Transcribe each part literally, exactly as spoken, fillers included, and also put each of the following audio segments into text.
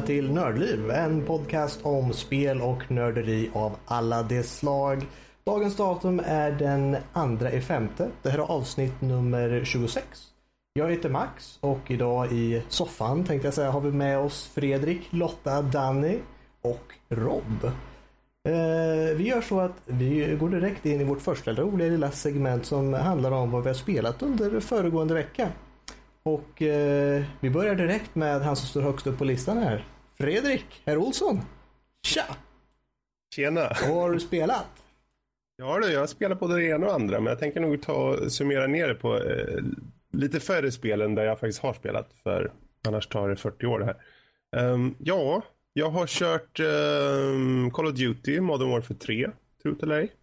till Nördliv, en podcast om spel och nörderi av alla dess slag. Dagens datum är den andra i femte. Det här är avsnitt nummer tjugosex. Jag heter Max och idag i soffan tänkte jag säga har vi med oss Fredrik, Lotta, Danny och Rob. Eh, vi gör så att vi går direkt in i vårt första roliga lilla segment som handlar om vad vi har spelat under föregående vecka. Och eh, vi börjar direkt med han som står högst upp på listan här. Fredrik, herr Olsson. Tja! Tjena! Vad har du spelat? Ja du, jag har spelat både det ena och andra, men jag tänker nog ta och summera ner det på eh, lite färre spelen där jag faktiskt har spelat, för annars tar det fyrtio år det här. Um, ja, jag har kört um, Call of Duty Modern Warfare tre, Truth or Lie.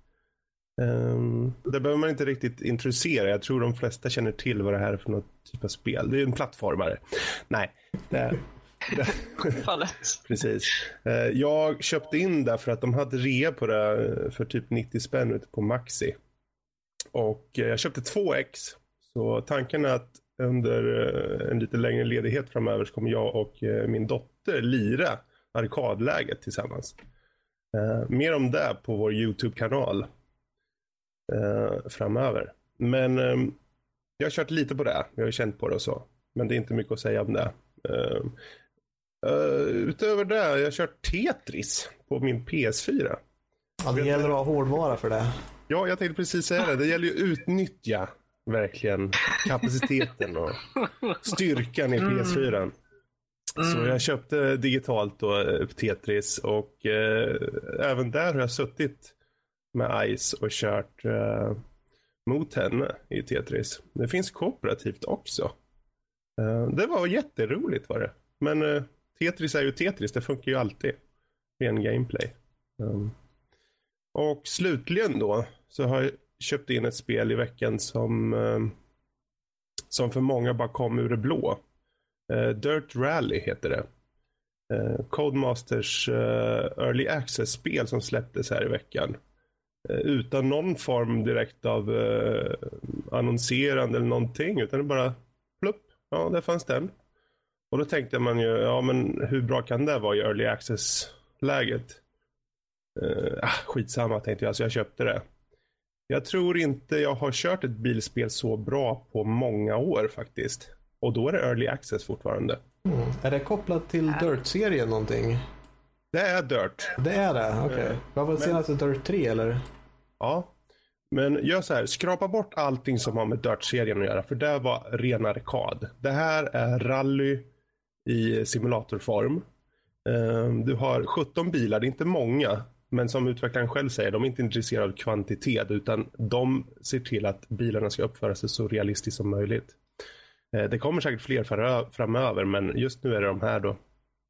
Um, det behöver man inte riktigt introducera. Jag tror de flesta känner till vad det här är för något typ av spel. Det är en plattformare. Nej, det, det, precis. Uh, jag köpte in det för att de hade rea på det för typ nittio spänn ute på Maxi. Och uh, jag köpte två ex. Så tanken är att under uh, en lite längre ledighet framöver så kommer jag och uh, min dotter lira arkadläget tillsammans. Uh, mer om det på vår YouTube-kanal. Uh, framöver. Men um, jag har kört lite på det. Jag har känt på det och så. Men det är inte mycket att säga om det. Uh, uh, utöver det, jag har kört Tetris på min P S fyra. Ja, det gäller att ha hårdvara för det. Ja, jag tänkte precis säga det. Det gäller ju att utnyttja verkligen kapaciteten och styrkan i P S fyra. Mm. Så jag köpte digitalt då Tetris och uh, även där har jag suttit med Ice och kört uh, mot henne i Tetris. Det finns kooperativt också. Uh, det var jätteroligt var det. Men uh, Tetris är ju Tetris, det funkar ju alltid med en gameplay. Um, och slutligen då så har jag köpt in ett spel i veckan som uh, som för många bara kom ur det blå. Uh, Dirt Rally heter det. Uh, Codemasters uh, Early Access-spel som släpptes här i veckan. Utan någon form direkt av eh, annonserande eller någonting, utan det bara plupp, ja där fanns den. Och då tänkte man ju, ja men hur bra kan det vara i early access-läget? Eh, ah, skitsamma tänkte jag, så jag köpte det. Jag tror inte jag har kört ett bilspel så bra på många år faktiskt. Och då är det early access fortfarande. Mm. Är det kopplat till Dirt-serien någonting? Det är Dirt. Det är det, okej. Okay. Vad var det senaste Dirt tre eller? Ja, men gör så här. Skrapa bort allting som har med Dirt-serien att göra. För det var ren arkad. Det här är rally i simulatorform. Du har sjutton bilar, det är inte många. Men som utvecklaren själv säger, de är inte intresserade av kvantitet. Utan de ser till att bilarna ska uppföra sig så realistiskt som möjligt. Det kommer säkert fler framöver, men just nu är det de här då.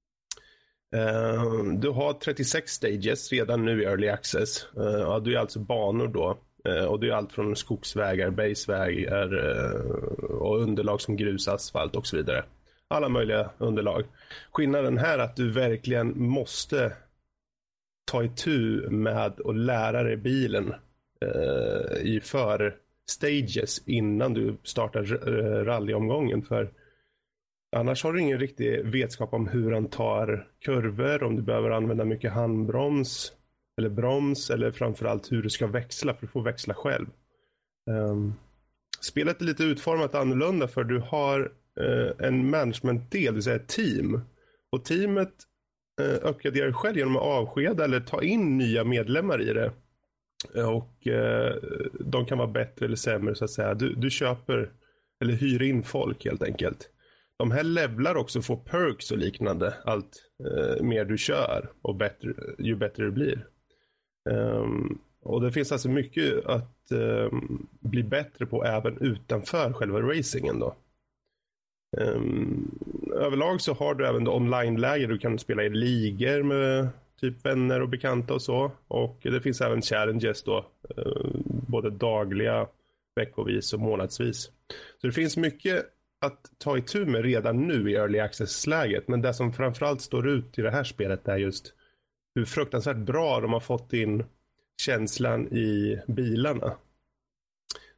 Uh, du har trettiosex stages redan nu i early access. Uh, ja, du är alltså banor då. Uh, och det är allt från skogsvägar, basevägar uh, och underlag som grus, asfalt och så vidare. Alla möjliga underlag. Skillnaden här är att du verkligen måste ta itu med och lära dig bilen uh, i för stages innan du startar uh, rallyomgången, för annars har du ingen riktig vetskap om hur han tar kurvor, om du behöver använda mycket handbroms eller broms, eller framförallt hur du ska växla, för du får växla själv. Um, spelet är lite utformat annorlunda, för du har uh, en managementdel, det vill säga ett team. Och teamet uh, uppgraderar själv genom att avskeda eller ta in nya medlemmar i det. Och uh, de kan vara bättre eller sämre så att säga. Du, du köper eller hyr in folk helt enkelt. De här levlar också, får perks och liknande allt eh, mer du kör och bättre, ju bättre det blir. Um, och det finns alltså mycket att um, bli bättre på även utanför själva racingen då. Um, överlag så har du även online-läger, du kan spela i ligor med typ vänner och bekanta och så. Och det finns även challenges då, uh, både dagliga, veckovis och månadsvis. Så det finns mycket att ta itu med redan nu i early access-läget. Men det som framförallt står ut i det här spelet är just hur fruktansvärt bra de har fått in känslan i bilarna.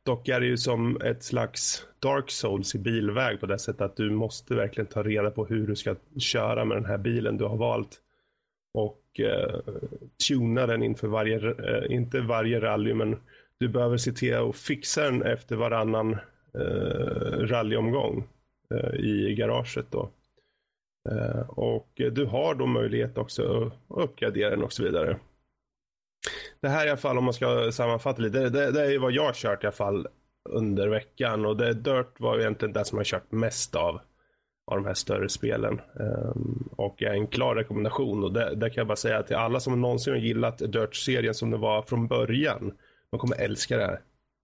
Dock är det ju som ett slags Dark Souls i bilväg på det sättet att du måste verkligen ta reda på hur du ska köra med den här bilen du har valt. Och eh, tuna den inför varje, eh, inte varje rally, men du behöver se till att fixa den efter varannan eh, rallyomgång eh, i garaget då. Eh, och du har då möjlighet också att uppgradera den och så vidare. Det här i alla fall, om man ska sammanfatta lite, det, det, det är vad jag har kört i alla fall under veckan, och det Dirt var egentligen det som jag har kört mest av av de här större spelen, um, och är en klar rekommendation, och det, det kan jag bara säga till alla som någonsin har gillat Dirt-serien som det var från början, de kommer älska det här.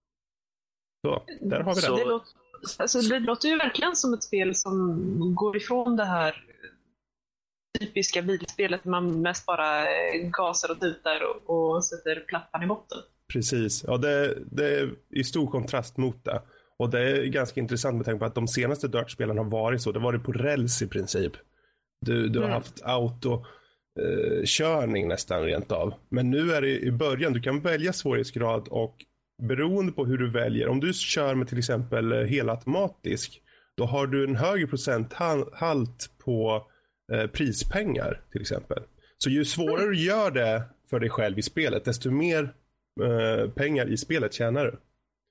Så, där har vi det. Det låter, alltså, det låter ju verkligen som ett spel som går ifrån det här typiska bilspelet där man mest bara gasar och tutar och, och sätter plattan i botten. Precis, ja, det, det är i stor kontrast mot det. Och det är ganska intressant med tanke på att de senaste Dirt-spelen har varit så. Det var det på räls i princip. Du, du har mm. haft autokörning eh, nästan rent av. Men nu är det i början, du kan välja svårighetsgrad, och beroende på hur du väljer. Om du kör med till exempel helautomatisk, då har du en högre procenthalt på eh, prispengar till exempel. Så ju svårare mm. du gör det för dig själv i spelet, desto mer eh, pengar i spelet tjänar du.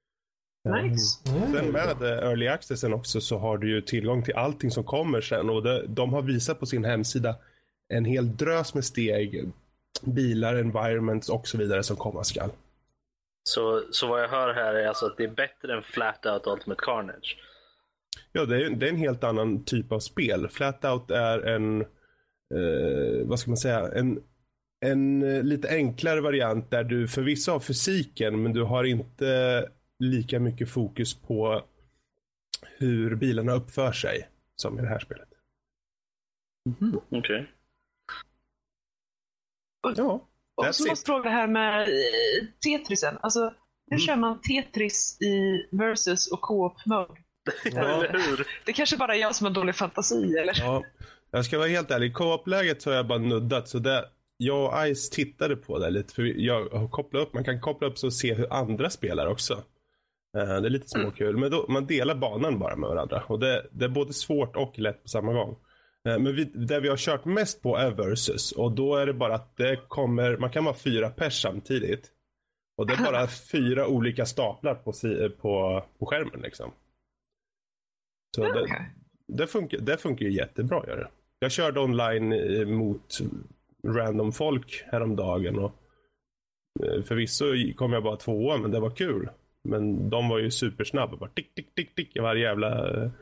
Nice. Mm. Sen med Early Accessen också så har du ju tillgång till allting som kommer sen, och det, de har visat på sin hemsida en hel drös med steg, bilar, environments och så vidare som komma skall. Så, så vad jag hör här är alltså att det är bättre än Flat Out Ultimate Carnage? Ja, det är, det är en helt annan typ av spel. Flat Out är en eh, vad ska man säga, en en eh, lite enklare variant där du förvisso har fysiken, men du har inte lika mycket fokus på hur bilarna uppför sig som i det här spelet. Mm, okej. Okay. Ja. Och så måste fråga det här med Tetrisen. Alltså, hur mm. kör man Tetris i versus och co-op mode? Ja. Det kanske bara är jag som har dålig fantasi, eller? Ja, jag ska vara helt ärlig. Co-op-läget så har jag bara nuddat, så det jag och Ice tittade på det lite, för jag har kopplat upp, man kan koppla upp så och se hur andra spelar också. Det är lite småkul, men då, man delar banan bara med varandra, och det, det är både svårt och lätt på samma gång. Men vi, det vi har kört mest på är versus, och då är det bara att det kommer, man kan vara fyra pers samtidigt, och det är bara fyra olika staplar på, på, på skärmen liksom. Så det, det, funkar, det funkar ju jättebra, gör det. Jag körde online mot random folk häromdagen, och förvisso kom jag bara tvåa, men det var kul. Men de var ju supersnabba, bara tick, tick, tick, tick i varje jävla eh,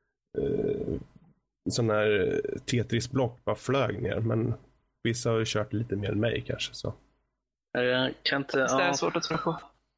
sån här Tetris-block bara flög ner. Men vissa har ju kört lite mer än mig kanske, så. Jag kan inte... Det är svårt att tro på.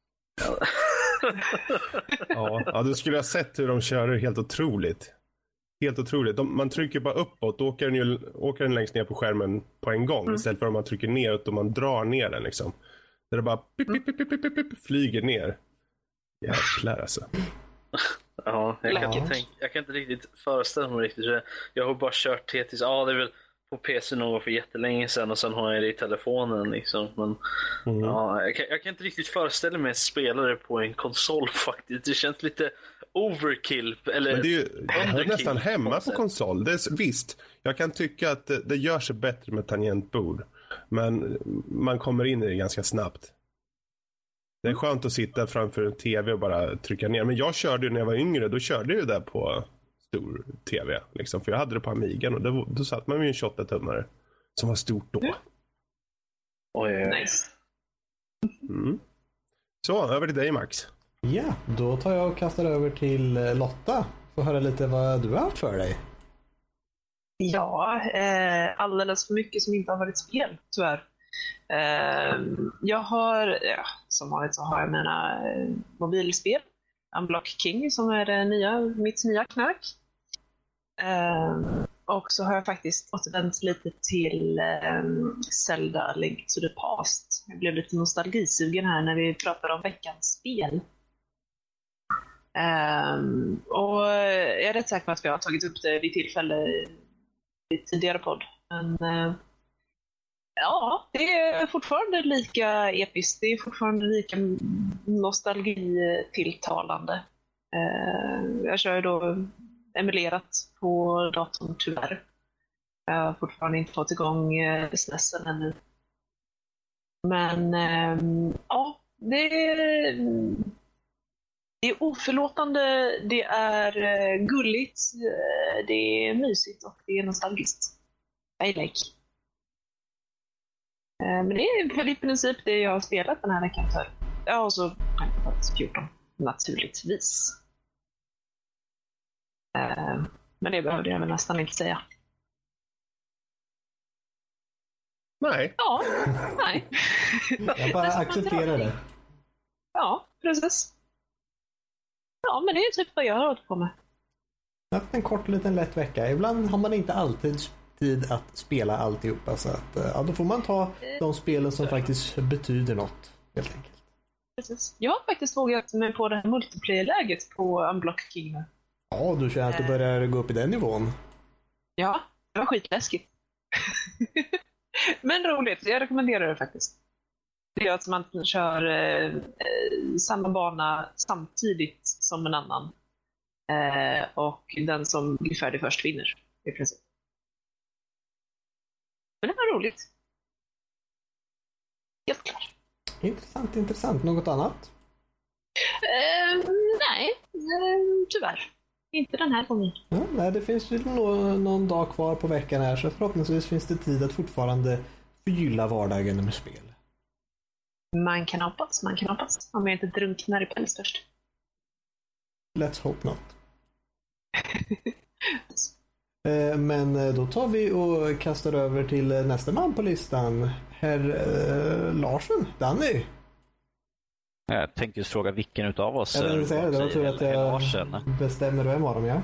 ja, ja, du skulle ha sett hur de kör, helt otroligt. Helt otroligt. De, man trycker bara uppåt, då åker den, ju, åker den längst ner på skärmen på en gång. Mm. Istället för att man trycker neråt och man drar ner den liksom. Där det bara pip, pip, pip, pip, pip, pip, flyger ner. Jäklar alltså. Ja, jag kan, inte tänka, jag kan inte riktigt föreställa mig riktigt. Jag har bara kört Tetris. Ja, det är väl på P C någon gång för jättelänge sedan, och sen har jag det i telefonen liksom. Men mm. ja, jag kan, jag kan inte riktigt föreställa mig att spela det på en konsol faktiskt. Det känns lite overkill. Eller men det är ju jag är nästan hemma på konsol. Det är, visst, jag kan tycka att det, det gör sig bättre med tangentbord. Men man kommer in i det ganska snabbt. Det är skönt att sitta framför en tv och bara trycka ner. Men jag körde ju när jag var yngre, då körde jag ju där på stor tv. Liksom, för jag hade det på Amigan, och då, då satt man med en tjugoåtta-tummare som var stort då. Mm. Oj, nice. Mm. Så, över till dig Max. Ja, då tar jag och kastar över till Lotta. Får höra lite vad du har haft för dig. Ja, eh, alldeles för mycket som inte har varit spel, tyvärr. Eh, jag har, ja, som vanligt så har jag mina eh, mobilspel. Unblock King som är det nya, mitt nya knark. Eh, och så har jag faktiskt återvänt lite till eh, Zelda Link to the Past. Jag blev lite nostalgisugen här när vi pratade om veckans spel. Eh, och jag är rätt säker på att vi har tagit upp det vid tillfälle i tidigare podd. Men eh, Ja, det är fortfarande lika episkt. Det är fortfarande lika nostalgitilltalande. Jag kör ju då emulerat på datorn tyvärr. Jag har fortfarande inte fått igång snessen ännu. Men ja, det är, det är oförlåtande, det är gulligt, det är mysigt och det är nostalgiskt. I like. Men det är väl i princip det jag har spelat den här veckan för. Ja, och så Final Fantasy fjorton, naturligtvis. Men det behövde jag väl nästan inte säga. Nej. Ja, nej. Jag bara accepterar det. Ja, precis. Ja, men det är typ vad jag har hållit på med. Jag har haft en kort liten lätt vecka. Ibland har man inte alltid tid att spela alltihopa. Så att, ja, då får man ta de spelen som faktiskt betyder något, helt enkelt. Precis. Jag har faktiskt vågat mig på det här multiplayer-läget på Unblocked Kingdom. Ja, du känner att du börjar gå upp i den nivån. Ja, det var skitläskigt. Men roligt, jag rekommenderar det faktiskt. Det är att man kör eh, samma bana samtidigt som en annan. Eh, och den som blir färdig först vinner, i princip. Men det var roligt. Helt klart. Intressant, intressant. Något annat? Eh, nej, eh, tyvärr. Inte den här gången. Ja, nej, det finns ju någon, någon dag kvar på veckan här, så förhoppningsvis finns det tid att fortfarande förgylla vardagen med spel. Man kan hoppas, man kan hoppas. Om jag inte drunknar i päls först. Let's hope not. Men då tar vi och kastar över till nästa man på listan. Herr eh, Larsen, Danny. Jag tänkte just fråga vilken utav oss. Jag vill säga det, jag tror att jag bestämmer vem av dem, ja.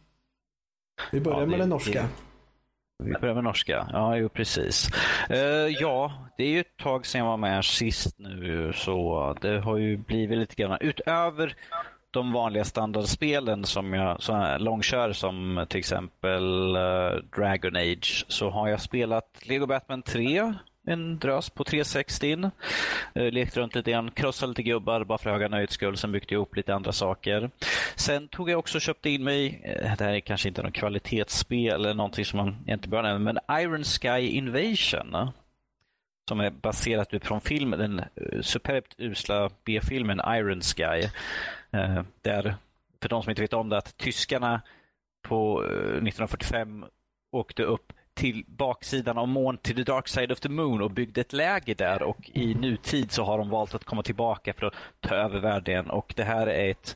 Vi börjar ja, det, med den norska. Det, vi börjar med norska, ja, jo, precis. Uh, ja, det är ju ett tag sedan jag var med sist nu, så det har ju blivit lite grann utöver de vanliga standardspelen som jag så långkör, som till exempel uh, Dragon Age, så har jag spelat Lego Batman tre, en drös på tre sextio. Uh, lekt runt lite grann, krossade lite gubbar bara för höga nöjts skull, sen byggde jag upp lite andra saker. Sen tog jag också köpte in mig, uh, det här är kanske inte någon kvalitetsspel eller någonting som man inte bör nämna, men Iron Sky Invasion, uh, som är baserat från filmen, den uh, superbt usla B-filmen Iron Sky. Uh, där, för de som inte vet om det, att tyskarna på uh, nittonhundrafyrtiofem åkte upp till baksidan av månen, till the dark side of the moon, och byggde ett läger där, och i nutid så har de valt att komma tillbaka för att ta över världen. Och det här är ett,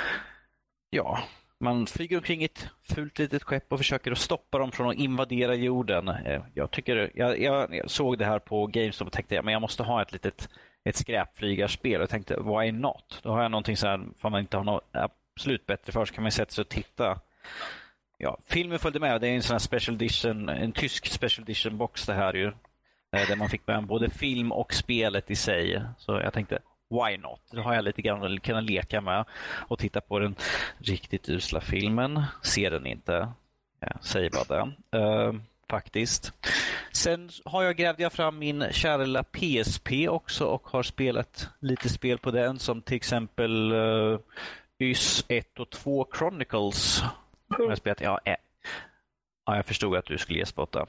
ja, man flyger omkring ett fult litet skepp och försöker att stoppa dem från att invadera jorden. Jag tycker, jag, jag såg det här på GameStop och tänkte, men jag måste ha ett litet ett skräpflygarspel, och tänkte, vad är något? Då har jag någonting så här, för man inte har något absolut bättre för, så kan man sätta sig och titta. Ja, filmen följde med, det är en sån här special edition, en tysk special edition box det här ju, där man fick med både film och spelet i sig. Så jag tänkte, why not? Då har jag lite grann att kunna leka med och titta på den riktigt usla filmen. Ser den inte, ja, säg bara det. Uh, faktiskt. Sen har jag grävt jag fram min kära P S P också och har spelat lite spel på den, som till exempel uh, Y S ett och två Chronicles. Jag spelat, ja, äh. ja, jag förstod att du skulle ge spotta.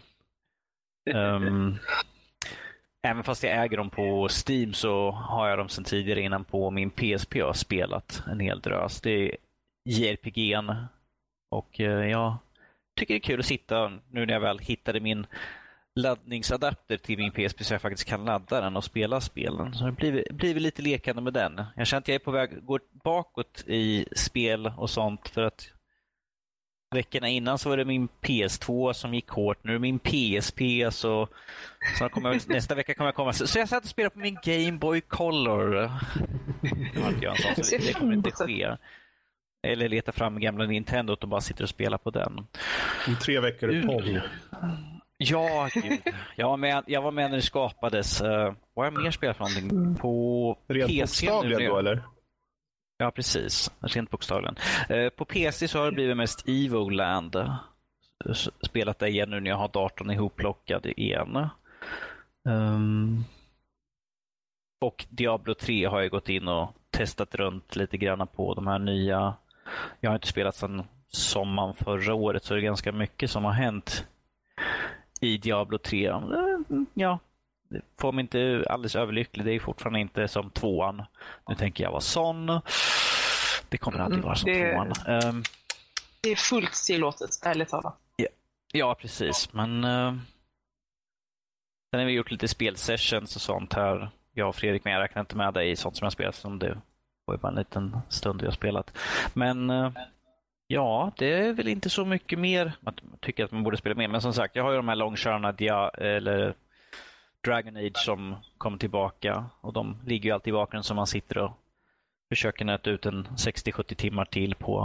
Um, även fast jag äger dem på Steam så har jag dem sedan tidigare innan på min P S P och har spelat en hel drös. Det är J R P G:n och uh, jag tycker det är kul att sitta nu när jag väl hittade min laddningsadapter till min P S P så jag faktiskt kan ladda den och spela spelen. Så det blir, blir lite lekande med den. Jag känner att jag är på väg att gå bakåt i spel och sånt, för att veckorna innan så var det min P S två som gick hårt. Nu är det min P S P, så, så kommer, nästa vecka kommer jag komma. Så jag satt och spelade på min Game Boy Color. Det var inte jag en sån, så det kommer inte ske. Eller leta fram gamla Nintendo och bara sitter och spelar på den. I tre veckor är Pong. Ja, gud. Jag var med, jag var med när det skapades. Uh, vad har jag mer spelat för någonting? På rent P C bokstavligen då, eller? Ja, precis. Rent bokstavligen. Uh, på P C så har det blivit mest Evoland. Spelat det igen nu när jag har datorn ihopplockad igen. Um, och Diablo tre har jag gått in och testat runt lite grann på de här nya. Jag har inte spelat sedan sommaren förra året, så det är ganska mycket som har hänt i Diablo tre. Ja, det får mig inte alldeles överlycklig. Det är fortfarande inte som tvåan. Nu tänker jag vara sån. Det kommer aldrig vara som det, tvåan. Um, det är fullt tillåtet, ärligt talat. Ja, ja, precis. Men uh, sen har vi gjort lite spelsessions och sånt här. Jag och Fredrik, men jag räknar inte med dig i sånt som jag spelat, som det var ju bara en liten stund vi har spelat. Men uh, ja, det är väl inte så mycket mer. Man tycker att man borde spela mer. Men som sagt, jag har ju de här långkörarna dia, eller Dragon Age som kommer tillbaka. Och de ligger ju alltid i bakgrunden, som man sitter och försöker nöta ut en sextio sjuttio timmar till på.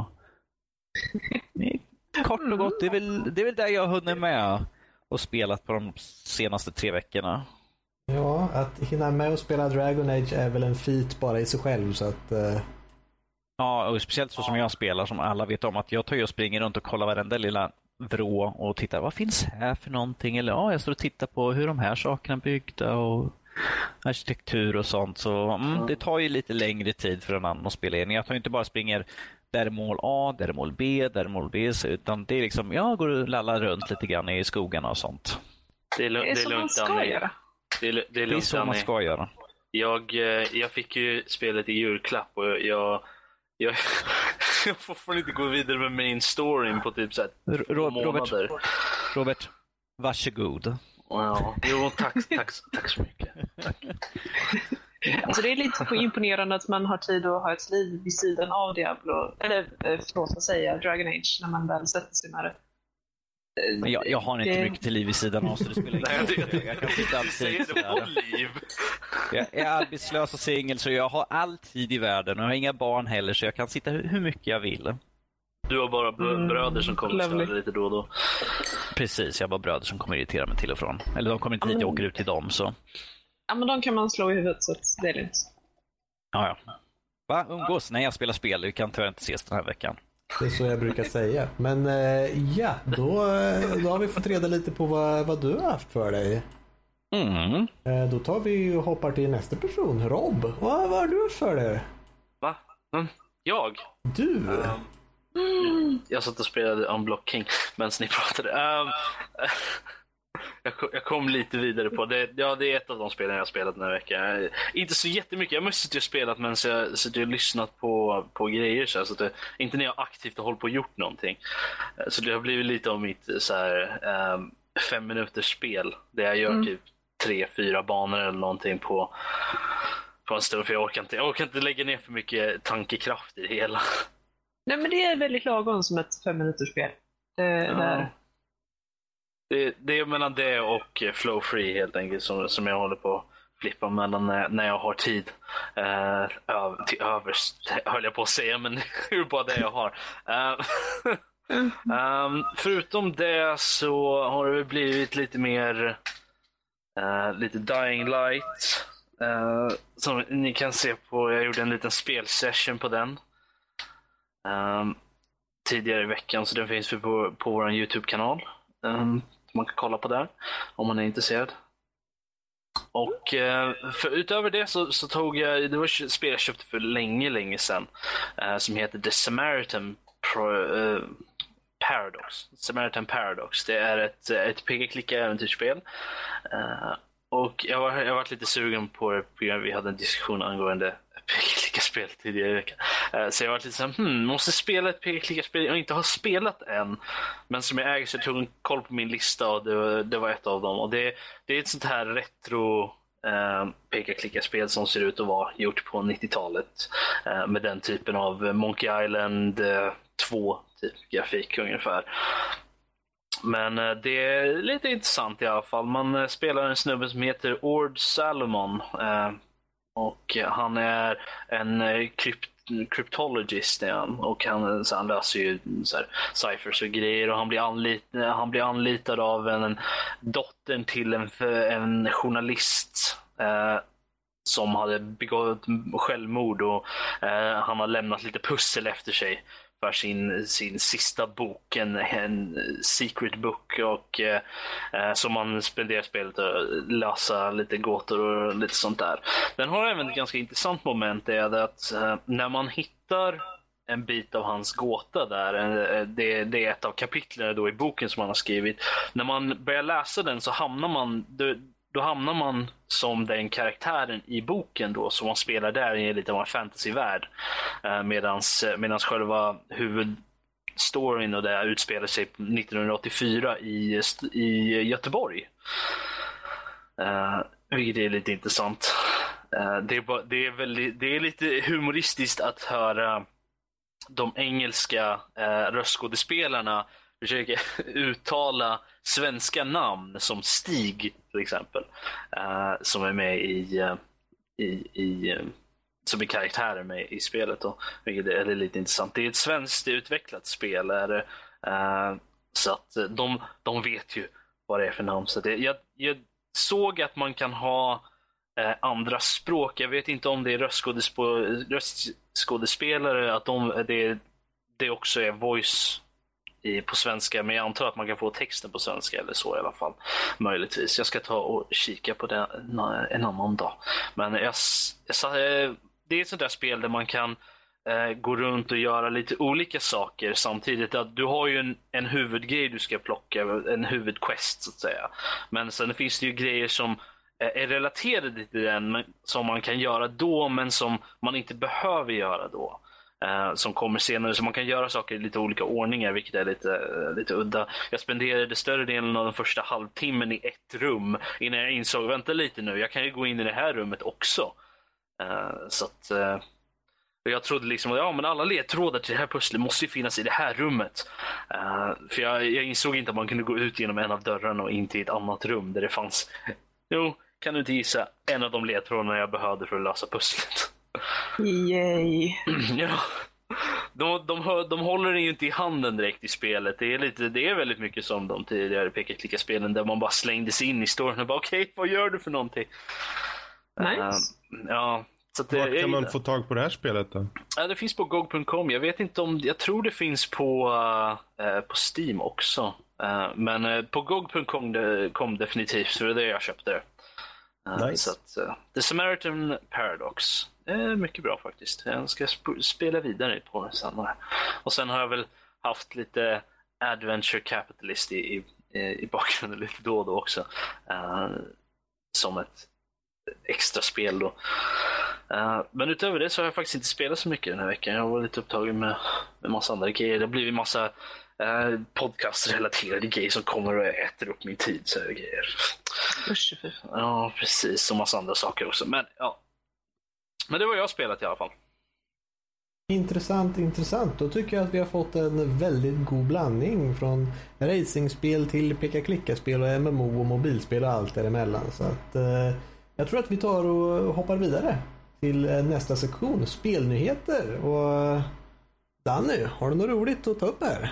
Kort och gott, det är väl, det är väl där jag har hunnit med och spelat på de senaste tre veckorna. Ja, att hinna med och spela Dragon Age är väl en feat bara i sig själv, så att... Uh... Ja, och speciellt så som jag spelar, som alla vet om, att jag tar ju och springer runt och kollar varenda lilla vrå och tittar, vad finns här för någonting? Eller ja, jag står och tittar på hur de här sakerna är byggda och arkitektur och sånt. Så mm, det tar ju lite längre tid för en annan att spela in. Jag tar ju inte bara springer där är mål A, där är mål B, där är mål B, utan det är liksom, jag går och lallar runt lite grann i skogarna och sånt. Det är, det är så man ska göra. Det är, det är, det är så man ska göra. Jag, jag fick ju spelet i julklapp och jag, jag, jag får fortfarande inte gå vidare med main storyn på typ så här Ro- månader. Robert, Robert, varsågod. Ja, jo, tack, tack, tack så mycket. Tack. Alltså det är lite imponerande att man har tid att ha ett liv vid sidan av Diablo, eller förlåt att säga Dragon Age, när man väl sätter sig med det. Men jag, jag har inte det... mycket till liv i sidan av, så det spelar ingen roll. Jag kan sitta alltid liv. Jag är arbetslös och singel, så jag har all tid i världen och jag har inga barn heller, så jag kan sitta hur mycket jag vill. Du har bara b- bröder som kommer mm, och lite då och då. Precis, jag har bara bröder som kommer irritera mig till och från. Eller de kommer inte hit, jag åker ut till dem, så... Ja, men de kan man slå i huvudet, så det är lugnt. Ja, ja. Va? Umgås? Nej, jag spelar spel. Vi kan tyvärr inte ses den här veckan. Det är så jag brukar säga. Men eh, ja, då, då har vi fått reda lite på vad, vad du har haft för dig. Mm. Eh, då tar vi och hoppar till nästa person. Rob, vad, vad har du haft för dig? Va? Mm. Jag? Du? Um, mm. Jag satt och spelade Unblock King medan ni pratade. Um, Jag kom, jag kom lite vidare på det. Ja, det är ett av de spelen jag har spelat den här veckan. Inte så jättemycket. Jag måste ju spelat, men så jag, så jag har lyssnat på, på grejer så, här, så att det, inte när jag aktivt har hållit på och gjort någonting. Så det har blivit lite av mitt så här, um, fem minuters spel där jag gör mm. typ tre, fyra banor eller någonting på, på en stund, för jag orkar inte, jag orkar inte lägga ner för mycket tankekraft i det hela. Nej, men det är väldigt lagom som ett fem minuters spel. Det, ja. där. Det, det är mellan det och Flow Free helt enkelt som, som jag håller på att flippa mellan när, när jag har tid uh, över, till övers, höll jag på att säga, men det är bara det jag har. Uh, um, förutom det så har det blivit lite mer uh, lite Dying Light uh, som ni kan se på. Jag gjorde en liten spelsession på den um, tidigare i veckan, så den finns på, på vår YouTube-kanal. Um, man kan kolla på där om man är intresserad. Och uh, för, utöver det så, så tog jag, det var ett spel jag köpte för länge, länge sedan uh, som heter The Samaritan Pro, uh, Paradox. Samaritan Paradox. Det är ett, ett peka-klicka-äventyrsspel. Uh, och jag var, jag var lite sugen på det, för vi hade en diskussion angående peka-klicka-spel tidigare i veckan. Uh, så jag var lite såhär, hmm, måste spela ett peka-klicka-spel jag inte har spelat än, men som jag äger, så jag tog en koll på min lista och det var, det var ett av dem. Och det, det är ett sånt här retro uh, peka-klicka-spel som ser ut att vara gjort på nittiotalet uh, med den typen av Monkey Island uh, två typ grafik ungefär. Men uh, det är lite intressant i alla fall. Man uh, spelar en snubbe som heter Ord Salomon. Uh, Och han är en krypt, kryptologist igen, och han, så han löser ju så här, ciphers och grejer, och han blir, anlit, han blir anlitad av en, en dottern till en, en journalist eh, som hade begått självmord, och eh, han har lämnat lite pussel efter sig för sin, sin sista bok, en, en secret book, och eh, som man spenderar spelet och läsa lite gåtor och lite sånt där. Den har även ett ganska intressant moment, det är att eh, när man hittar en bit av hans gåta där, det, det är ett av kapitlen då i boken som han har skrivit. När man börjar läsa den så hamnar man då, då hamnar man som den karaktären i boken då, som man spelar där i lite av en fantasyvärld, medans, medans själva huvudstoryn och det utspelar sig nittonhundraåttiofyra i, i Göteborg, uh, vilket är lite intressant. uh, det, är bara, det, är väldigt, det är lite humoristiskt att höra de engelska eh, röstskådespelarna försöker uttala svenska namn som Stig till exempel, eh, som är med i, eh, i, i eh, som är karaktärer med i spelet då, vilket är lite intressant. Det är ett svenskt utvecklat spel, är det, eh, så att de, de vet ju vad det är för namn. Så det, jag, jag såg att man kan ha eh, andra språk. Jag vet inte om det är röstskådesp- röstskådespelare, att de, det, det också är voice i, på svenska, men jag antar att man kan få texten på svenska eller så i alla fall, möjligtvis. Jag ska ta och kika på det en annan dag. Men jag, jag, det är ett sånt där spel där man kan eh, gå runt och göra lite olika saker samtidigt. Att du har ju en, en huvudgrej du ska plocka, en huvudquest så att säga. Men sen finns det ju grejer som är relaterade till den, som man kan göra då men som man inte behöver göra då. Uh, som kommer senare, så man kan göra saker i lite olika ordningar, vilket är lite, uh, lite udda. Jag spenderade större delen av den första halvtimmen i ett rum innan jag insåg, vänta lite nu, jag kan ju gå in i det här rummet också. Uh, så att uh, jag trodde liksom, ja men alla ledtrådar till det här pusslet måste ju finnas i det här rummet. Uh, för jag, jag insåg inte att man kunde gå ut genom en av dörrarna och in till ett annat rum där det fanns, jo, kan du inte gissa, en av de ledtrådarna jag behövde för att lösa pusslet. Yay. Ja. De, de, de håller det ju inte i handen direkt i spelet. Det är, lite, det är väldigt mycket som de tidigare peka-klicka-spelen där man bara slängdes in i storyn och bara okej, okay, vad gör du för någonting? Nice. Uh, ja, så att det, var kan man jag, få tag på det här spelet då? Ja, det finns på G O G punkt com. Jag vet inte om, jag tror det finns på, uh, på Steam också. Uh, men uh, på G O G punkt com det kom definitivt, så det är det jag köpte. Uh, nice. Så att, uh, The Samaritan Paradox. Det är mycket bra faktiskt. Jag ska sp- spela vidare på det sen. Och sen har jag väl haft lite Adventure Capitalist i, i, i bakgrunden lite då och då också. Uh, som ett extra spel då. Uh, men utöver det så har jag faktiskt inte spelat så mycket den här veckan. Jag var lite upptagen med en massa andra grejer. Det har blivit massa uh, podcast-relaterade grejer som kommer och äter upp min tid. Så här grejer. Usch. Ja, precis. Och massa andra saker också. Men ja. Men det var jag spelat i alla fall. Intressant, intressant. Då tycker jag att vi har fått en väldigt god blandning från racingspel till peka-klicka-spel och M M O och mobilspel och allt däremellan. Så att eh, jag tror att vi tar och hoppar vidare till nästa sektion, spelnyheter. Och Danny, har du något roligt att ta upp här?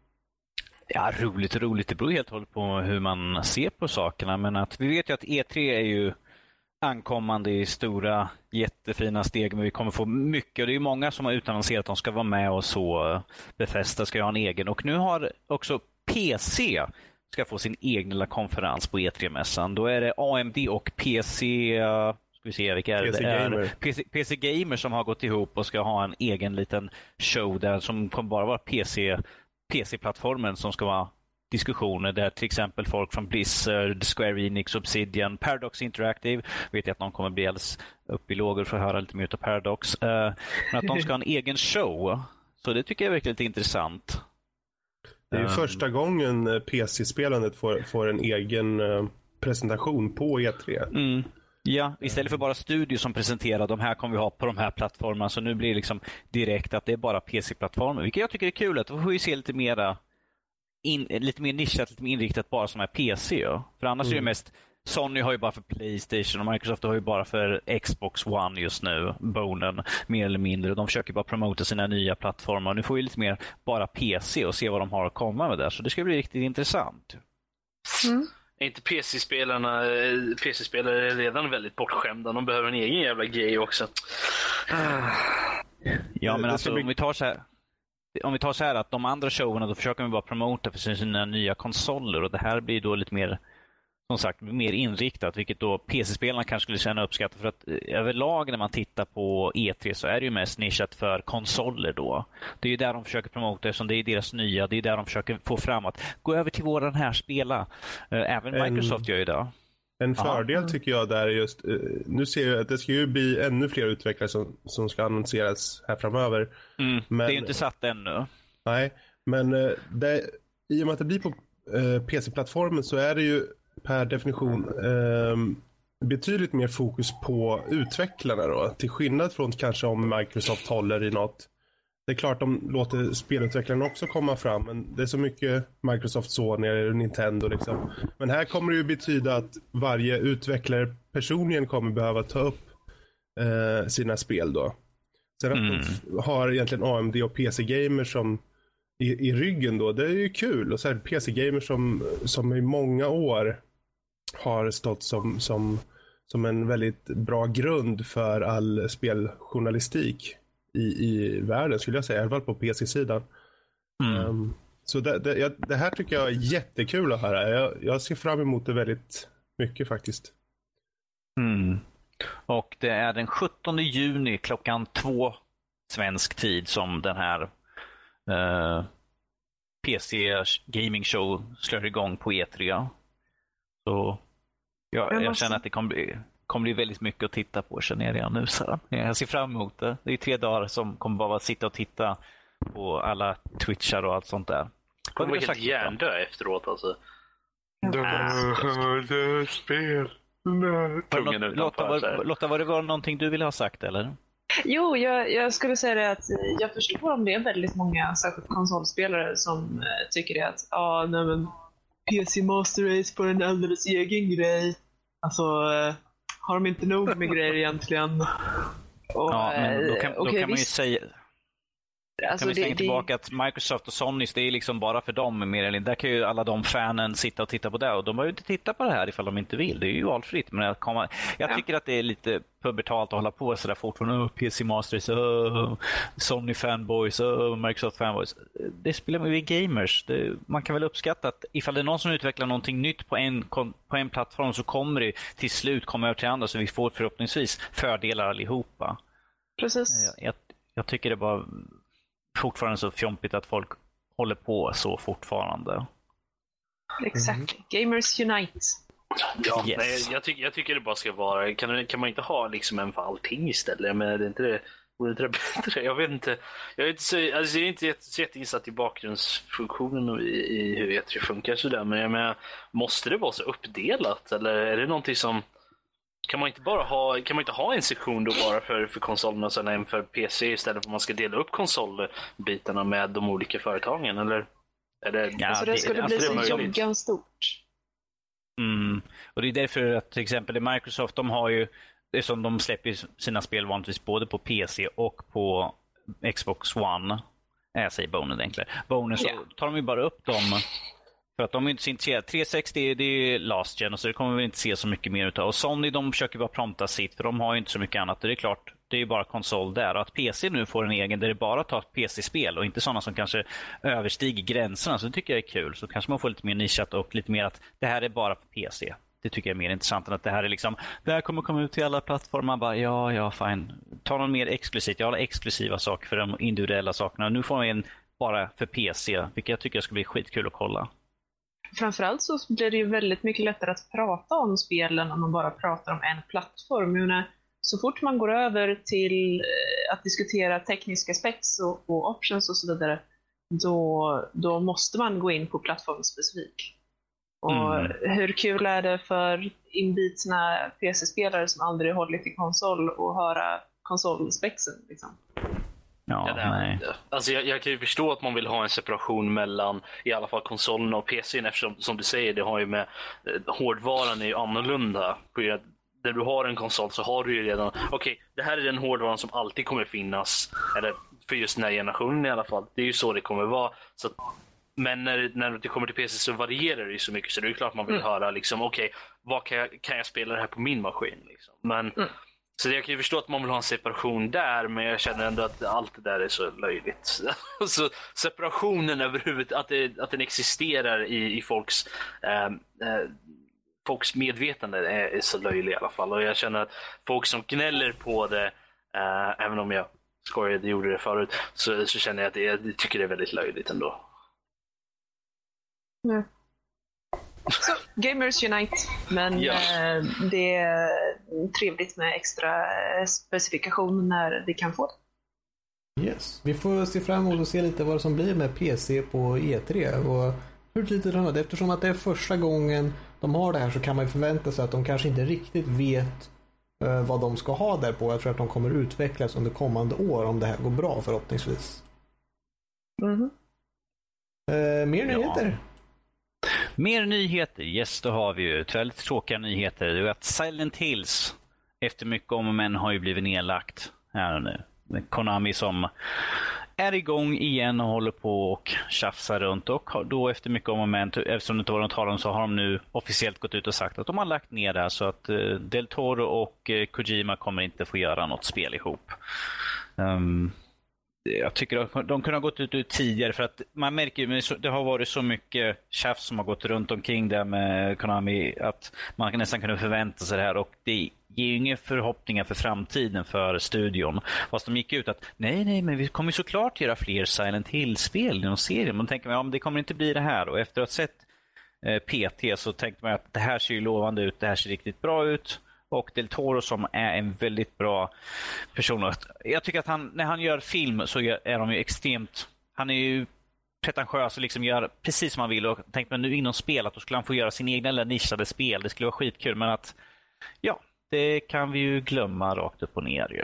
Ja, roligt och roligt. Det beror helt och hållet på hur man ser på sakerna. Men att vi vet ju att E tre är ju ankommande i stora, jättefina steg, men vi kommer få mycket. Och det är ju många som har utannonserat att de ska vara med och så Bethesda ska ha en egen. Och nu har också P C ska få sin egen lilla konferens på E tre-mässan. Då är det A M D och P C... Ska vi se vilka är P C det Gamer. är. P C, P C Gamer som har gått ihop och ska ha en egen liten show där som kommer bara vara P C, P C-plattformen som ska vara diskussioner där till exempel folk från Blizzard, Square Enix, Obsidian, Paradox Interactive, vet jag att någon kommer bli alldeles upp i lågor för att höra lite mer av Paradox, uh, men att de ska ha en egen show. Så det tycker jag är verkligen lite intressant. Det är ju um, första gången P C-spelandet får, får en egen uh, presentation på E tre. Mm. Ja, istället för bara studio som presenterar de här kommer vi ha på de här plattformarna, så nu blir det liksom direkt att det är bara P C-plattformar, vilket jag tycker är kul. Att då får vi se lite mera In, lite mer nischat, lite mer inriktat bara som är P C. Ja. För annars mm. är det mest, Sony har ju bara för PlayStation och Microsoft har ju bara för Xbox One just nu, bonen, mer eller mindre. De försöker bara promota sina nya plattformar. Nu får vi lite mer bara P C och se vad de har att komma med där. Så det ska bli riktigt intressant. Mm. Är inte P C-spelarna, P C-spelare är redan väldigt bortskämda. De behöver en egen jävla grej också. Ja, men alltså om vi tar så här... om vi tar så här att de andra showerna då försöker man bara promota för sina nya konsoler och det här blir då lite mer som sagt mer inriktat, vilket då P C-spelarna kanske skulle känna uppskatta för att överlag när man tittar på E tre så är det ju mest nischat för konsoler då. Det är ju där de försöker promota eftersom det är deras nya, det är där de försöker få fram att gå över till våran här spela. Även Microsoft en, gör ju det. En fördel Aha. tycker jag där är just, nu ser jag att det ska ju bli ännu fler utvecklare som, som ska annonseras här framöver. Mm, men, det är inte satt ännu. Nej, men det, i och med att det blir på P C-plattformen så är det ju per definition eh, betydligt mer fokus på utvecklarna då. Till skillnad från kanske om Microsoft håller i något. Det är klart de låter spelutvecklarna också komma fram. Men det är så mycket Microsoft, Sony eller Nintendo liksom. Men här kommer det ju betyda att varje utvecklare personligen kommer behöva ta upp eh, sina spel då. Sen att mm. de har egentligen A M D och P C-gamers som I, i ryggen då, det är ju kul. Och så är det P C-gamers som, som i många år har stått som, som, som en väldigt bra grund för all speljournalistik i, i världen skulle jag säga, i alla fall på P C-sidan. Mm. Um, så det, det, jag, det här tycker jag är jättekul att höra. Jag, jag ser fram emot det väldigt mycket faktiskt. Mm. Och det är den sjuttonde juni klockan två svensk tid som den här Uh, P C Gaming Show slår igång på E tre. Så ja, jag, jag känner att det kommer bli, kommer bli väldigt mycket att titta på, känner jag redan nu. Så jag ser fram emot det. Det är tre dagar som kommer bara sitta och titta på alla Twitchar och allt sånt där. Det kommer helt hjärndö efteråt alltså. Äh, spel. Lotta, Lotta, var det var någonting du ville ha sagt eller? Jo, jag, jag skulle säga det att jag förstår om det är väldigt många särskilt konsolspelare som eh, tycker det att ah, nej, men P C Master Race får en alldeles egen grej. Alltså, eh, har de inte nog med grejer egentligen? Och, ja, men då kan, då okay, kan man ju säga... Alltså, kan vi slänga det, tillbaka att Microsoft och Sony, det är liksom bara för dem mer eller mindre. Där kan ju alla de fanen sitta och titta på det och de har ju inte titta på det här ifall de inte vill. Det är ju valfritt. Men jag, komma, jag tycker ja. att det är lite pubertalt att hålla på så där fortfarande. P C Masters, uh, Sony fanboys, uh, Microsoft fanboys. Det spelar med vi gamers. Det, man kan väl uppskatta att ifall det är någon som utvecklar någonting nytt på en, på en plattform så kommer det till slut komma över till andra så vi får förhoppningsvis fördelar allihopa. Precis. Jag, jag, jag tycker det bara fortfarande så fjompigt att folk håller på så fortfarande. Exakt. Mm. Gamers unite. Ja, yes. nej, jag, tycker, jag tycker det bara ska vara... Kan, kan man inte ha liksom en för allting istället? Men det är inte det, det, är inte det bättre? Jag vet inte. Jag är inte så, alltså, jag är inte jätte, så jätteinsatt i bakgrundsfunktionen och i, i hur E tre funkar sådär. Men jag menar, måste det vara så uppdelat? Eller är det någonting som... Kan man inte bara ha, kan man inte ha en sektion då bara för, för konsolerna och sen en för P C istället för att man ska dela upp konsolbitarna med de olika företagen? Eller är det, ja, alltså det skulle det, bli alltså så joggan stort. Mm. Och det är därför att till exempel i Microsoft, de har ju det är som de släpper sina spel vanligtvis både på P C och på Xbox One. Jag säger bonus enklare. Bonus yeah. Så tar de ju bara upp dem. För att de är inte så intresserade. trehundrasextio det är last gen och så det kommer vi inte se så mycket mer utav. Och Sony de försöker bara prompta sitt för de har ju inte så mycket annat. Det är klart, det är ju bara konsol där. Och att P C nu får en egen där det bara tar P C-spel och inte sådana som kanske överstiger gränserna. Så det tycker jag är kul. Så kanske man får lite mer nischat och lite mer att det här är bara för P C. Det tycker jag är mer intressant än att det här är liksom, det här kommer komma ut till alla plattformar. Bara, ja, ja, fine. Ta någon mer exklusivt. Jag har exklusiva saker för de individuella sakerna. Nu får man en bara för P C, vilket jag tycker ska bli skitkul att kolla. Framförallt så blir det ju väldigt mycket lättare att prata om spelen om man bara pratar om en plattform. Menar, så fort man går över till att diskutera tekniska specs och, och options och så vidare, då, då måste man gå in på plattformspecifik. Och mm. hur kul är det för inbitna P C-spelare som aldrig hållit i konsol och höra konsolspexen liksom? Ja, ja, nej. Alltså jag, jag kan ju förstå att man vill ha en separation mellan i alla fall konsolen och P C:n eftersom som du säger det har ju med eh, hårdvaran är ju annorlunda på att när du har en konsol så har du ju redan okej, okay, det här är den hårdvaran som alltid kommer finnas eller för just den här generationen i alla fall. Det är ju så det kommer vara så att, men när, när det kommer till P C så varierar det ju så mycket så det är klart man vill mm. höra liksom okej, okay, vad kan jag, kan jag spela det här på min maskin liksom. Men mm. Så jag kan ju förstå att man vill ha en separation där, men jag känner ändå att allt det där är så löjligt. Så separationen överhuvudtaget, att, det, att den existerar i, i folks, eh, eh, folks medvetande är, är så löjlig i alla fall. Och jag känner att folk som gnäller på det, eh, även om jag skojade gjorde det förut, så, så känner jag att det, jag tycker det är väldigt löjligt ändå. Mm. Så, Gamers Unite, men ja. eh, det är trevligt med extra specifikation när vi kan få det. Yes, vi får se fram emot och se lite vad som blir med P C på E tre och hur lite det. Eftersom att det är första gången de har det här så kan man ju förvänta sig att de kanske inte riktigt vet uh, vad de ska ha där på. Jag tror att de kommer utvecklas under kommande år om det här går bra förhoppningsvis. Mm. Uh, mer nyheter? Ja. Mer nyheter, yes, då har vi ju väldigt tråkiga nyheter. Det är att Silent Hills efter mycket om och men har ju blivit nedlagt här nu. Konami som är igång igen och håller på och tjafsar runt, och då efter mycket om och men, eftersom det inte var något tal om, så har de nu officiellt gått ut och sagt att de har lagt ner det, så att uh, Del Toro och uh, Kojima kommer inte få göra något spel ihop. Um, Jag tycker att de kunde ha gått ut, ut tidigare, för att man märker ju det har varit så mycket tjafs som har gått runt omkring det med Konami att man nästan kunde förvänta sig det här, och det ger ju inga förhoppningar för framtiden för studion. Fast de gick ut att nej, nej, men vi kommer såklart göra fler Silent Hill-spel i någon serie. Man tänker, ja, men det kommer inte bli det här, och efter att ha sett eh, P T så tänkte man att det här ser ju lovande ut, det här ser riktigt bra ut. Och Del Toro som är en väldigt bra person. Jag tycker att han, när han gör film så är de ju extremt... Han är ju pretentiös och liksom gör precis som han vill. Och tänkte man nu inom spel att då skulle han få göra sin egna eller nischade spel. Det skulle vara skitkul, men att ja, det kan vi ju glömma rakt upp och ner ju.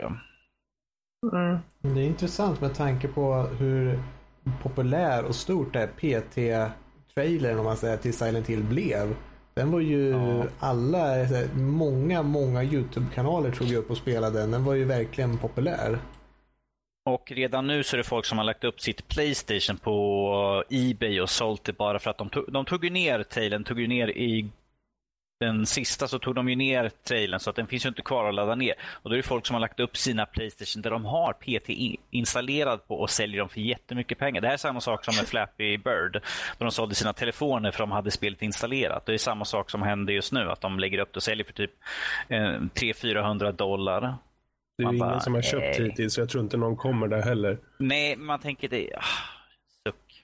Mm. Det är intressant med tanke på hur populär och stort det P T-trailern, om man säger, till Silent Hill blev. Den var ju ja. alla, många, många YouTube-kanaler tog upp och spelade den. Den var ju verkligen populär. Och redan nu så är det folk som har lagt upp sitt PlayStation på eBay och sålt det bara för att de tog, de tog ju ner trailern, tog ju ner i den sista så tog de ju ner trailern, så att den finns ju inte kvar att ladda ner. Och då är det folk som har lagt upp sina PlayStation där de har P T installerad på och säljer dem för jättemycket pengar. Det här är samma sak som med Flappy Bird, då de sålde sina telefoner för de hade spelet installerat. Det är samma sak som händer just nu, att de lägger upp det och säljer för typ eh, tre till fyrahundra dollar. Det är man ju bara, ingen som har köpt hittills, så jag tror inte någon kommer där heller. Nej, man tänker det. Ah, suck.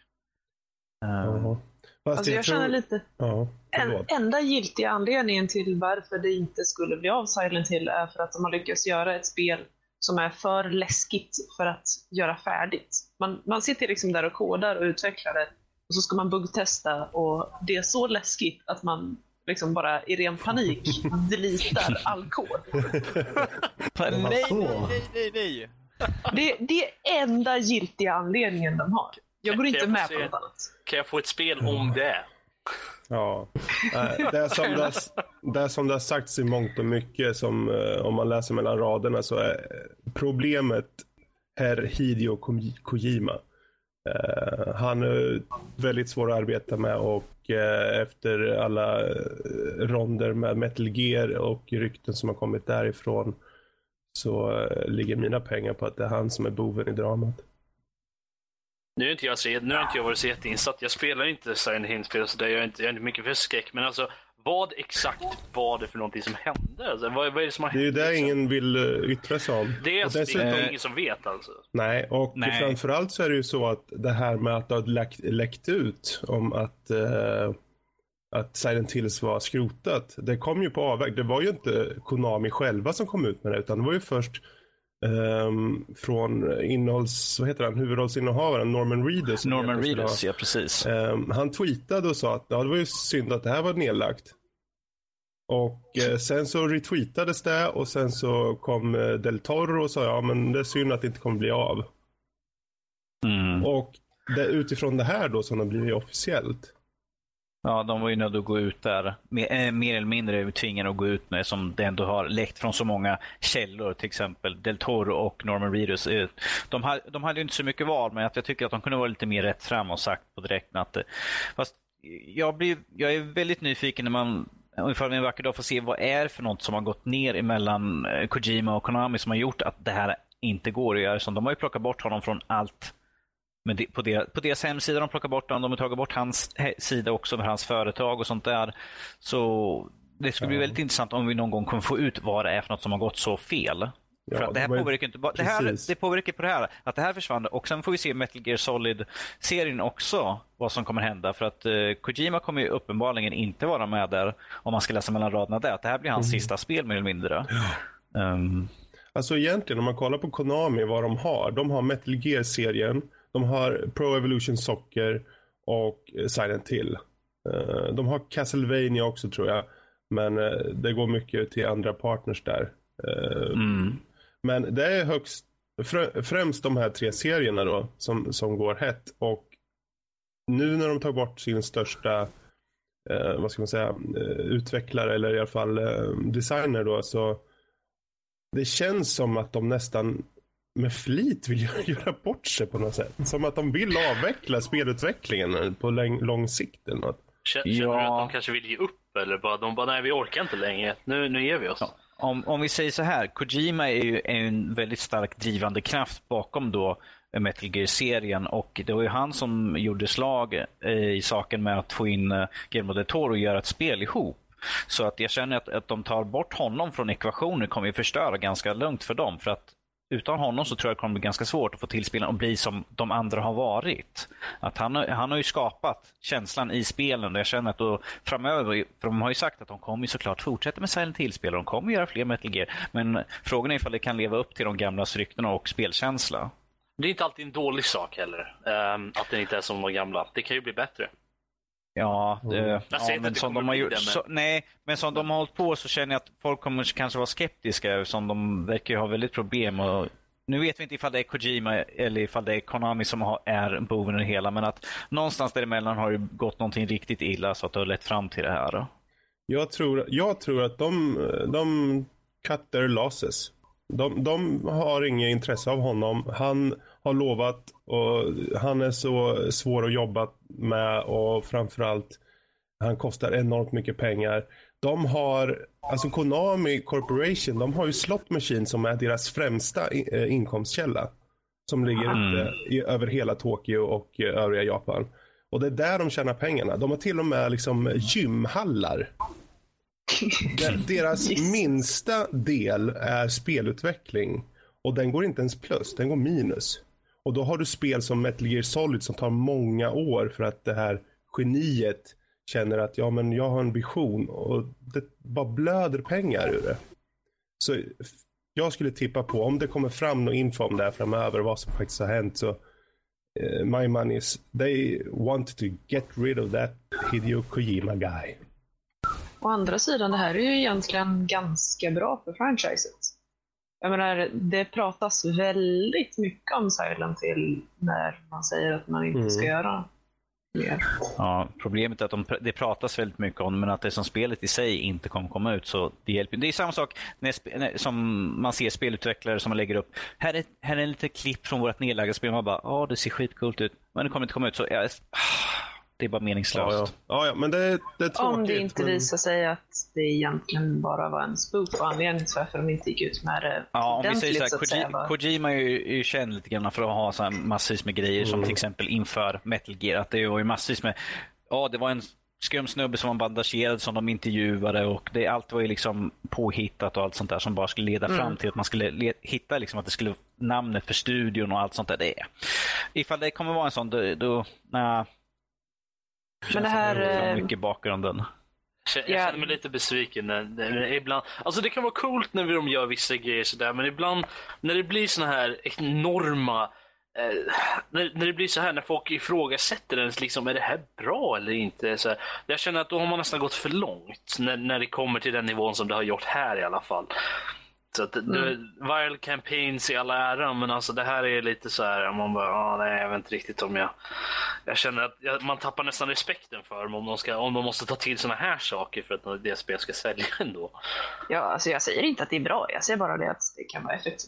Uh. Fast alltså jag, jag tror... känner lite ja, en, enda giltiga anledningen till varför det inte skulle bli av Silent Hill är för att de har lyckats göra ett spel som är för läskigt för att göra färdigt. Man, man sitter liksom där och kodar och utvecklar det, och så ska man buggtesta, och det är så läskigt att man liksom bara i ren panik deletar all kod. nej, nej, nej, nej, nej. Det, det är enda giltiga anledningen de har. Jag går kan inte jag med se, på något annat. Kan jag få ett spel om det? Ja, det är som det, har, det är som det har sagts i mångt och mycket, som om man läser mellan raderna, så är problemet herr Hideo Kojima. Han är väldigt svår att arbeta med, och efter alla ronder med Metal Gear och rykten som har kommit därifrån, så ligger mina pengar på att det är han som är boven i dramat. Nu är inte jag så, nu har inte jag varit så jätteinsatt. Jag spelar inte Silent Hill-spel, så där jag är inte, jag är inte mycket för skräck. Men alltså, vad exakt var det för någonting som hände? Alltså, vad, vad är det som har hänt? Det är ju det liksom? Ingen vill yttra sig om. Det är, dessutom... det är ingen som vet alltså. Nej, och Nej. framförallt så är det ju så att det här med att det har läckt, läckt ut om att, uh, att Silent Hills var skrotat. Det kom ju på avväg. Det var ju inte Konami själva som kom ut med det, utan det var ju först Um, från innehålls, vad heter han, huvudrollsinnehavaren Norman Reedus. Norman Reedus, ja precis. Um, han tweetade och sa att ja, det var ju synd att det här var nedlagt. Och uh, sen så retweetades det, och sen så kom uh, Del Toro och sa ja, men det är synd att det inte kommer bli av. Mm. Och det, utifrån det här då som det blir officiellt. Ja, de var ju nödda att gå ut där. Mer, äh, mer eller mindre tvingade att gå ut med, som det ändå har läckt från så många källor. Till exempel Del Toro och Norman Reedus. De, ha, de hade ju inte så mycket val, men att jag tycker att de kunde vara lite mer rätt fram och sagt på direkten att... Fast jag, blir, jag är väldigt nyfiken när man... ifall vi en vacker dag får se vad är för något som har gått ner emellan Kojima och Konami som har gjort att det här inte går att göra. Så de har ju plockat bort honom från allt. Men det, på, det, på deras hemsida de plockar bort honom. De har tagit bort hans he, sida också med hans företag och sånt där. Så det skulle bli väldigt intressant om vi någon gång kommer få ut vad det är för något som har gått så fel. Ja, för att det här påverkar inte bara det här, det påverkar på det här att det här försvann och sen får vi se Metal Gear Solid-serien också vad som kommer hända för att uh, Kojima kommer ju uppenbarligen inte vara med där om man ska läsa mellan raderna där att det här blir hans mm. sista spel mer eller mindre. Ja. Um, alltså egentligen om man kollar på Konami vad de har, de har Metal Gear-serien, de har Pro Evolution Soccer och Silent Hill. Uh, de har Castlevania också tror jag, men uh, det går mycket till andra partners där. Uh, mm. Men det är högst främst de här tre serierna då som, som går hett och nu när de tar bort sin största eh, vad ska man säga eh, utvecklare eller i alla fall eh, designer då så det känns som att de nästan med flit vill göra bort sig på något sätt. Som att de vill avveckla spelutvecklingen på lång, lång sikt eller något. Känner ja. du att de kanske vill ge upp eller bara de bara nej vi orkar inte längre. Nu, nu ger vi oss. Ja. Om, om vi säger så här, Kojima är ju en väldigt stark drivande kraft bakom då Metal Gear-serien och det var ju han som gjorde slag i saken med att få in Guillermo del Toro och göra ett spel ihop. Så att jag känner att, att de tar bort honom från ekvationen kommer ju förstöra ganska lugnt för dem för att utan honom så tror jag det kommer bli ganska svårt att få till spelen och bli som de andra har varit. Att han, han har ju skapat känslan i spelen och jag känner att då framöver, för de har ju sagt att de kommer ju såklart fortsätta med Silent Hill-spel och de kommer göra fler Metal Gear. Men frågan är ifall det kan leva upp till de gamla ryktena och spelkänsla. Det är inte alltid en dålig sak heller, um, att den inte är som de gamla. Det kan ju bli bättre. Ja, det, mm. ja men som de har gjort, så, nej, men som de har hållit på så känner jag att folk kommer kanske vara skeptiska som de verkar ju ha väldigt problem och nu vet vi inte ifall det är Kojima eller ifall det är Konami som har, är boven i det hela men att någonstans däremellan har det gått någonting riktigt illa så att det har lett fram till det här då. Jag tror, jag tror att de, de cut their losses. De, de har inget intresse av honom. Han har lovat och han är så svår att jobba med och framförallt han kostar enormt mycket pengar. De har, alltså Konami Corporation, de har ju slot machine som är deras främsta inkomstkälla som ligger mm. i, över hela Tokyo och övriga Japan. Och det är där de tjänar pengarna. De har till och med liksom gymhallar. Deras minsta del är spelutveckling och den går inte ens plus, den går minus. Och då har du spel som Metal Gear Solid som tar många år för att det här geniet känner att ja men jag har en vision och det bara blöder pengar ur det. Så jag skulle tippa på om det kommer fram någon info om det här framöver vad som faktiskt har hänt så uh, my money is they want to get rid of that Hideo Kojima guy. Å andra sidan, det här är ju egentligen ganska bra för franchiset. Jag menar, det pratas väldigt mycket om Silent Hill när man säger att man inte ska mm. göra mer. Ja, problemet är att de, det pratas väldigt mycket om men att det som spelet i sig inte kommer komma ut så det hjälper. Det är samma sak när, när, som man ser spelutvecklare som man lägger upp. Här är, här är en liten klipp från vårt nedlagda spel. Man bara, ja det ser skitcoolt ut. Men det kommer inte komma ut så jag, det är bara meningslöst. Ja, ja. Ja, ja, men det, det är tråkigt. Om det inte men... visar sig att det egentligen bara var en spoof och anledning till varför de inte gick ut med det. Ja, om vi säger så här, Koji, säga, Kojima är ju, är ju känd lite grann för att ha så här massvis med grejer mm. som till exempel inför Metal Gear. Att det var ju massvis med, ja det var en skum snubbe som var bandagerad som de intervjuade och det, allt var ju liksom påhittat och allt sånt där som bara skulle leda mm. fram till att man skulle le, hitta liksom att det skulle namnet för studion och allt sånt där. Det är. Ifall det kommer vara en sån, då, då nej. Men det här är mycket bakgrunden. Jag känner mig lite besviken när, när ibland, alltså det kan vara coolt när de gör vissa grejer sådär, men ibland när det blir såna här enorma eh, när, när det blir så här när folk ifrågasätter ens liksom, är det här bra eller inte så här, jag känner att då har man nästan gått för långt när, när det kommer till den nivån som det har gjort här i alla fall. Så att mm. det, viral campaigns i alla ära, men alltså det här är lite så här man bara, ah, nej, jag vet inte riktigt om jag jag känner att jag, man tappar nästan respekten för dem om de, ska, om de måste ta till såna här saker för att det spel ska sälja ändå. Ja, alltså jag säger inte att det är bra, jag säger bara det att det kan vara effektivt.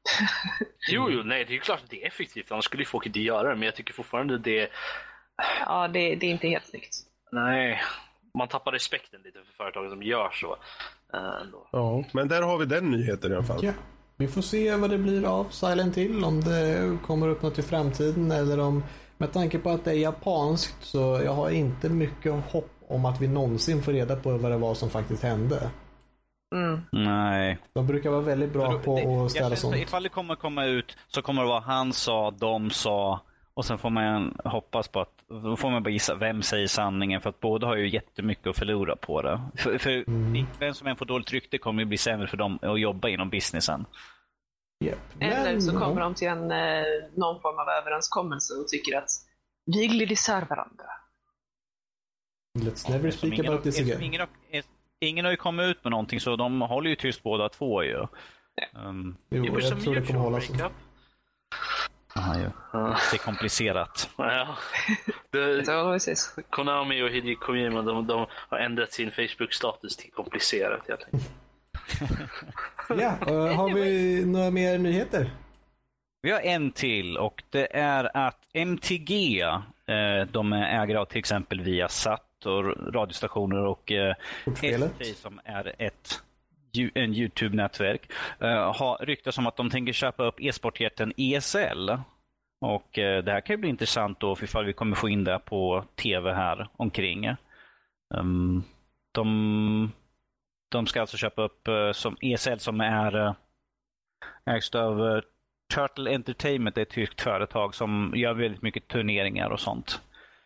jo, jo, nej, det är ju klart att det är effektivt, annars skulle ju folk inte göra det, men jag tycker fortfarande det ja, det, det är inte helt snyggt. Nej, man tappar respekten lite för företag som gör så. Uh, ändå. Ja, men där har vi den nyheten i alla fall. Ja. Vi får se vad det blir av Silent Hill, om det kommer upp något i framtiden eller om, med tanke på att det är japanskt, så jag har inte mycket hopp om att vi någonsin får reda på vad det var som faktiskt hände. Mm. Nej. De brukar vara väldigt bra på det, att ställa sånt. Ifall det kommer komma ut så kommer det vara han sa, de sa, och sen får man hoppas på att, då får man bara gissa vem säger sanningen, för att båda har ju jättemycket att förlora på det. För, för mm. vem som än får dåligt rykte kommer ju bli sämre för dem att jobba inom businessen. Yep. Eller Men, så kommer ja. de till en, eh, någon form av överenskommelse och tycker att vi glider isär varandra. Let's never speak about this again. Ingen har, ingen har ju kommit ut med någonting, så de håller ju tyst båda två ju. Um, jo, jag tror det kommer hålla så. Aha, ja. Det är komplicerat. Ja. Det, Konami och Hideo Kojima, de, de har ändrat sin Facebook-status till komplicerat helt enkelt. Ja, uh, har vi några mer nyheter? Vi har en till, och det är att M T G, eh, de är ägare av till exempel Viasat och radiostationer och eh, S T som är ett en YouTube-nätverk, uh, har ryktats om att de tänker köpa upp e-sportjätten E S L. Och uh, det här kan ju bli intressant då, för ifall vi kommer få in det på tv här omkring. Um, de, de ska alltså köpa upp uh, som E S L, som är uh, ägst av uh, Turtle Entertainment, ett tyskt företag som gör väldigt mycket turneringar och sånt.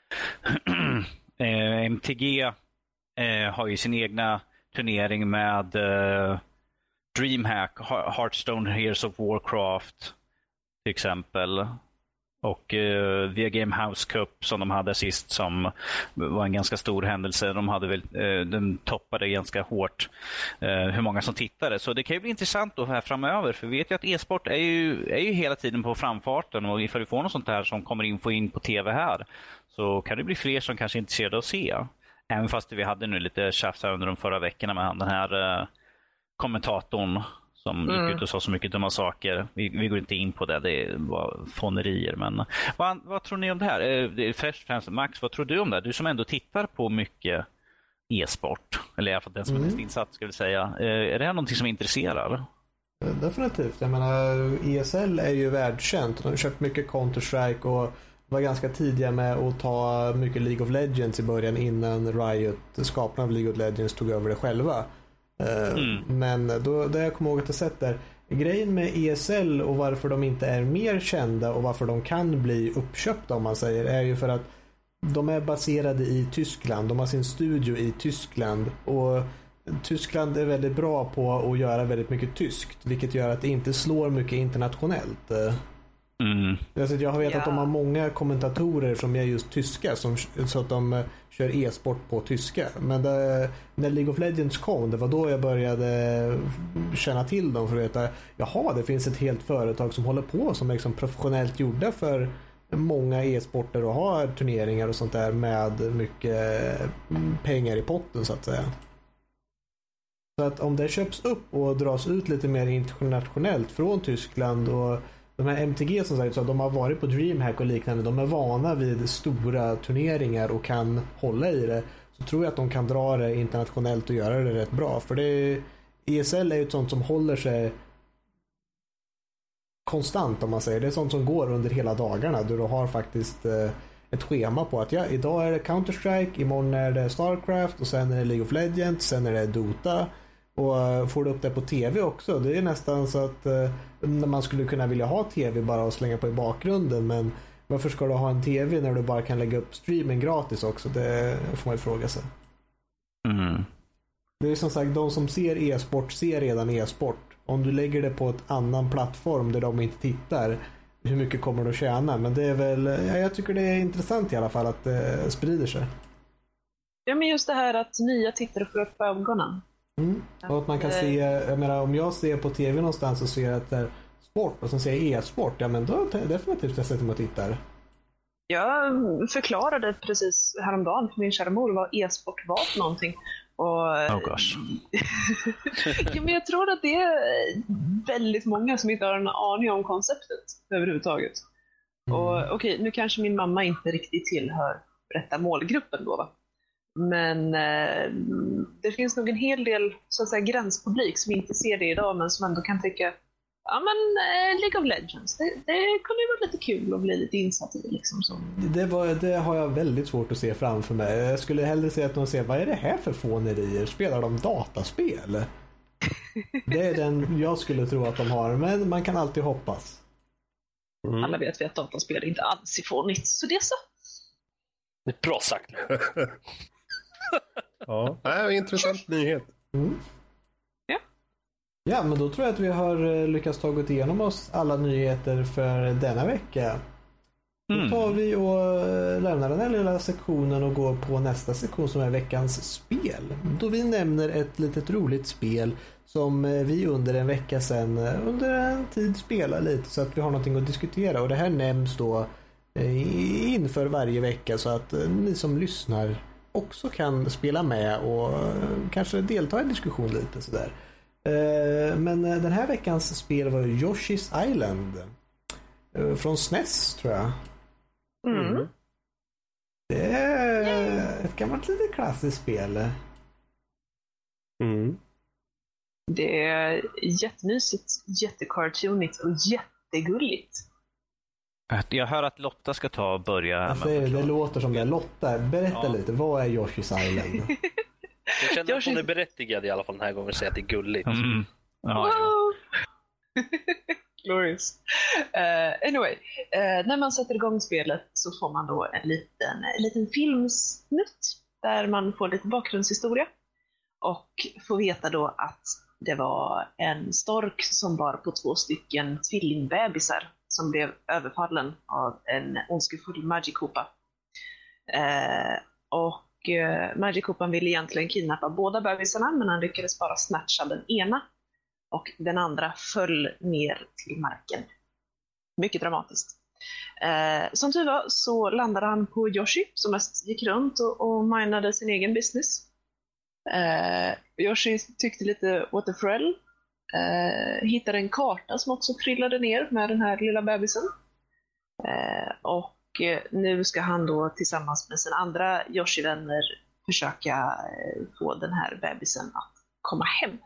uh, M T G uh, har ju sin egna turnering med uh, DreamHack, Hearthstone, Heroes of Warcraft till exempel, och uh, via Game House Cup som de hade sist, som var en ganska stor händelse. De hade väl, uh, den toppade ganska hårt uh, hur många som tittade, så det kan ju bli intressant då här framöver, för vi vet ju att e-sport är ju, är ju hela tiden på framfarten, och ifall vi får något sånt här som kommer in, få in på tv här, så kan det bli fler som kanske är intresserade av att se. Även fast vi hade nu lite tjafs under de förra veckorna med den här uh, kommentatorn som mm. gick ut och sa så mycket dumma saker. Vi, vi går inte in på det, det var fånerier. Men vad, vad tror ni om det här? Uh, först och främst, Max, vad tror du om det här? Du som ändå tittar på mycket e-sport, eller i alla fall den som är mest mm. insatt, skulle jag säga. Uh, är det här någonting som intresserar? Definitivt. Jag menar, E S L är ju världskänt. De har köpt mycket Counter-Strike och var ganska tidiga med att ta mycket League of Legends i början, innan Riot, skaparna av League of Legends, tog över det själva. Mm. Men då, det jag kommer ihåg att jag sett där, grejen med E S L och varför de inte är mer kända och varför de kan bli uppköpta, om man säger, är ju för att de är baserade i Tyskland. De har sin studio i Tyskland, och Tyskland är väldigt bra på att göra väldigt mycket tyskt, vilket gör att det inte slår mycket internationellt. Mm. Alltså jag har vetat yeah. att de har många kommentatorer som är just tyska, som, så att de kör e-sport på tyska. Men det, när League of Legends kom, det var då jag började känna till dem, för att veta, jaha, det finns ett helt företag som håller på, som är liksom professionellt gjorda för många e-sporter och har turneringar och sånt där med mycket pengar i potten, så att säga. Så att om det köps upp och dras ut lite mer internationellt från Tyskland, och de här M T G som sagt, så de har varit på DreamHack och liknande, de är vana vid stora turneringar och kan hålla i det, så tror jag att de kan dra det internationellt och göra det rätt bra. För det är, E S L är ju ett sånt som håller sig konstant, om man säger. Det är sånt som går under hela dagarna, där du har faktiskt eh, ett schema på att ja, idag är det Counter-Strike, imorgon är det Starcraft, och sen är det League of Legends, sen är det Dota. Och får du upp det på tv också, det är nästan så att eh, när man skulle kunna vilja ha tv bara och slänga på i bakgrunden, men varför ska du ha en tv när du bara kan lägga upp streamen gratis också? Det får man ju fråga sig. Mm. Det är som sagt, de som ser e-sport ser redan e-sport. Om du lägger det på ett annan plattform där de inte tittar, hur mycket kommer du att tjäna? Men det är väl, ja, jag tycker det är intressant i alla fall att det sprider sig. Ja, men just det här att nya tittare får upp ögonen. Mm. Och att man kan se, jag menar, om jag ser på tv någonstans och ser att det är sport och sen ser jag e-sport, ja men då definitivt jag sätter mig och tittar. Jag förklarade precis häromdagen för min kära mor vad e-sport var för någonting. Och, oh gosh. ja, men jag tror att det är väldigt många som inte har en aning om konceptet överhuvudtaget. Mm. Och okej, okay, nu kanske min mamma inte riktigt tillhör rätta målgruppen då, va? Men eh, det finns nog en hel del så att säga, gränspublik som inte ser det idag men som ändå kan tycka ja men eh, League of Legends, det, det kunde ju vara lite kul att bli lite insatt i liksom så. Det, var, det har jag väldigt svårt att se framför mig. Jag skulle hellre se att de ser, vad är det här för fånerier? Spelar de dataspel? Det är den jag skulle tro att de har, men man kan alltid hoppas. Mm. Alla vet vi att dataspel inte alls är fånigt, så det är så. Det är bra sagt. Ja, det är en intressant nyhet. Mm. Ja. Ja, men då tror jag att vi har lyckats ta gått igenom oss alla nyheter för denna vecka. Mm. Då tar vi och lämnar den här lilla sektionen och går på nästa sektion som är veckans spel. Då vi nämner ett litet roligt spel som vi under en vecka sedan under en tid spelar lite så att vi har någonting att diskutera. Och det här nämns då inför varje vecka så att ni som lyssnar också kan spela med och kanske delta i diskussion lite sådär. Men den här veckans spel var Yoshi's Island från S N E S tror jag. Mm. Det är ett gammalt lite klassiskt spel. Mm. Det är jättemysigt, jättecartoonigt och jättegulligt. Jag hör att Lotta ska ta och börja. Alltså, det, det låter som det. Lotta, berätta ja. lite. Vad är Yoshi's Island? Jag känner Yoshi... att hon är berättigad i alla fall den här gången att säga att det är gulligt. Mm. Ja, wow. Glorious. Uh, anyway, uh, när man sätter igång spelet så får man då en liten, en liten filmsnutt där man får lite bakgrundshistoria och får veta då att det var en stork som bar på två stycken tvillingbebisar som blev överfallen av en ondskefull Magikoopa. Uh, och uh, Magikoopan ville egentligen kidnappa båda bebisarna men han lyckades bara snatcha den ena. Och den andra föll ner till marken. Mycket dramatiskt. Eh, som tur var så landade han på Yoshi som mest gick runt och, och minade sin egen business. Eh, Yoshi tyckte lite what the frill. Eh, hittade en karta som också trillade ner med den här lilla bebisen. Eh, och eh, nu ska han då tillsammans med sina andra Yoshi-vänner försöka eh, få den här bebisen att komma hem.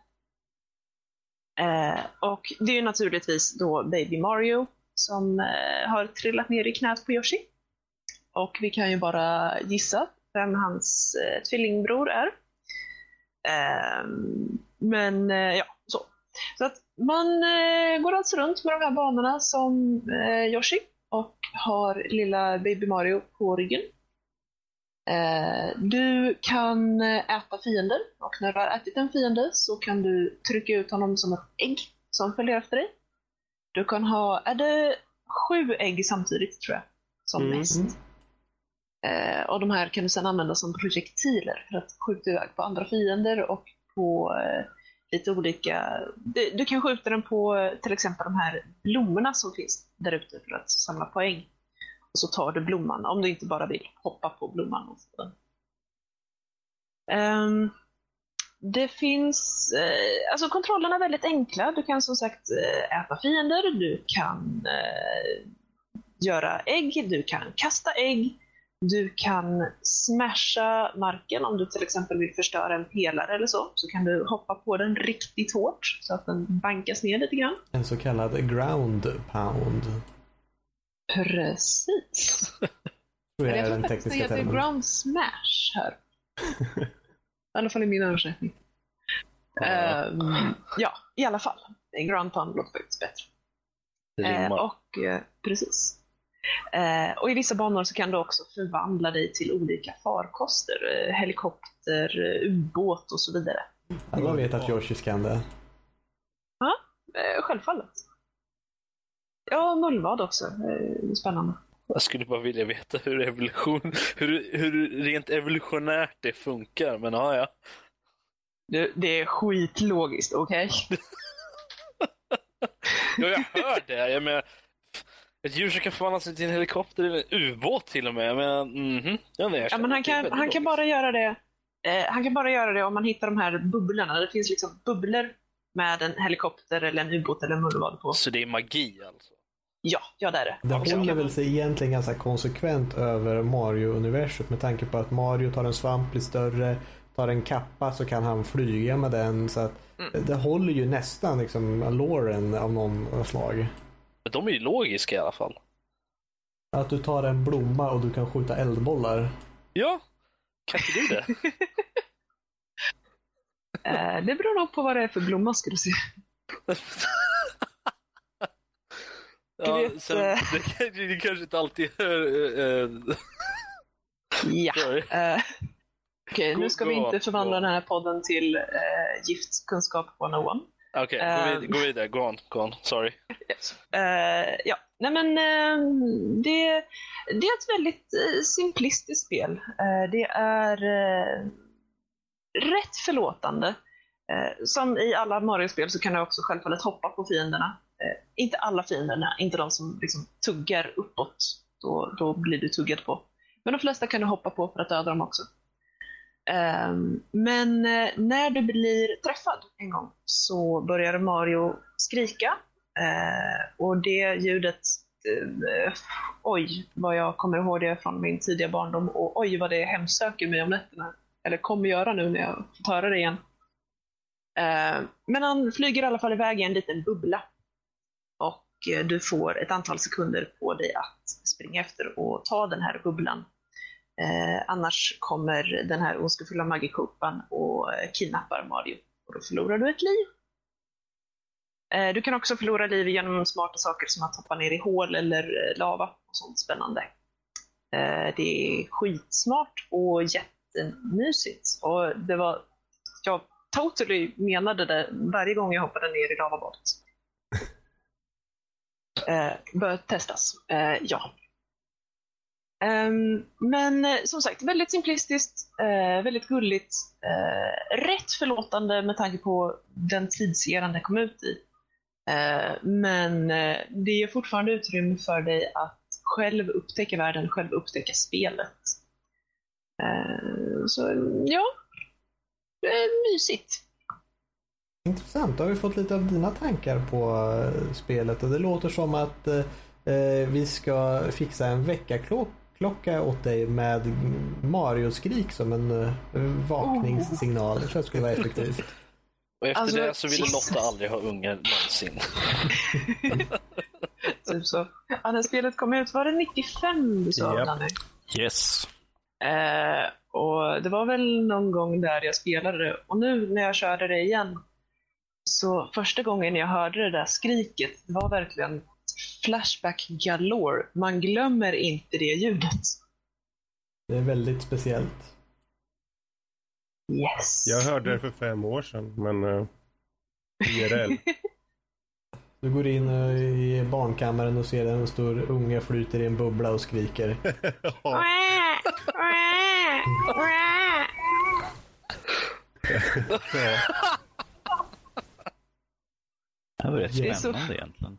Eh, och det är ju naturligtvis då Baby Mario som eh, har trillat ner i knät på Yoshi. Och vi kan ju bara gissa vem hans eh, tvillingbror är. Eh, men eh, ja, så. Så att man eh, går alltså runt med de här banorna som eh, Yoshi och har lilla Baby Mario på ryggen. Eh, du kan äta fiender och när du har ätit en fiende så kan du trycka ut honom som ett ägg som följer efter dig. Du kan ha, är det sju ägg samtidigt tror jag, som mm. mest. Eh, och de här kan du sedan använda som projektiler för att skjuta iväg på andra fiender och på eh, lite olika... Du, du kan skjuta den på till exempel de här blommorna som finns där ute för att samla poäng. Och så tar du blomman, om du inte bara vill hoppa på blomman. Um, det finns... Uh, alltså kontrollerna är väldigt enkla. Du kan som sagt uh, äta fiender, du kan uh, göra ägg, du kan kasta ägg, du kan smasha marken om du till exempel vill förstöra en pelare eller så. Så kan du hoppa på den riktigt hårt så att den bankas ner lite grann. En så kallad ground pound. Precis. Tror jag, jag är den tekniska termen. Det är ground smash här. I alla fall i min översättning. Ja, um, ja i alla fall. En ground pound låter faktiskt bättre. Uh, och uh, precis. Uh, och i vissa banor så kan du också förvandla dig till olika farkoster. Uh, helikopter, uh, ubåt och så vidare. Ja, man vet att Yoshi kan det. Ja, uh, självfallet. Ja, mullvad också. Spännande. Jag skulle bara vilja veta hur evolution, hur, hur rent evolutionärt det funkar, men ja, ja. Det, det är skitlogiskt, okej? Okay? Ja, jag hör det. Jag menar, ett djur som kan förvandla sig till en helikopter eller en ubåt till och med. Jag menar, mm-hmm. jag vet, ja, men han kan, han kan bara göra det. Eh, han kan bara göra det om man hittar de här bubblorna. Det finns liksom bubblor med en helikopter eller en ubåt eller en mullvad på. Så det är magi alltså? Ja, ja det är det. Det också. håller väl sig egentligen ganska konsekvent över Mario-universet med tanke på att Mario tar en svamp, blir större, tar en kappa så kan han flyga med den. Så att mm. det håller ju nästan liksom loren av någon slag. Men de är ju logiska i alla fall. Att du tar en blomma och du kan skjuta eldbollar. Ja, kan inte du det? uh, det beror nog på vad det är för blomma, ska du se. Ja, vet, sen, äh... det, det kanske inte alltid hör... Äh, ja. Uh, Okej, okay, nu ska gå, vi inte förvandla gå. den här podden till uh, giftkunskap etthundraett. Okej, okay, uh, gå, vid, gå vidare. Go on, go on. Sorry. Yes. Uh, ja, nej men uh, det, det är ett väldigt uh, simplistiskt spel. Uh, det är uh, rätt förlåtande. Uh, som i alla Mario-spel så kan du också självfallet hoppa på fienderna. Uh, inte alla fienderna, inte de som liksom tuggar uppåt. Då, då blir du tuggad på. Men de flesta kan du hoppa på för att döda dem också. Um, men uh, när du blir träffad en gång så börjar Mario skrika. Uh, och det ljudet, uh, oj vad jag kommer ihåg det från min tidiga barndom. Och oj vad det hemsöker mig om nätterna. Eller kommer göra nu när jag får höra det igen. Uh, men han flyger i alla fall iväg i en liten bubbla. Och uh, du får ett antal sekunder på dig att springa efter och ta den här bubblan. Eh, annars kommer den här ondskefulla Magikopan och eh, kidnappar Mario. Och då förlorar du ett liv. Eh, du kan också förlora liv genom smarta saker som att hoppa ner i hål eller eh, lava och sånt spännande. Eh, det är skitsmart och jättemysigt. Och det var, jag totally menade det varje gång jag hoppade ner i lavabadet. Eh, bör testas. Eh, ja. Um, men som sagt, väldigt simplistiskt, uh, väldigt gulligt, uh, rätt förlåtande med tanke på den tidseran det kom ut i. Uh, men uh, det ger fortfarande utrymme för dig att själv upptäcka världen, själv upptäcka spelet. Uh, så ja, det är mysigt. Intressant, då har vi fått lite av dina tankar på uh, spelet och det låter som att uh, vi ska fixa en väckarklocka klocka åt dig med Mario-skrik som en uh, vakningssignal. Det tror jag skulle vara effektivt. Och efter alltså, det så ville Lotta aldrig ha ungar någonsin. Typ så. Ja, när spelet kom ut var det nittiofem du sa, Danny. Yes. Eh, och det var väl någon gång där jag spelade det. Och nu när jag körde det igen så första gången jag hörde det där skriket, det var verkligen flashback galore. Man glömmer inte det ljudet. Det är väldigt speciellt. Yes. Jag hörde det för fem år sedan, men uh, I R L. Du går in uh, i barnkammaren och ser en stor unge flyter i en bubbla och skriker. Ja. Det var rätt spännande så... egentligen.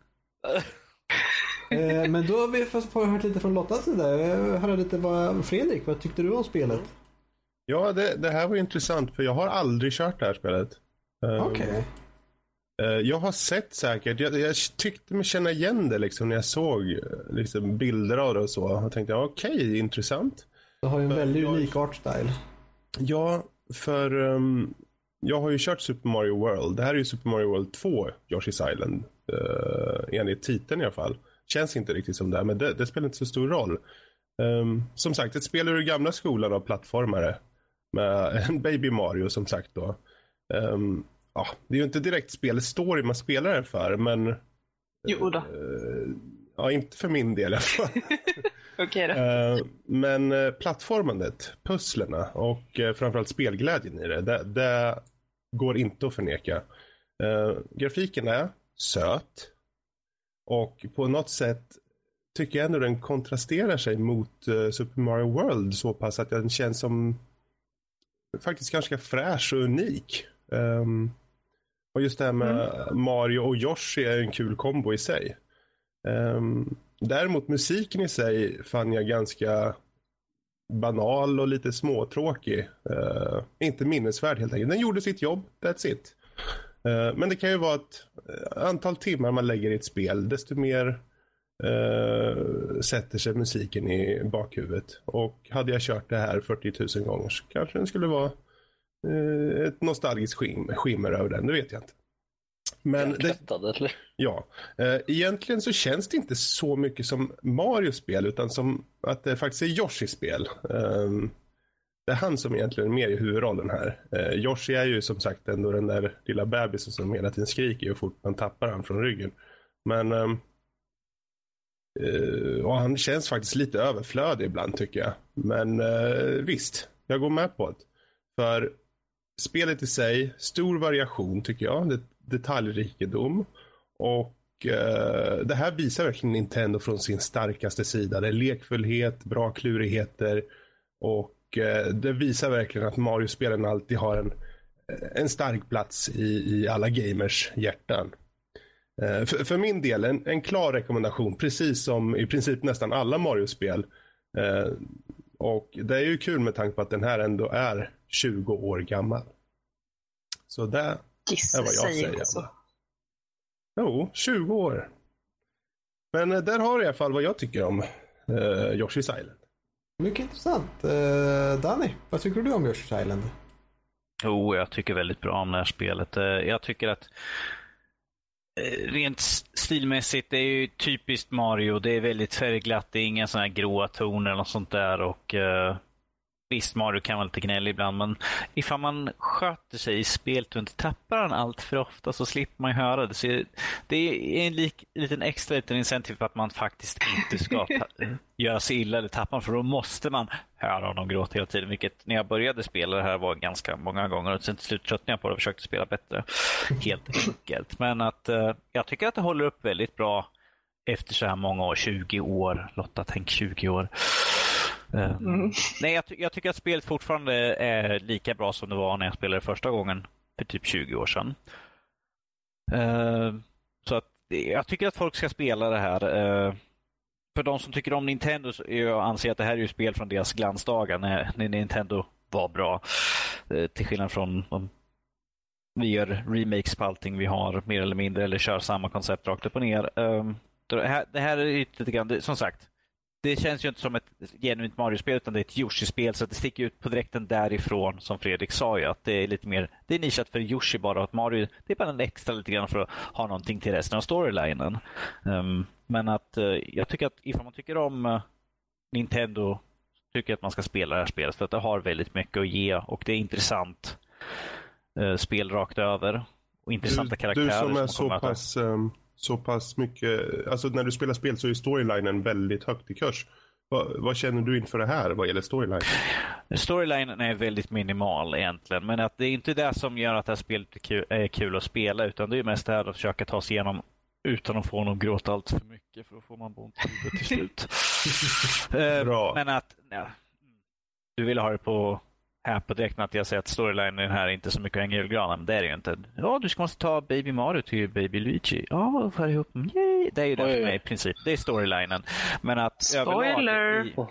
eh, men då har vi fått hört lite från Lottas sida. Jag hörde lite vad Fredrik, vad tyckte du om spelet? Ja, det, det här var intressant för jag har aldrig kört det här spelet. Okej. Okay. Uh, jag har sett säkert, jag, jag tyckte mig känna igen det liksom när jag såg liksom, bilder av det och så. Jag tänkte, ja, okej, okay, intressant. Du har ju en för väldigt jag... unik artstyle. Ja, för um, jag har ju kört Super Mario World. Det här är ju Super Mario World två, Yoshi's Island. Uh, enligt titeln i alla fall. Känns inte riktigt som det, men det, det spelar inte så stor roll. Um, som sagt, ett spel ur den gamla skolan av plattformare. Med en Baby Mario som sagt då. Um, ja, det är ju inte direkt spelets story man spelar det för, men... Jo då. Uh, ja, inte för min del i alla fall. Okej då. Uh, men uh, plattformandet, pusslerna och uh, framförallt spelglädjen i det, det, det går inte att förneka. Uh, grafiken är söt och på något sätt tycker jag ändå den kontrasterar sig mot uh, Super Mario World så pass att den känns som faktiskt ganska fräsch och unik. Um, och just det här med mm. Mario och Yoshi är en kul kombo i sig. Um, däremot musiken i sig fann jag ganska banal och lite småtråkig. Uh, inte minnesvärd helt enkelt. Den gjorde sitt jobb, that's it. Uh, men det kan ju vara ett uh, antal timmar man lägger i ett spel. Desto mer uh, sätter sig musiken i bakhuvudet. Och hade jag kört det här fyrtio tusen gånger så kanske den skulle vara uh, ett nostalgiskt skim, skimmer över den, det vet jag inte. Men Klättad, eller? Ja, uh, egentligen så känns det inte så mycket som Mario-spel utan som att det faktiskt är Yoshi-spel. Um, Det är han som egentligen är mer i huvudrollen här. Eh, Yoshi är ju som sagt ändå den där lilla bebisen som hela tiden skriker ju fort man tappar han från ryggen. Men eh, och han känns faktiskt lite överflödig ibland tycker jag. Men eh, visst, jag går med på det. För spelet i sig, stor variation tycker jag. Det, detaljrikedom. Och eh, det här visar verkligen Nintendo från sin starkaste sida. Det är lekfullhet, bra klurigheter och det visar verkligen att Mario-spelen alltid har en, en stark plats i, i alla gamers hjärtan. För, för min del, en, en klar rekommendation, precis som i princip nästan alla Mario-spel. Och det är ju kul med tanke på att den här ändå är tjugo år gammal. Så det är vad jag säger. Så. Jo, tjugo år. Men där har jag i alla fall vad jag tycker om uh, Yoshi's Island. Mycket intressant. Uh, Danny, vad tycker du om Yoshi's Island? Jo, oh, jag tycker väldigt bra om det här spelet. Uh, jag tycker att uh, rent stilmässigt, det är ju typiskt Mario. Det är väldigt färgglatt, det är inga sådana här gråa toner eller något sånt där. Och uh, visst, Mario kan vara lite gnällig ibland, men ifall man sköter sig i spelet och inte tappar den allt för ofta så slipper man höra det. Så det är en lik, liten extra liten incentiv för att man faktiskt inte ska ta, göra sig illa eller tappa, för då måste man höra honom gråta hela tiden, vilket när jag började spela det här var ganska många gånger och sen till slut tröttnade jag på det och försökte spela bättre. Helt enkelt. Men att uh, jag tycker att det håller upp väldigt bra efter så här många år, tjugo år. Lotta, tänk tjugo år. Mm. Nej, jag, ty- jag tycker att spelet fortfarande är lika bra som det var när jag spelade första gången för typ tjugo år sedan. Uh, så att jag tycker att folk ska spela det här. Uh, för de som tycker om Nintendo så jag anser att det här är ju spel från deras glansdagar när, när Nintendo var bra. Uh, till skillnad från um, vi gör remakes på allting vi har mer eller mindre eller kör samma koncept rakt upp och ner. Uh, det, här, det här är lite grann, det, som sagt, det känns ju inte som ett genuint Mario-spel utan det är ett Yoshi-spel, så att det sticker ut på direkten därifrån, som Fredrik sa ju, att det är lite mer, det är nischat för Yoshi bara, att Mario, det är bara en extra lite grann för att ha någonting till resten av storylinen. Um, men att uh, jag tycker att ifall man tycker om uh, Nintendo tycker jag att man ska spela det här spelet, för att det har väldigt mycket att ge och det är intressant uh, spel rakt över och intressanta du, karaktärer. Du som är som så pass um... så pass mycket, alltså när du spelar spel så är storylinen väldigt högt i kurs. Va, vad känner du inför det här vad gäller storyline? Storylinen är väldigt minimal egentligen, men att det är inte det som gör att det här spelet är kul, är kul att spela, utan det är mest det här att försöka ta sig igenom utan att få någon gråta allt för mycket, för då får man ont i huvudet till slut. Bra. Men att ja, du vill ha det på här på direkt med att jag säger att storylinen här är inte så mycket att hänga i julgranen, men det är det ju inte. Ja, du ska måste ta Baby Mario till Baby Luigi. Ja, för ihop. Yay! Det är ju det för mig i princip. Det är storylinen. Men att spoiler! I...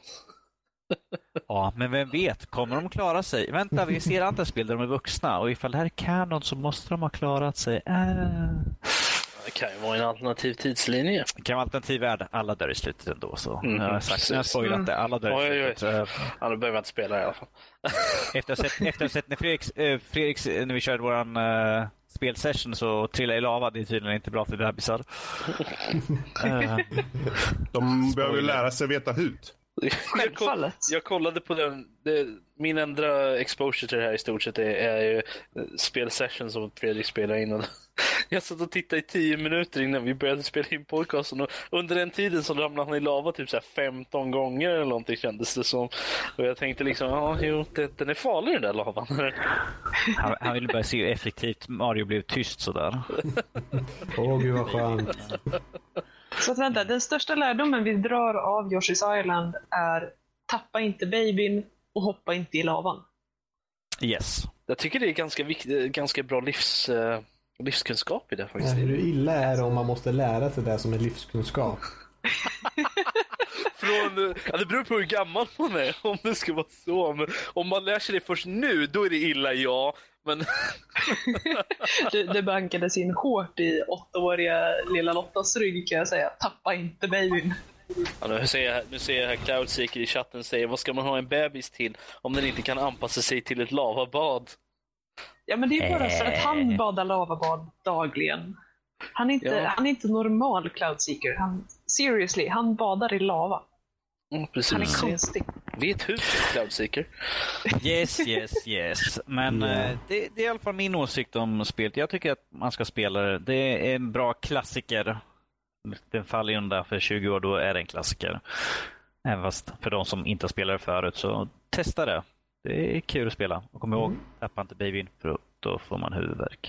Ja, men vem vet? Kommer de klara sig? Vänta, vi ser andra spel där de är vuxna. Och ifall det här är canon så måste de ha klarat sig. Äh... Det kan ju vara en alternativ tidslinje. Det kan vara alternativ värld. Alla dör i slutet ändå. Så. Mm, jag har sagt, jag har spoilat det. Alla dör i slutet. Oj, oj, oj. Ja, då behöver jag inte spela i alla fall. Efter att ha sett, efter att ha sett när Fredriks, äh, Fredriks, när vi körde våran äh, spelsession så trillade i lava. Det är tydligen inte bra för bebisar. uh, De behöver lära sig veta hut. Självfallet. Jag, jag kollade på den. Det, min enda exposure till det här i stort sett är, är ju spelsession som Fredrik spelar innan. Jag satt och tittade i tio minuter innan vi började spela in podcasten och under den tiden så ramlade han i lava typ så här femton gånger eller någonting kändes det som. Och jag tänkte liksom, ja, jo, det, den är farlig den där lavan. Han, han ville bara se hur effektivt Mario blev tyst sådär. Åh, oh, gud vad skönt. Så att vänta, den största lärdomen vi drar av Yoshi's Island är tappa inte babyn och hoppa inte i lavan. Yes. Jag tycker det är ganska viktigt, ganska bra livs, uh, livskunskap i det faktiskt. Ja, hur illa är det om man måste lära sig det som är livskunskap? Från, ja, det beror på hur gammal man är, om det ska vara så. Men om man lär sig det först nu, då är det illa, ja. men... det, det bankades in hårt i åttaåriga lilla Lottas rygg, kan jag säga. Tappa inte babyn. Ja, nu ser jag, nu ser jag här Cloudseeker i chatten säger: vad ska man ha en bebis till om den inte kan anpassa sig till ett lavabad? Ja, men det är bara för att han badar lavabad dagligen. Han är inte, Ja. han är inte normal Cloudseeker. Han, seriously, han badar i lava. Mm, precis. Han är konstig. Vet hur Cloudseeker? Yes, yes, yes. Men Yeah. eh, det, det är i alla fall min åsikt om spelet. Jag tycker att man ska spela det. Det är en bra klassiker. Den faller ju där för tjugo år, då är det en klassiker. Även fast för de som inte spelar det förut, så testa det. Det är kul att spela. Och kom ihåg, tappa inte babyn, för då får man huvudvärk.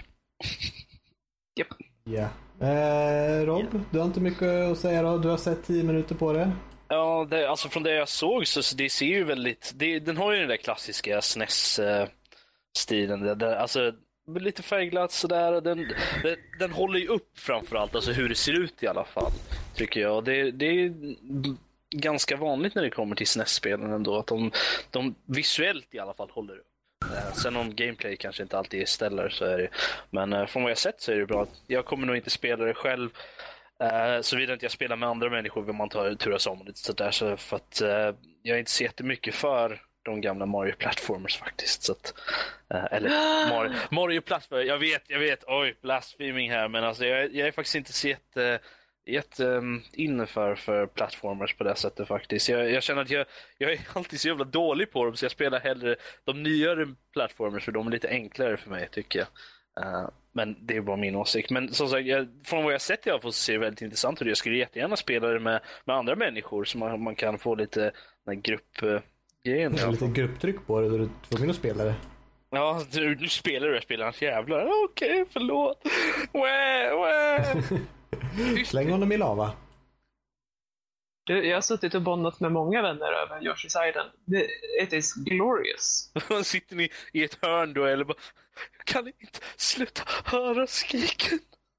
Japp. Ja. Eh, Rob, Ja. du har inte mycket att säga då. Du har sett tio minuter på det. Ja, det, alltså från det jag såg så så det ser ju väldigt... Det, den har ju den där klassiska S N E S-stilen. Det, det, alltså lite färgglatt sådär. Och den, det, den håller ju upp framförallt, alltså hur det ser ut i alla fall, tycker jag. Det, det är ganska vanligt när det kommer till S N E S-spelen ändå, att de, de visuellt i alla fall håller upp. Eh, sen om gameplay kanske inte alltid är ställer, så är det. Men eh, från vad jag sett så är det bra. Jag kommer nog inte spela det själv. Uh, såvida inte jag spelar med andra människor vill man ta turas om lite sådär, så för att uh, jag är inte så jättemycket för de gamla Mario Platformers faktiskt, så att, uh, eller Mario, Mario Platformers, jag vet, jag vet, oj, blaspheming här, men alltså jag, jag är faktiskt inte så jätte, jätte um, inne för, för Platformers på det sättet faktiskt. Jag, jag känner att jag, jag är alltid så jävla dålig på dem, så jag spelar hellre de nyare Platformers, för de är lite enklare för mig, tycker jag. Uh, men det är bara min åsikt. Men som sagt, jag, från vad jag sett i alla fall så ser det väldigt intressant ut. Jag skulle jättegärna spela det med, med andra människor, så man, man kan få lite gruppgrejen. Det är lite grupptryck på det, då är du tvungen att spela det. Ja, du, du spelar det, spelar hans jävlar. Okej, okay, förlåt. Wah, wah. Släng honom i lava. Du, jag har suttit och bondat med många vänner över Yoshi's Island. Det, it is glorious. Sitter ni i ett hörn då, eller bara, kan ni inte sluta höra skriken?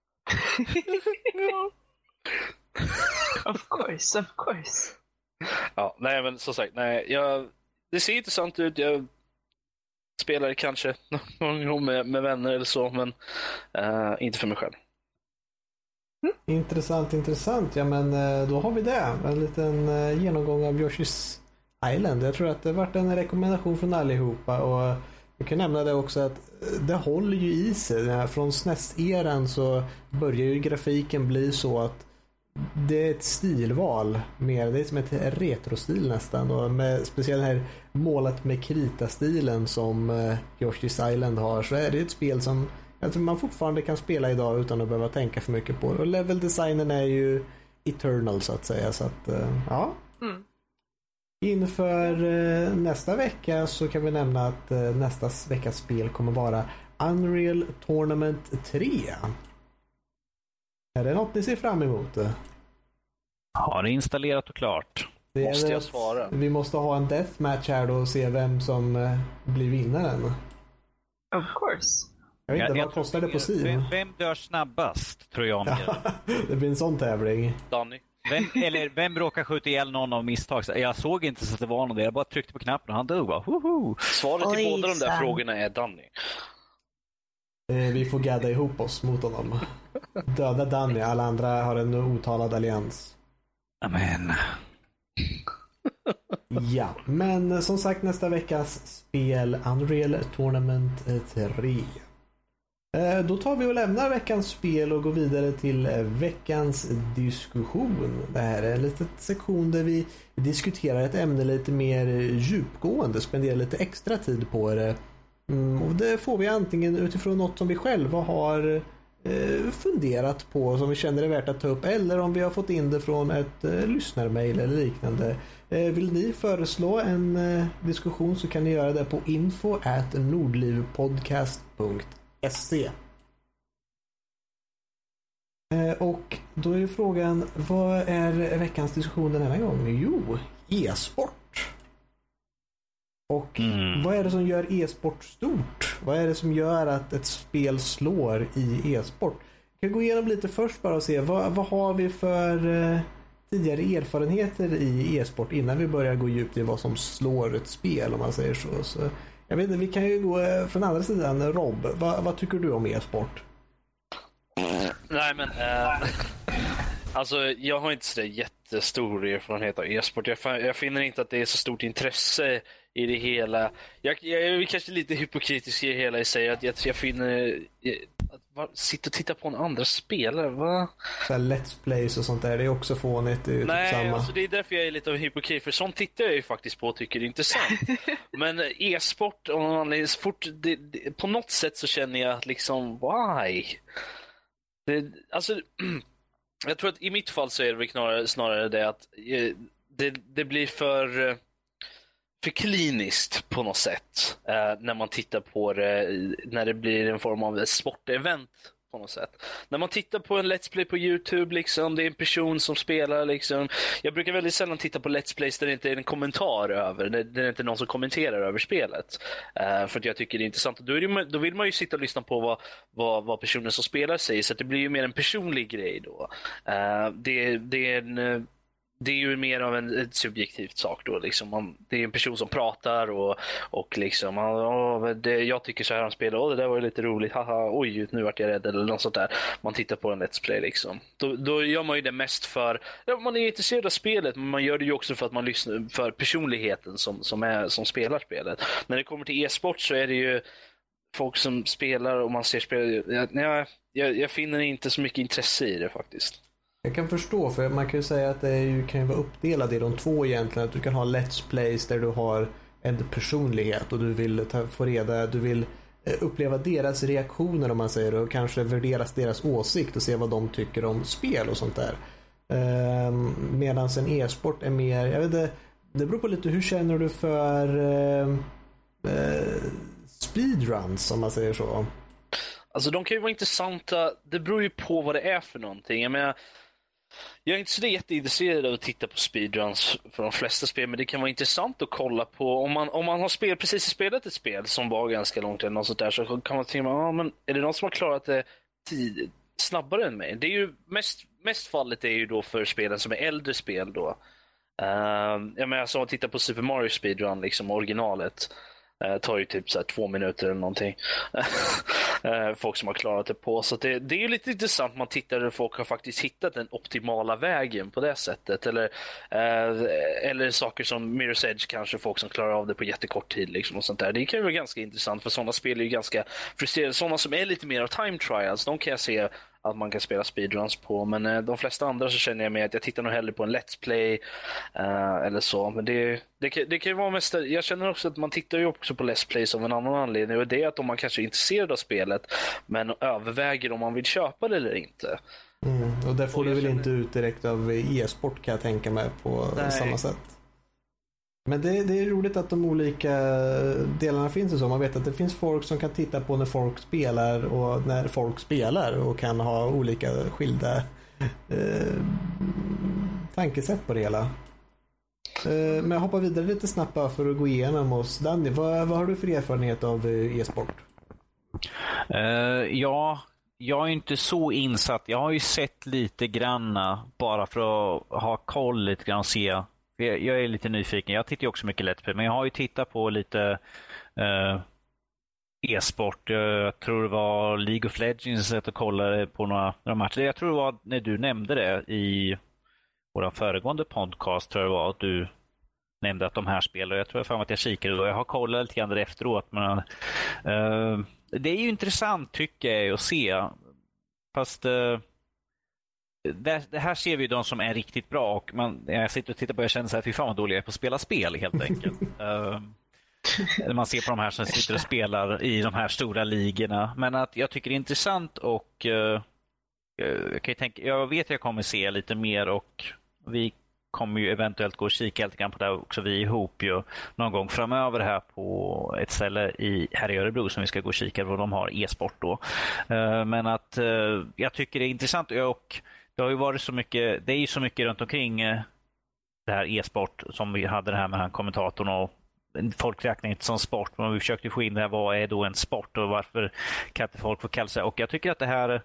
Ja. Of course, of course. Ja, nej men som sagt, nej, jag, det ser intressant ut. Jag spelar kanske någon gång med, med vänner eller så, men uh, inte för mig själv. Intressant, intressant. Ja, men då har vi det. En liten genomgång av Yoshi's Island. Jag tror att det har varit en rekommendation från allihopa, och jag kan nämna det också att det håller ju i sig. Från S N E S-eran så börjar ju grafiken bli så att det är ett stilval mer. Det är som ett retrostil nästan, och med speciellt här målat med krita-stilen som Yoshi's Island har, så är det ett spel som jag tror man fortfarande kan spela idag utan att behöva tänka för mycket på det. Och level-designen är ju eternal, så att säga. Så att, ja. Mm. Inför nästa vecka så kan vi nämna att nästa veckas spel kommer vara Unreal Tournament tre. Är det något ni ser fram emot? Ja, det är installerat och klart. Det är Måste jag att svara? Vi måste ha en deathmatch här då och se vem som blir vinnaren. Of course. Jag vet inte, Jag- jag vad kostar tror det på Steam? Vem, vem dör snabbast, tror jag. Mer. Det blir en sån tävling. Danny. Vem, eller vem råkar skjuta ihjäl någon av misstag? Så jag såg inte så att det var någon där. Jag bara tryckte på knappen och han dog. Bara, Hoho. Svaret till Oj, båda de där Sam. frågorna är Danny. Eh, Vi får gadda ihop oss mot honom. Döda Danny, alla andra har en otalad allians. Amen. Ja, men som sagt, nästa veckas spel Unreal Tournament tre. Eh, Då tar vi och lämnar veckans spel och går vidare till eh, veckans diskussion. Det här är en liten sektion där vi diskuterar ett ämne lite mer djupgående, spenderar lite extra tid på det. Mm, och det får vi antingen utifrån något som vi själva har eh, funderat på, som vi känner är värt att ta upp, eller om vi har fått in det från ett eh, lyssnarmail eller liknande. Eh, vill ni föreslå en eh, diskussion så kan ni göra det på info at nordlivpodcast punkt se. Eh, och då är ju frågan, vad är veckans diskussion den här gången? Jo, e-sport. Och Mm. vad är det som gör e-sport stort? Vad är det som gör att ett spel slår i e-sport? Jag kan gå igenom lite först bara och se vad, vad har vi för eh, tidigare erfarenheter i e-sport innan vi börjar gå djupt i vad som slår ett spel, om man säger så. Så Jag vet inte, vi kan ju gå från andra sidan. Rob, vad, vad tycker du om e-sport? Nej men äh, alltså jag har inte så jättestor erfarenhet av e-sport. Jag, jag finner inte att det är så stort intresse i det hela. Jag, jag är kanske lite hypokritisk i det hela i sig. Att jag, jag finner att sitta och titta på en andra spelare, va? Så här let's plays och sånt där, det är också fånigt. Det är Nej, typ samma. Alltså det är därför jag är lite av hypokrit. För sånt tittar jag ju faktiskt på och tycker det är intressant. Men e-sport, fort, det, det, på något sätt så känner jag att liksom, why? Det, alltså, jag tror att i mitt fall så är det snarare, snarare det att det, det blir för, för kliniskt på något sätt eh, när man tittar på det, när det blir en form av sportevent på något sätt. När man tittar på en Let's Play på YouTube, liksom, det är en person som spelar. Liksom. Jag brukar väldigt sällan titta på Let's Plays där det inte är en kommentar över, det, det är inte någon som kommenterar över spelet. Uh, för att jag tycker det är intressant. Då, är det, då vill man ju sitta och lyssna på vad, vad, vad personen som spelar säger, så att det blir ju mer en personlig grej då. Uh, det, det är en... Det är ju mer av en ett subjektivt sak då liksom. Man, det är en person som pratar och, och liksom åh, det, jag tycker så här om spelet, åh det där var ju lite roligt, haha, oj nu vart jag rädd eller något sånt där. Man tittar på en Let's Play liksom. Då, då gör man ju det mest för, ja, man är intresserad av spelet, men man gör det ju också för att man lyssnar för personligheten som, som, är, som spelar spelet. När det kommer till e-sport så är det ju folk som spelar och man ser spel, ja, jag, jag finner inte så mycket intresse i det faktiskt. Jag kan förstå, för man kan ju säga att det ju, kan ju vara uppdelat i de två egentligen. Att du kan ha Let's Plays där du har en personlighet och du vill ta, få reda, du vill uppleva deras reaktioner om man säger, och kanske värderas deras åsikt och se vad de tycker om spel och sånt där. Ehm, medan en e-sport är mer, jag vet inte, det beror på lite hur känner du för eh, eh, speedruns om man säger så. Alltså de kan ju vara intressanta, det beror ju på vad det är för någonting. Jag menar, jag är inte så jätteintresserad av att titta på speedruns för de flesta spel, men det kan vara intressant att kolla på om man, om man har spel, precis spelat ett spel som var ganska långt eller något sånt där, så kan man tänka, ah, men är det någon som har klarat det tid, snabbare än mig? Det är ju mest, mest fallet är ju då för spelen som är äldre spel då. Uh, jag menar, så att titta på Super Mario speedrun, liksom originalet. Uh, tar ju typ så här två minuter eller någonting. uh, folk som har klarat det på. Så det, det är ju lite intressant. Man tittar där folk har faktiskt hittat den optimala vägen på det sättet. Eller, uh, eller saker som Mirror's Edge, kanske folk som klarar av det på jättekort tid. Liksom, och sånt där. Det kan ju vara ganska intressant, för sådana spel är ju ganska frustrerande. Sådana som är lite mer av time trials, de kan jag se att man kan spela speedruns på, men eh, de flesta andra så känner jag mig att jag tittar nog hellre på en Let's Play eh, eller så, men det, det, kan, det kan ju vara mest, jag känner också att man tittar ju också på Let's Plays av en annan anledning, och det är att om man kanske är intresserad av spelet men överväger om man vill köpa det eller inte. Mm, och där får och du väl känner... inte ut direkt av e-sport, kan jag tänka mig, på Nej. samma sätt. Men det, det är roligt att de olika delarna finns och så. Man vet att det finns folk som kan titta på när folk spelar och när folk spelar och kan ha olika skilda eh, tankesätt på det hela. Eh, men jag hoppar vidare lite snabbt bara för att gå igenom oss. Danny, vad, vad har du för erfarenhet av e-sport? Uh, ja, jag är inte så insatt. Jag har ju sett lite granna bara för att ha koll lite grann och se. Jag är lite nyfiken. Jag tittar ju också mycket Let's Play, men jag har ju tittat på lite uh, e-sport. Jag tror det var League of Legends och kollade på några, några matcher. Jag tror det var när du nämnde det i vår föregående podcast, tror jag det var att du nämnde att de här spelar. Jag tror jag fan att jag kikade och jag har kollat lite grann efteråt. Men, uh, det är ju intressant tycker jag att se. Fast uh, Det, det här ser vi de som är riktigt bra, och man, jag sitter och tittar på och jag känner så här, fy fan vad dålig jag är på att spela spel helt enkelt. uh, man ser på de här som sitter och spelar i de här stora ligorna. Men att jag tycker det är intressant, och uh, jag, kan ju tänka, jag vet att jag kommer se lite mer, och vi kommer ju eventuellt gå och kika lite grann på det också, vi ihop ju någon gång framöver här på ett ställe i, här i Örebro som vi ska gå och kika vad de har e-sport då. Uh, men att uh, jag tycker det är intressant, och det har ju varit så mycket, det är ju så mycket runt omkring eh, det här e-sport som vi hade det här med han kommentatorn, och folk räknar inte som sport, men vi försökte få in det här, vad är då en sport och varför kan inte folk få kalla sig, och jag tycker att det här,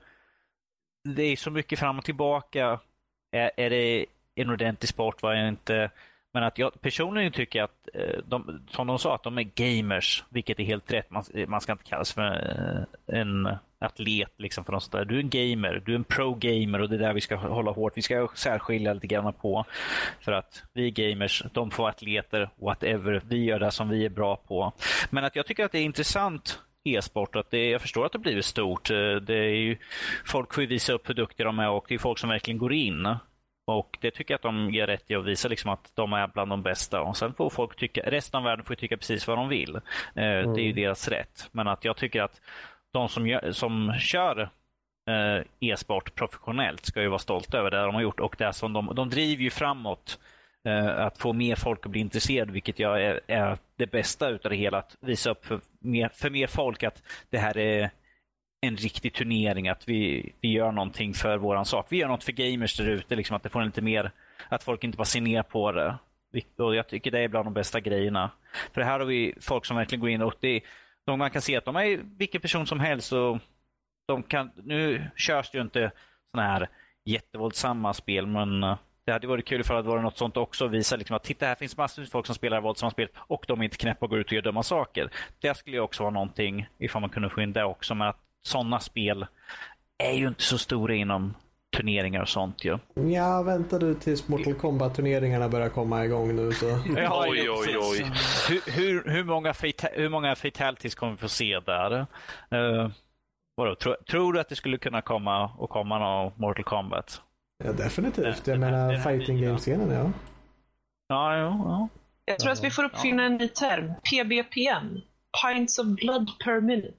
det är så mycket fram och tillbaka. Är, är det en ordentlig sport, vad är det inte? Men att jag personligen tycker att, de, som de sa, att de är gamers, vilket är helt rätt. Man, man ska inte kallas för en atlet liksom för något sånt där. Du är en gamer, du är en pro-gamer och det är där vi ska hålla hårt. Vi ska särskilja lite grann på. För att vi är gamers, de får atleter, whatever. Vi gör det som vi är bra på. Men att jag tycker att det är intressant e-sport, att det, jag förstår att det har blivit stort. Det är ju, folk får ju visa upp produkter de är och det är folk som verkligen går in. Och det tycker jag att de ger rätt i att visa liksom att de är bland de bästa. Och sen får folk tycka, resten av världen får tycka precis vad de vill. Mm. Det är ju deras rätt. Men att jag tycker att de som, gör, som kör eh, e-sport professionellt ska ju vara stolta över det de har gjort. Och det som de, de driver ju framåt eh, att få mer folk att bli intresserade, vilket jag är, är det bästa utav det hela. Att visa upp för mer, för mer folk att det här är en riktig turnering, att vi, vi gör någonting för våran sak. Vi gör något för gamers där ute, liksom att det får lite mer, att folk inte bara ser ner på det. Och jag tycker det är bland de bästa grejerna. För här har vi folk som verkligen går in och det, de, man kan se att de är vilken person som helst och de kan, nu körs det ju inte såna här jättevåldsamma spel, men det hade varit kul för att det var något sånt också, visa liksom att titta, här finns massor av folk som spelar våldsamma spel och de är inte knäppa och går ut och gör dumma saker. Det skulle ju också vara någonting ifall man kunde få in det också, men att sådana spel är ju inte så stora inom turneringar och sånt ju. Ja, väntar du tills Mortal Kombat-turneringarna börjar komma igång nu så. Ja, oj, oj, oj. Hur, hur, hur, många fata- hur många fatalities kommer vi få se där? Uh, vadå, tro, tror du att det skulle kunna komma och komma någon Mortal Kombat? Ja, definitivt. Jag menar fighting game-scenen, ja. Ja, ja, ja. Jag tror att vi får uppfinna en ny term. P B P M. Pints of blood per minute.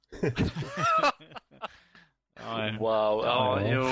Wow, ja, jo.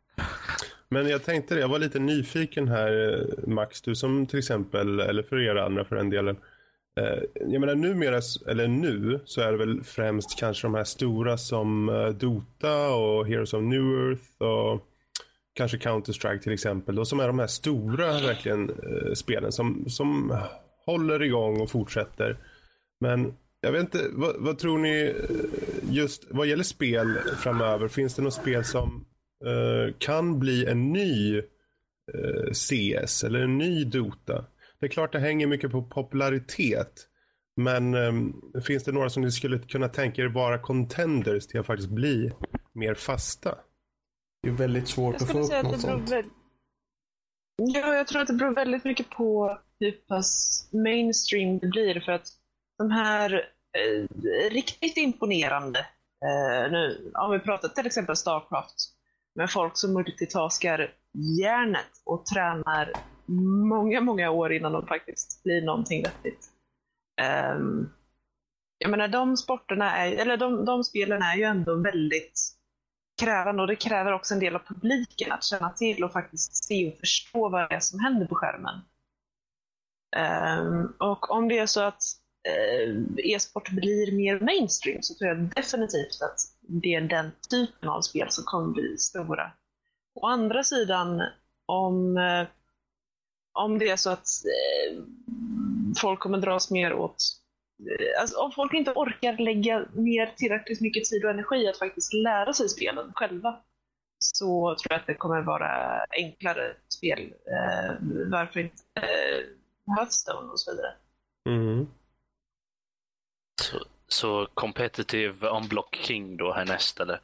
Men jag tänkte det, jag var lite nyfiken här, Max, du som till exempel, eller för er andra för den delen. Jag menar numera, eller nu, så är det väl främst kanske de här stora som Dota och Heroes of New Earth och kanske Counter-Strike till exempel, då, som är de här stora verkligen spelen som, som håller igång och fortsätter. Men jag vet inte, vad, vad tror ni just vad gäller spel framöver? Finns det något spel som uh, kan bli en ny uh, C S eller en ny Dota? Det är klart det hänger mycket på popularitet. Men um, finns det några som ni skulle kunna tänka er vara contenders till att faktiskt bli mer fasta? Det är väldigt svårt att få upp något sånt. Väl... Ja, jag tror att det beror väldigt mycket på hur pass mainstream det blir, för att de här eh, riktigt imponerande, eh, nu har vi pratat till exempel Starcraft, med folk som multitaskar hjärnet och tränar många, många år innan de faktiskt blir någonting vettigt. Eh, jag menar, de sporterna är, eller de, de spelen är ju ändå väldigt krävande, och det kräver också en del av publiken att känna till och faktiskt se och förstå vad det är som händer på skärmen. Eh, och om det är så att e-sport blir mer mainstream, så tror jag definitivt att det är den typen av spel som kommer bli stora. Å andra sidan, om, om det är så att folk kommer dras mer åt, alltså om folk inte orkar lägga ner tillräckligt mycket tid och energi att faktiskt lära sig spelen själva, så tror jag att det kommer vara enklare spel. Varför inte Hearthstone och så vidare. Mm. Så, så competitive unblock king då härnäst, eller?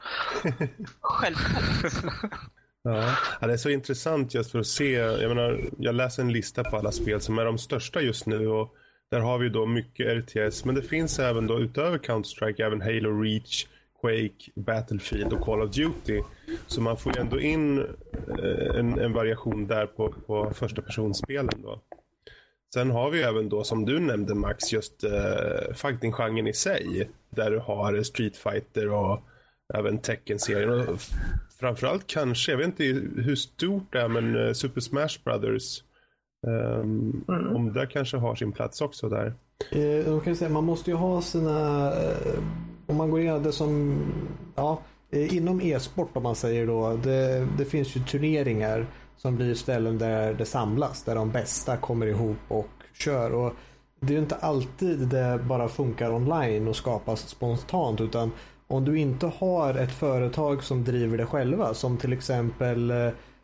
Självklart. Ja. Ja, det är så intressant just för att se. Jag menar, jag läser en lista på alla spel som är de största just nu, och där har vi då mycket R T S, men det finns även då utöver Counter-Strike även Halo Reach, Quake, Battlefield och Call of Duty. Så man får ju ändå in en, en variation där på, på första personspelen då. Sen har vi även då, som du nämnde Max, just uh, fighting-genren i sig. Där du har Street Fighter och även Tekken-serien. Och f- framförallt kanske, jag vet inte hur stort det är, men uh, Super Smash Brothers. Um, mm. Om det kanske har sin plats också där. Eh, de kan säga, man måste ju ha sina... Eh, om man går igenom det som... Ja, eh, inom e-sport om man säger då. Det, det finns ju turneringar som blir ställen där det samlas, där de bästa kommer ihop och kör. Och det är ju inte alltid det bara funkar online och skapas spontant, utan om du inte har ett företag som driver det själva, som till exempel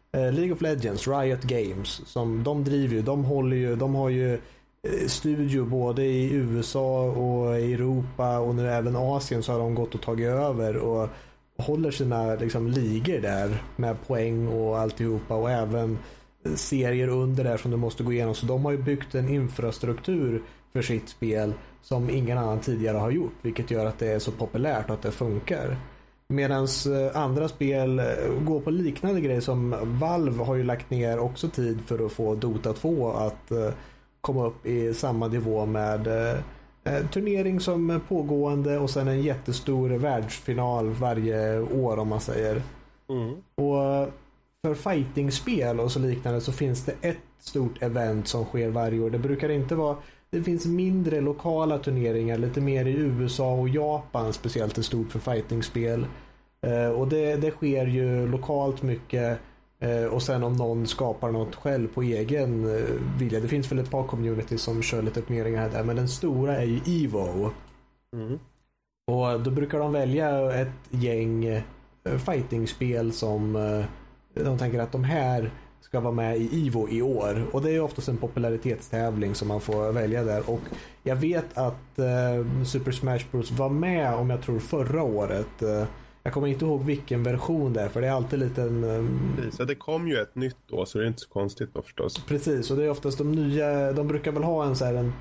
League of Legends, Riot Games, som de driver ju, de håller ju, de har ju studio både i U S A och i Europa och nu även Asien, så har de gått och tagit över och håller sina liksom ligor där med poäng och alltihopa, och även serier under där som du måste gå igenom. Så de har ju byggt en infrastruktur för sitt spel som ingen annan tidigare har gjort, vilket gör att det är så populärt och att det funkar. Medan andra spel går på liknande grejer, som Valve har ju lagt ner också tid för att få Dota två att komma upp i samma nivå med eh, turnering som pågående och sen en jättestor världsfinal varje år, om man säger. Mm. Och för fightingspel och så liknande så finns det ett stort event som sker varje år. Det brukar inte vara, det finns mindre lokala turneringar, lite mer i U S A och Japan speciellt är stort för fightingspel. Eh, och det, det sker ju lokalt mycket. Och sen om någon skapar något själv på egen vilja. Det finns väl ett par communities som kör lite turneringar där, men den stora är ju Evo. Mm. Och då brukar de välja ett gäng fightingspel som de tänker att de här ska vara med i Evo i år. Och det är oftast en popularitetstävling som man får välja där. Och jag vet att uh, Super Smash Bros var med, om jag tror förra året. Uh, Jag kommer inte ihåg vilken version det är, för det är alltid lite en... Precis, så det kom ju ett nytt då, så det är inte så konstigt då förstås. Precis, och det är oftast de nya, de brukar väl ha en så här en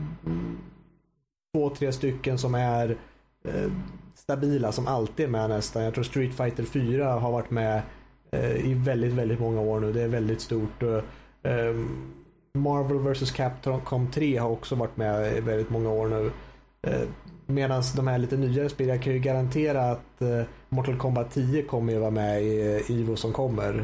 två, tre stycken som är eh, stabila, som alltid är med nästan. Jag tror Street Fighter fyra har varit med eh, i väldigt, väldigt många år nu. Det är väldigt stort. Eh, Marvel versus. Capcom tre har också varit med i väldigt många år nu. Eh, Medan de här lite nyare spel, jag kan ju garantera att uh, Mortal Kombat tio kommer ju vara med i uh, Evo som kommer.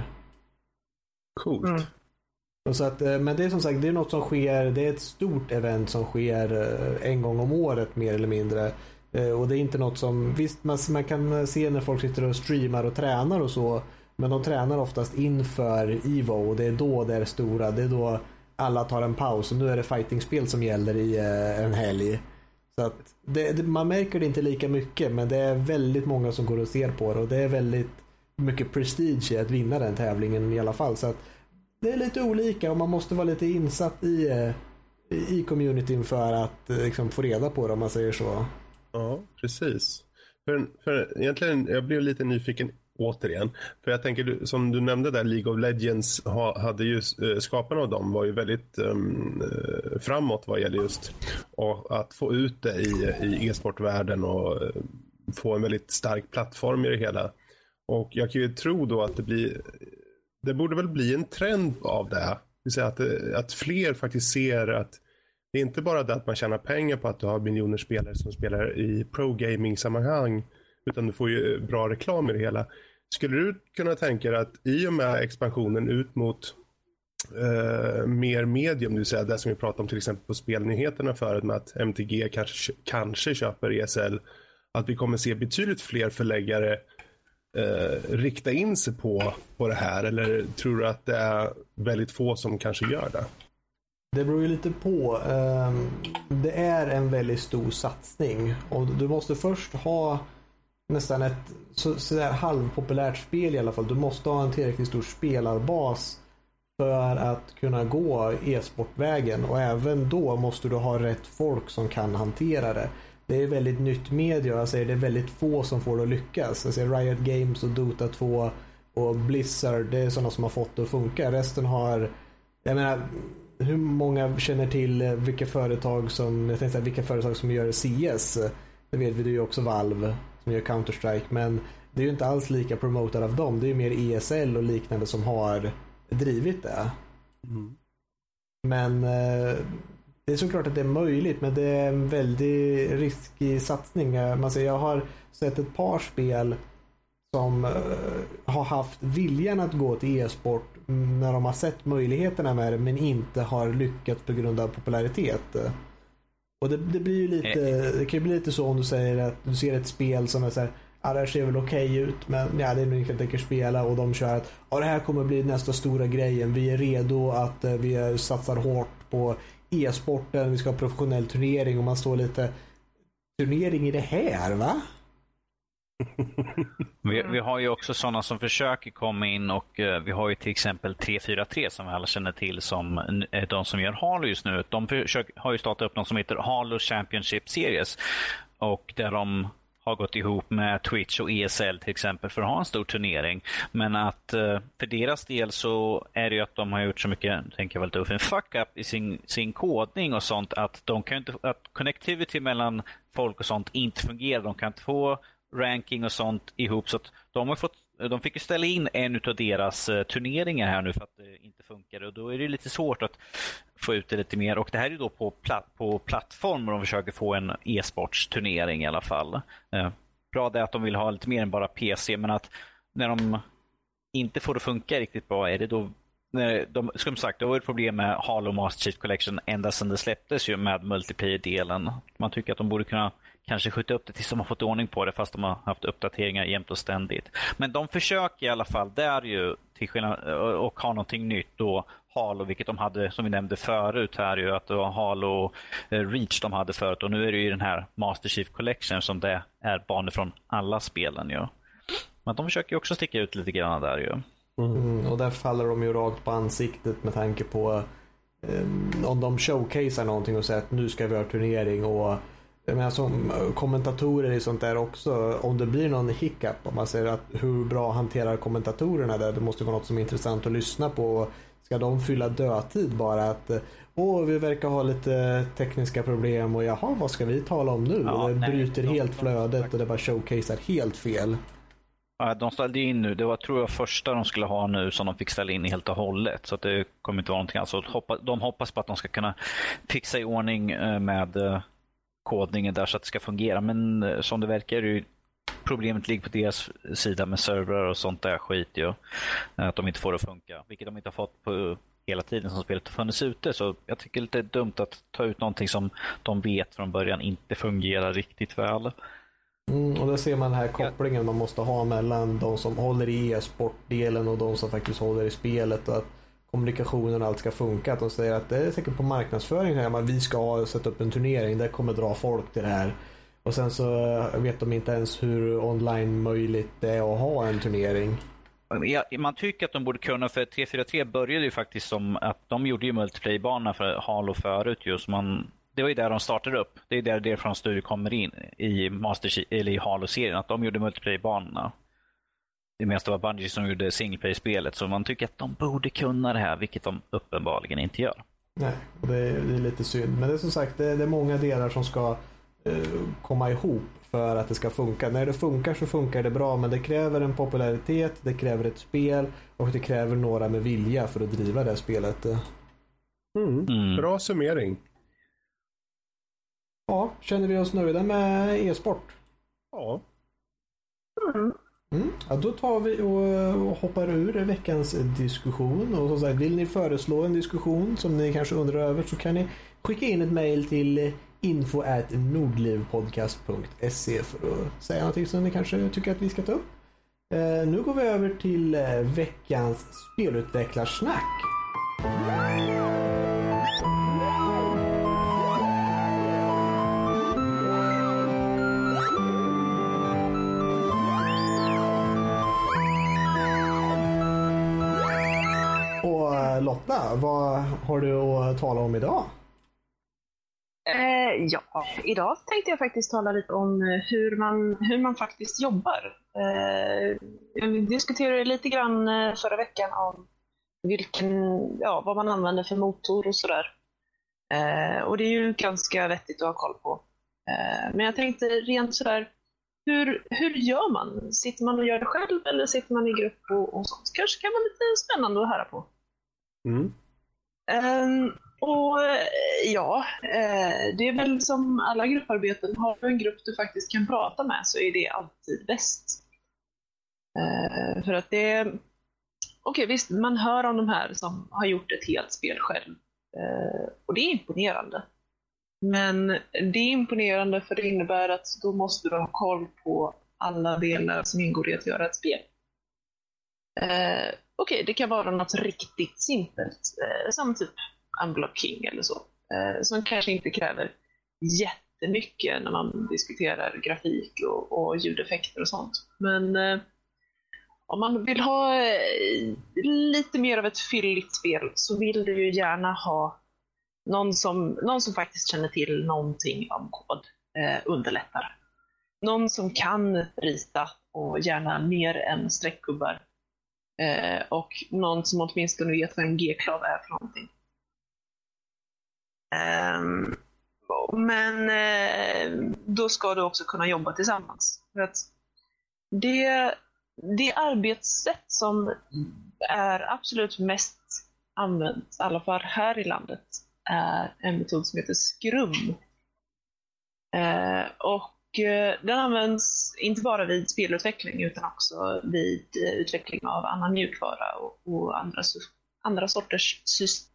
Coolt. Mm. Och så att, uh, men det är som sagt, det är något som sker, det är ett stort event som sker uh, en gång om året mer eller mindre. Uh, och det är inte något som, visst man, man kan se när folk sitter och streamar och tränar och så, men de tränar oftast inför Evo och det är då det är stora, det är då alla tar en paus och nu är det fightingspel som gäller i uh, en helg. Så att det, det, man märker det inte lika mycket, men det är väldigt många som går och ser på det och det är väldigt mycket prestige i att vinna den tävlingen i alla fall. Så att det är lite olika och man måste vara lite insatt i, i communityn för att liksom, få reda på det, om man säger så. Ja, precis. För, för egentligen, jag blev lite nyfiken återigen. För jag tänker, som du nämnde där, League of Legends ha, hade ju, skaparna av dem var ju väldigt um, framåt vad gäller just och att få ut det i, i e-sportvärlden och uh, få en väldigt stark plattform i det hela. Och jag kan ju tro då att det blir, det borde väl bli en trend av det. Det vill säga att, att fler faktiskt ser att det är inte bara det att man tjänar pengar på att du har miljoner spelare som spelar i pro-gaming-sammanhang, utan du får ju bra reklam i det hela. Skulle du kunna tänka dig att i och med expansionen ut mot eh, mer medium, det vill säga det som vi pratade om till exempel på spelnyheterna förut med att M T G kanske, kanske köper E S L, att vi kommer se betydligt fler förläggare eh, rikta in sig på, på det här, eller tror du att det är väldigt få som kanske gör det? Det beror ju lite på. Det är en väldigt stor satsning och du måste först ha nästan ett så, så där halvpopulärt spel i alla fall. Du måste ha en tillräckligt stor spelarbas för att kunna gå e-sportvägen, och även då måste du ha rätt folk som kan hantera det. Det är väldigt nytt media, jag säger det är väldigt få som får det att lyckas. Jag säger Riot Games och Dota två och Blizzard, det är sådana som har fått det att funka. Resten har, jag menar, hur många känner till vilka företag som, jag tänkte säga, vilka företag som gör C S? Det vet vi, det är ju också Valve som gör Counter-Strike, men det är ju inte alls lika promotad av dem. Det är ju mer E S L och liknande som har drivit det. Mm. Men eh, det är såklart att det är möjligt, men det är en väldigt riskig satsning. Man säger, jag har sett ett par spel som eh, har haft viljan att gå till e-sport när de har sett möjligheterna med det, men inte har lyckats på grund av popularitet. Och det, det blir ju lite, det kan ju bli lite så om du säger att du ser ett spel som är så här, ja, det här ser väl okej okay ut, men ja, det är nog inte jag tänker spela, och de kör att ja, det här kommer bli nästa stora grejen, vi är redo att uh, vi satsar hårt på e-sporten, vi ska ha professionell turnering, och man står lite, turnering i det här, va? vi, vi har ju också sådana som försöker komma in och uh, vi har ju till exempel tre fyra tre som vi alla känner till som uh, de som gör Halo just nu. De försöker, har ju startat upp något som heter Halo Championship Series och där de har gått ihop med Twitch och E S L till exempel för att ha en stor turnering. Men att uh, för deras del så är det ju att de har gjort så mycket, tänker jag väl ta upp en fuck up i sin, sin kodning och sånt att de kan inte, att connectivity mellan folk och sånt inte fungerar. De kan inte få ranking och sånt ihop så att de har fått, de fick ju ställa in en av deras uh, turneringar här nu för att det inte funkar och då är det lite svårt att få ut det lite mer och det här är då på, pla- på plattform och de försöker få en e-sportsturnering i alla fall. Uh, bra det att de vill ha lite mer än bara P C men att när de inte får det funka riktigt bra är det då när de, som sagt, det var ett problem med Halo Master Chief Collection ända sedan det släpptes ju med multiplayer-delen. Man tycker att de borde kunna kanske skjuta upp det tills de har fått ordning på det fast de har haft uppdateringar jämt och ständigt. Men de försöker i alla fall där ju till skillnad, och ha någonting nytt då Halo, vilket de hade som vi nämnde förut här ju att det var Halo Reach de hade förut och nu är det ju den här Master Chief Collection som det är banor från alla spelen ju. Men de försöker ju också sticka ut lite grann där ju. Mm, och där faller de ju rakt på ansiktet med tanke på um, om de showcasear någonting och säger att nu ska vi ha turnering och jag menar, som kommentatorer i sånt där också, om det blir någon hiccup, om man säger att hur bra hanterar kommentatorerna där, det måste vara något som är intressant att lyssna på. Ska de fylla dödtid bara att åh, vi verkar ha lite tekniska problem och jaha, vad ska vi tala om nu? Ja, och det nej, bryter de, helt de, flödet och det bara showcasear helt fel. Ja, de ställde in nu, det var tror jag första de skulle ha nu som de fick ställa in helt och hållet så att det kommer inte vara någonting alltså, de hoppas på att de ska kunna fixa i ordning med kodningen där så att det ska fungera men som det verkar är ju problemet ligger på deras sida med servrar och sånt där skit ju. Att de inte får det att funka. Vilket de inte har fått på hela tiden som spelet har funnits ute. Så jag tycker det är lite dumt att ta ut någonting som de vet från början inte fungerar riktigt väl. Mm, och där ser man den här kopplingen man måste ha mellan de som håller i e-sportdelen och de som faktiskt håller i spelet. Och att kommunikationen och allt ska funka. Att de säger att det är säkert på marknadsföring här, men vi ska sätta upp en turnering, det kommer dra folk till det här. Och sen så vet de inte ens hur online möjligt det är att ha en turnering. Ja, man tycker att de borde kunna, för tre fyra tre började ju faktiskt som att de gjorde ju multiplayer-banorna för Halo förut just. Man, det var ju där de startade upp. Det är där det från studio kommer in i Master eller i Halo-serien, att de gjorde multiplayer-banorna. Det mesta var Bungie som gjorde singleplayer-spelet, så man tycker att de borde kunna det här, vilket de uppenbarligen inte gör. Nej, och det är, det är lite synd. Men det är som sagt, det är, det är många delar som ska komma ihop för att det ska funka. När det funkar så funkar det bra, men det kräver en popularitet, det kräver ett spel och det kräver några med vilja för att driva det spelet. Mm. Mm. Bra summering. Ja, känner vi oss nöjda med e-sport? Ja. Mm. Mm. Ja, då tar vi och, och hoppar ur veckans diskussion och så sagt, vill ni föreslå en diskussion som ni kanske undrar över så kan ni skicka in ett mejl till info at nordlivpodcast punkt se för att säga någonting som ni kanske tycker att vi ska ta upp. Eh, nu går vi över till eh, veckans spelutvecklarsnack. Och eh, Lotta, vad har du att tala om idag? Eh, ja, idag tänkte jag faktiskt tala lite om hur man, hur man faktiskt jobbar. Eh, vi diskuterade lite grann förra veckan om vilken, ja, vad man använder för motor och sådär. Eh, och det är ju ganska vettigt att ha koll på. Eh, men jag tänkte rent sådär, hur, hur gör man? Sitter man och gör det själv eller sitter man i grupp och, och sånt? Kanske kan vara lite spännande att höra på. Mm. Eh, Och ja, det är väl som alla grupparbeten, har du en grupp du faktiskt kan prata med så är det alltid bäst. För att det, okej okay, visst, man hör om de här som har gjort ett helt spel själv. Och det är imponerande. Men det är imponerande för det innebär att då måste du ha koll på alla delar som ingår i att göra ett spel. Okej, okay, det kan vara något riktigt simpelt, som typ Unblock King eller så, eh, som kanske inte kräver jättemycket när man diskuterar grafik och, och ljudeffekter och sånt. Men eh, om man vill ha eh, lite mer av ett fylligt spel så vill du ju gärna ha någon som, någon som faktiskt känner till någonting om kod eh, underlättar. Någon som kan rita och gärna mer än streckgubbar. Eh, och någon som åtminstone vet vad en G-klav är för någonting. Um, men eh, då ska du också kunna jobba tillsammans. För att det, det arbetssätt som är absolut mest använt, i alla fall här i landet, är en metod som heter Scrum. Eh, och eh, den används inte bara vid spelutveckling utan också vid eh, utveckling av annan mjukvara och, och andra, andra sorters system.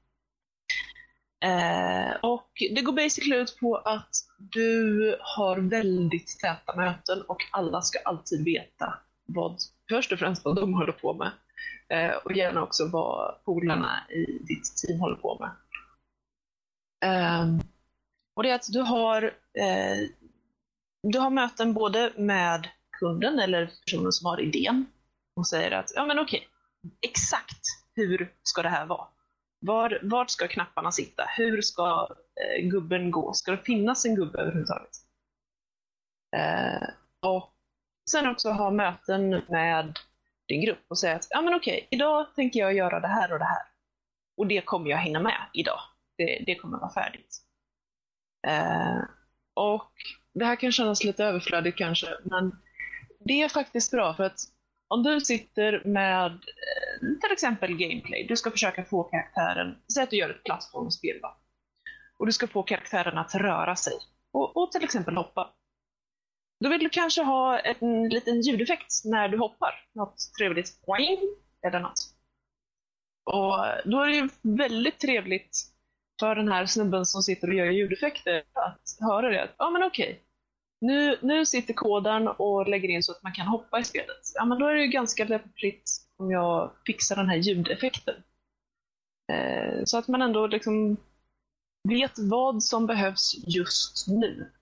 Eh, och det går basically ut på att du har väldigt täta möten och alla ska alltid veta vad, först och främst vad de håller på med eh, och gärna också vad polarna i ditt team håller på med. Eh, och det är att du har eh, du har möten både med kunden eller personen som har idén och säger att ja men okej, exakt hur ska det här vara? Var, vart ska knapparna sitta? Hur ska eh, gubben gå? Ska det finnas en gubbe överhuvudtaget? Eh, och sen också ha möten med din grupp och säga att ja men okej, idag tänker jag göra det här och det här. Och det kommer jag hinna med idag. Det, det kommer vara färdigt. Eh, och det här kan kännas lite överflödigt kanske, men det är faktiskt bra för att om du sitter med till exempel gameplay, du ska försöka få karaktären, säg att du gör ett plattformsspel va? Och du ska få karaktären att röra sig och, och till exempel hoppa. Då vill du kanske ha en liten ljudeffekt när du hoppar, något trevligt poäng eller något. Och då är det ju väldigt trevligt för den här snubben som sitter och gör ljudeffekter att höra det. Ja men okej. Nu, nu sitter koden och lägger in så att man kan hoppa i spelet. Ja, men då är det ju ganska lämpligt om jag fixar den här ljudeffekten. Eh, så att man ändå liksom vet vad som behövs just nu.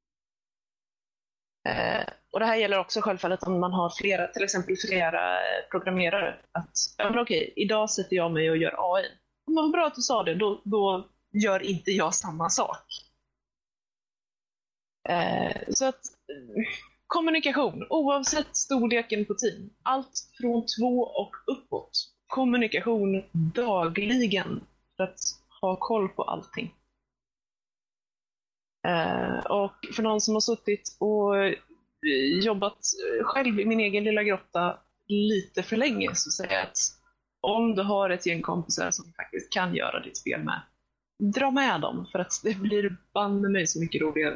Eh, och det här gäller också självfallet om man har flera, till exempel flera programmerare. Att, ja men okej, idag sätter jag mig och gör A I. Men vad bra att du sa det, då, då gör inte jag samma sak. Eh, så att eh, kommunikation, oavsett storleken på team, allt från två och uppåt, kommunikation dagligen för att ha koll på allting. Eh, och för någon som har suttit och jobbat själv i min egen lilla grotta lite för länge så säger jag att om du har ett gäng kompisar som faktiskt kan göra ditt spel med, dra med dem för att det blir banne med mig så mycket roligare.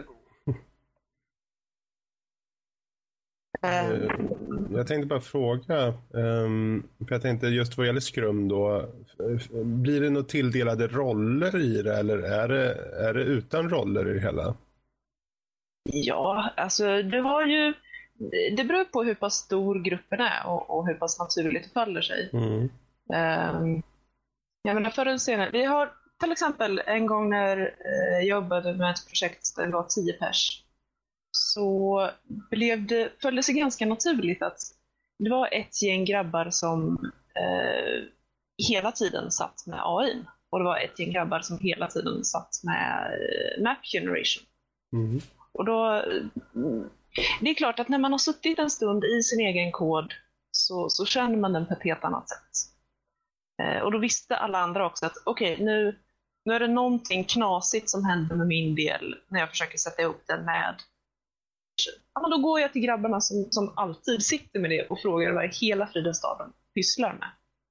Jag tänkte bara fråga, för jag tänkte just vad gäller Scrum då, blir det några tilldelade roller i det eller är det, är det utan roller i det hela? Ja, alltså det har ju, det beror på hur pass stor gruppen är och, och hur pass naturligt det faller sig. Mm. Um, jag menar förr eller senare, vi har till exempel en gång när jag jobbade med ett projekt där det var tio pers. Så blev det, följde sig ganska naturligt att det var ett gäng grabbar som eh, hela tiden satt med A I. Och det var ett gäng grabbar som hela tiden satt med eh, map generation. Mm. Och då, det är klart att när man har suttit en stund i sin egen kod så, så känner man den på ett helt annat sätt. Eh, och då visste alla andra också att okej, okay, nu, nu är det någonting knasigt som händer med min del när jag försöker sätta ihop den med. Ja, men då går jag till grabbarna som, som alltid sitter med det och frågar vad hela Fridenstaden pysslar med.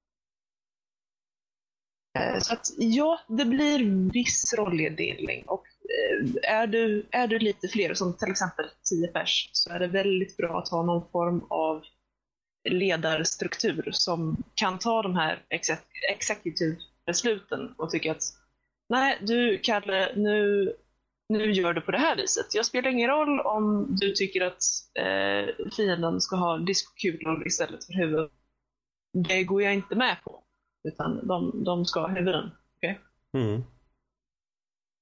Eh, så att ja, det blir viss rolldelning och eh, är, du, är du lite fler, som till exempel tio pers, så är det väldigt bra att ha någon form av ledarstruktur som kan ta de här executive-besluten och tycka att nej, du Kalle, nu nu gör du på det här viset. Jag spelar ingen roll om du tycker att eh, fienden ska ha diskokulor istället för huvud. Det går jag inte med på. Utan de, de ska ha huvuden. Okay? Mm.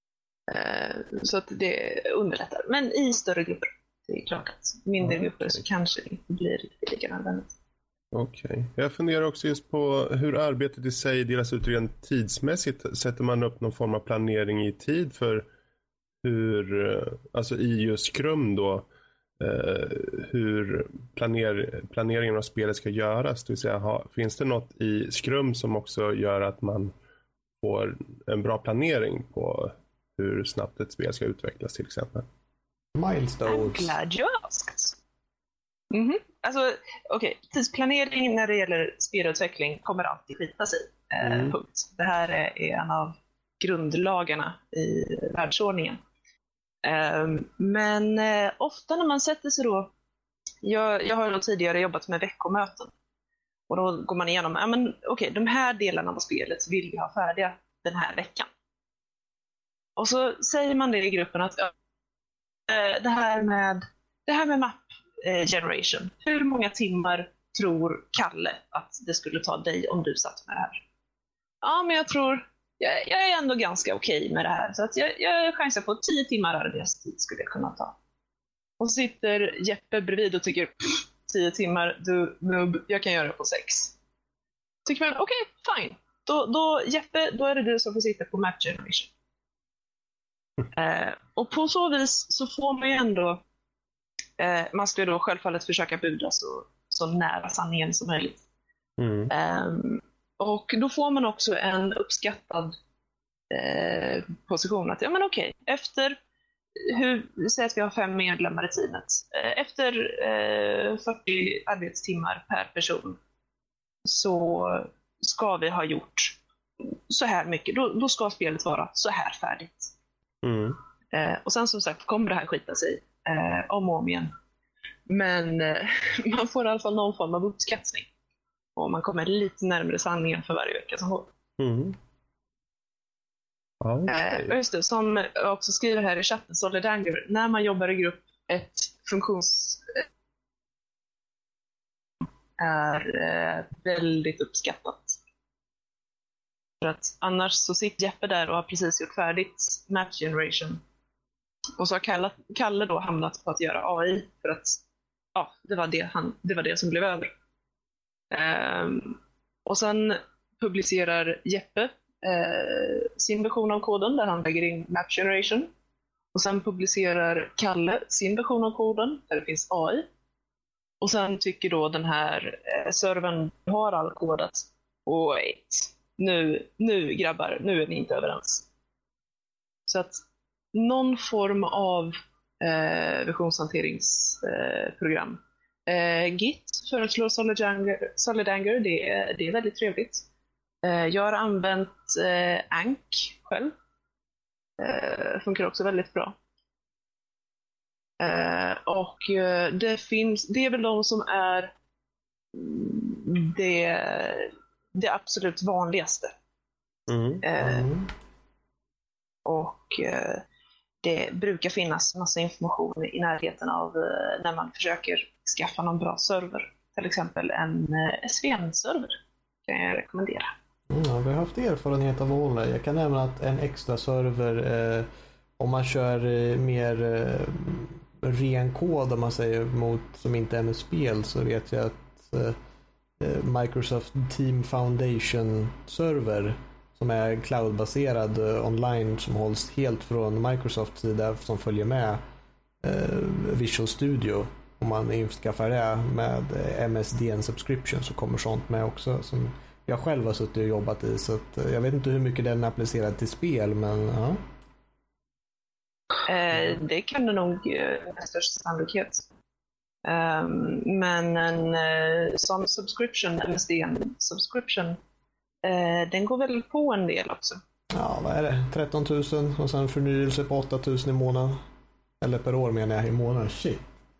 Eh, så att det underlättar. Men i större grupper. Det är klart att mindre okay. grupper så kanske det inte blir riktigt lika nödvändigt. Okej. Okay. Jag funderar också just på hur arbetet i sig delas ut rent tidsmässigt. Sätter man upp någon form av planering i tid för hur, alltså i just Scrum då, eh, hur planer, planeringen av spelet ska göras? Det vill säga, ha, finns det något i Scrum som också gör att man får en bra planering på hur snabbt ett spel ska utvecklas till exempel? Milestones. I'm glad you asked. Mm-hmm. Alltså, okej. Okay. Tidsplanering när det gäller spelutveckling kommer alltid skita sig. Eh, mm. punkt. Det här är en av grundlagarna i världsordningen. Eh, men eh, ofta när man sätter sig då, jag, jag har ju tidigare jobbat med veckomöten. Och då går man igenom, ja men okej, okay, de här delarna av spelet vill vi ha färdiga den här veckan. Och så säger man det i gruppen att ja, det här med det här med map generation. Hur många timmar tror Kalle att det skulle ta dig om du satt med det här? Ja, men jag tror jag, jag är ändå ganska okej med det här. Så att jag, jag chansar på tio timmar arbetstid skulle jag kunna ta. Och så sitter Jeppe bredvid och tycker tio timmar, du noob, jag kan göra det på sex. Tycker man, okej, okay, fine. Då, då, Jeppe, då är det du som får sitta på map generation. Eh, och på så vis så får man ju ändå eh, man ska ju då självfallet försöka buda så, så nära sanningen som möjligt. Mm. Eh, och då får man också en uppskattad eh, position att ja men okej, efter hur, säg att vi har fem medlemmar i teamet, eh, efter eh, fyrtio arbetstimmar per person så ska vi ha gjort så här mycket, då, då ska spelet vara så här färdigt. Mm. Eh, och sen som sagt kommer det här skita sig eh, om och om igen. Men eh, man får i alla fall någon form av uppskattning. Och man kommer lite närmare sanningen för varje vecka som går. Mm. Okay. Eh, just det, som jag också skriver här i chatten, Solid Anger, när man jobbar i grupp, ett funktions är eh, väldigt uppskattat. För att annars så sitter Jeppe där och har precis gjort färdigt map generation. Och så har Kalle, Kalle då hamnat på att göra A I för att ja, det var det, han, det var det som blev över. Um, och sen publicerar Jeppe uh, sin version av koden där han lägger in map generation. Och sen publicerar Kalle sin version av koden där det finns A I. Och sen tycker då den här uh, servern har all kodat. Wait. Nu, nu grabbar, nu är ni inte överens. Så att någon form av eh, versionshanteringsprogram. Eh, Git föreslår Solid Anger, Solid Anger det, är, det är väldigt trevligt. Eh, jag har använt eh, Ank själv. Eh, funkar också väldigt bra. Eh, och eh, det finns, det är väl de som är det det absolut vanligaste. Mm. Eh, och eh, det brukar finnas massa information i närheten av eh, när man försöker skaffa någon bra server. Till exempel en eh, S V N-server kan jag rekommendera. Mm, ja, vi har haft erfarenhet av online. Jag kan nämna att en extra server eh, om man kör eh, mer eh, ren kod om man säger mot som inte är med spel, så vet jag att eh, Microsoft Team Foundation server som är cloudbaserad uh, online som hålls helt från Microsofts sida som följer med uh, Visual Studio. Om man införskaffar det med uh, M S D N subscription så kommer sånt med också som jag själv har suttit och jobbat i, så att, uh, jag vet inte hur mycket den är applicerad till spel, men ja. Uh. Eh, det kan det nog uh, med största sannolikhet. Um, men en uh, sån subscription, M S D N subscription, uh, den går väl på en del också. Ja, vad är det? tretton tusen och sen förnyelse på åtta tusen i månaden. Eller per år menar jag, i månaden. Shit.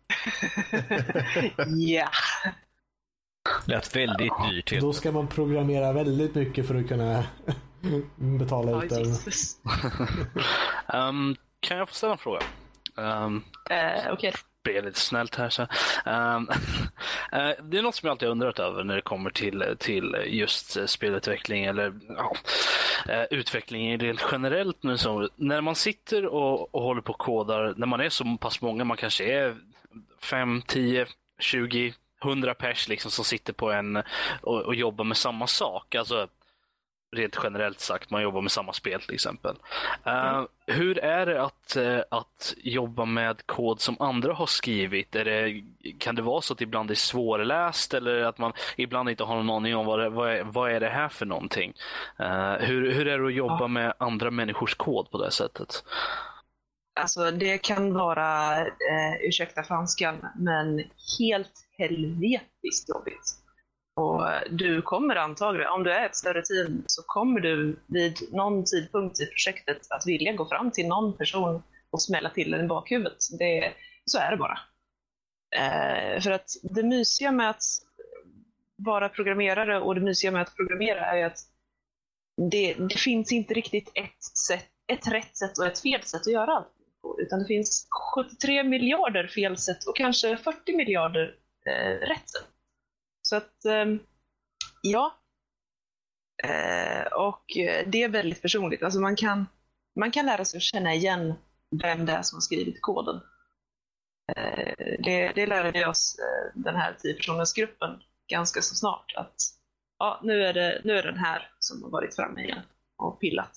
Ja. Lät väldigt dyrt. Ja, då ska man programmera väldigt mycket för att kunna betala oh, ut den. um, kan jag få ställa en fråga? Um, uh, Okej. Okay. Det är lite snällt här. Så. Um, uh, det är något som jag alltid undrat över när det kommer till, till just spelutveckling. Eller, ja. eh, utvecklingen rent generellt nu. Så, när man sitter och, och håller på och kodar, när man är så pass många, man kanske är fem, tio, tjugo, hundra pers liksom, som sitter på en och, och jobbar med samma sak. Alltså rent generellt sagt, man jobbar med samma spel till exempel. Uh, mm. Hur är det att, uh, att jobba med kod som andra har skrivit? Är det, kan det vara så att ibland det är svårläst eller att man ibland inte har någon aning om vad, det, vad, är, vad är det här för någonting? Uh, hur, hur är det att jobba ja. med andra människors kod på det sättet? Alltså det kan vara, eh, ursäkta franskan, men helt helvetiskt jobbigt. Och du kommer antagligen, om du är ett större team, så kommer du vid någon tidpunkt i projektet att vilja gå fram till någon person och smälla till den i bakhuvudet. Det, så är det bara. Eh, för att det mysiga med att vara programmerare och det mysiga med att programmera är att det, det finns inte riktigt ett, sätt, ett rätt sätt och ett fel sätt att göra allt på. Utan det finns sjuttiotre miljarder fel sätt och kanske fyrtio miljarder eh, rätt sätt. Så att, ja, och det är väldigt personligt. Alltså man kan, man kan lära sig att känna igen vem det är som har skrivit koden. Det, det lärde vi oss, den här tio-personers gruppen, ganska så snart. Att ja, nu är det, nu är den här som har varit framme igen och pillat.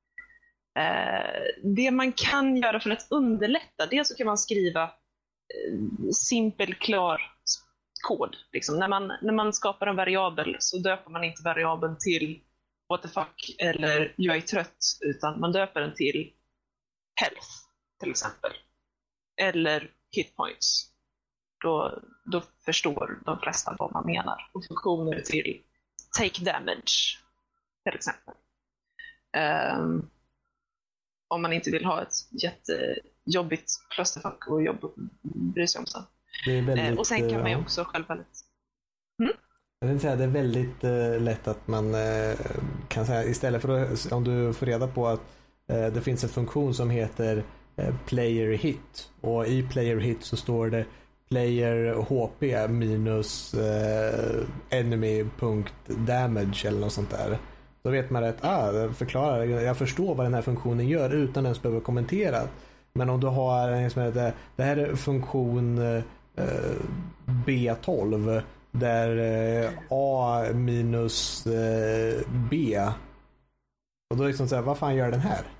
Det man kan göra för att underlätta, dels så kan man skriva simpel, klar kod. Liksom. När, man, när man skapar en variabel så döper man inte variabeln till what the fuck eller jag är trött, utan man döper den till health till exempel. Eller hit points. Då, då förstår de flesta vad man menar. Och funktioner till take damage till exempel. Um, om man inte vill ha ett jättejobbigt clusterfuck och jobb bry sig om sen. Det är väldigt, och sen kan man ju också självfallet. Mm? Jag vill säga, det är väldigt uh, lätt att man uh, kan säga, istället för att, om du får reda på att uh, det finns en funktion som heter uh, player hit, och i player hit så står det player H P minus uh, enemy.damage eller något sånt där. Då vet man att ah, förklarar, jag förstår vad den här funktionen gör utan ens behöva kommentera. Men om du har en som heter, det här är funktion uh, B tolv där uh, A minus uh, B, och då är det liksom så här, vad fan gör den här?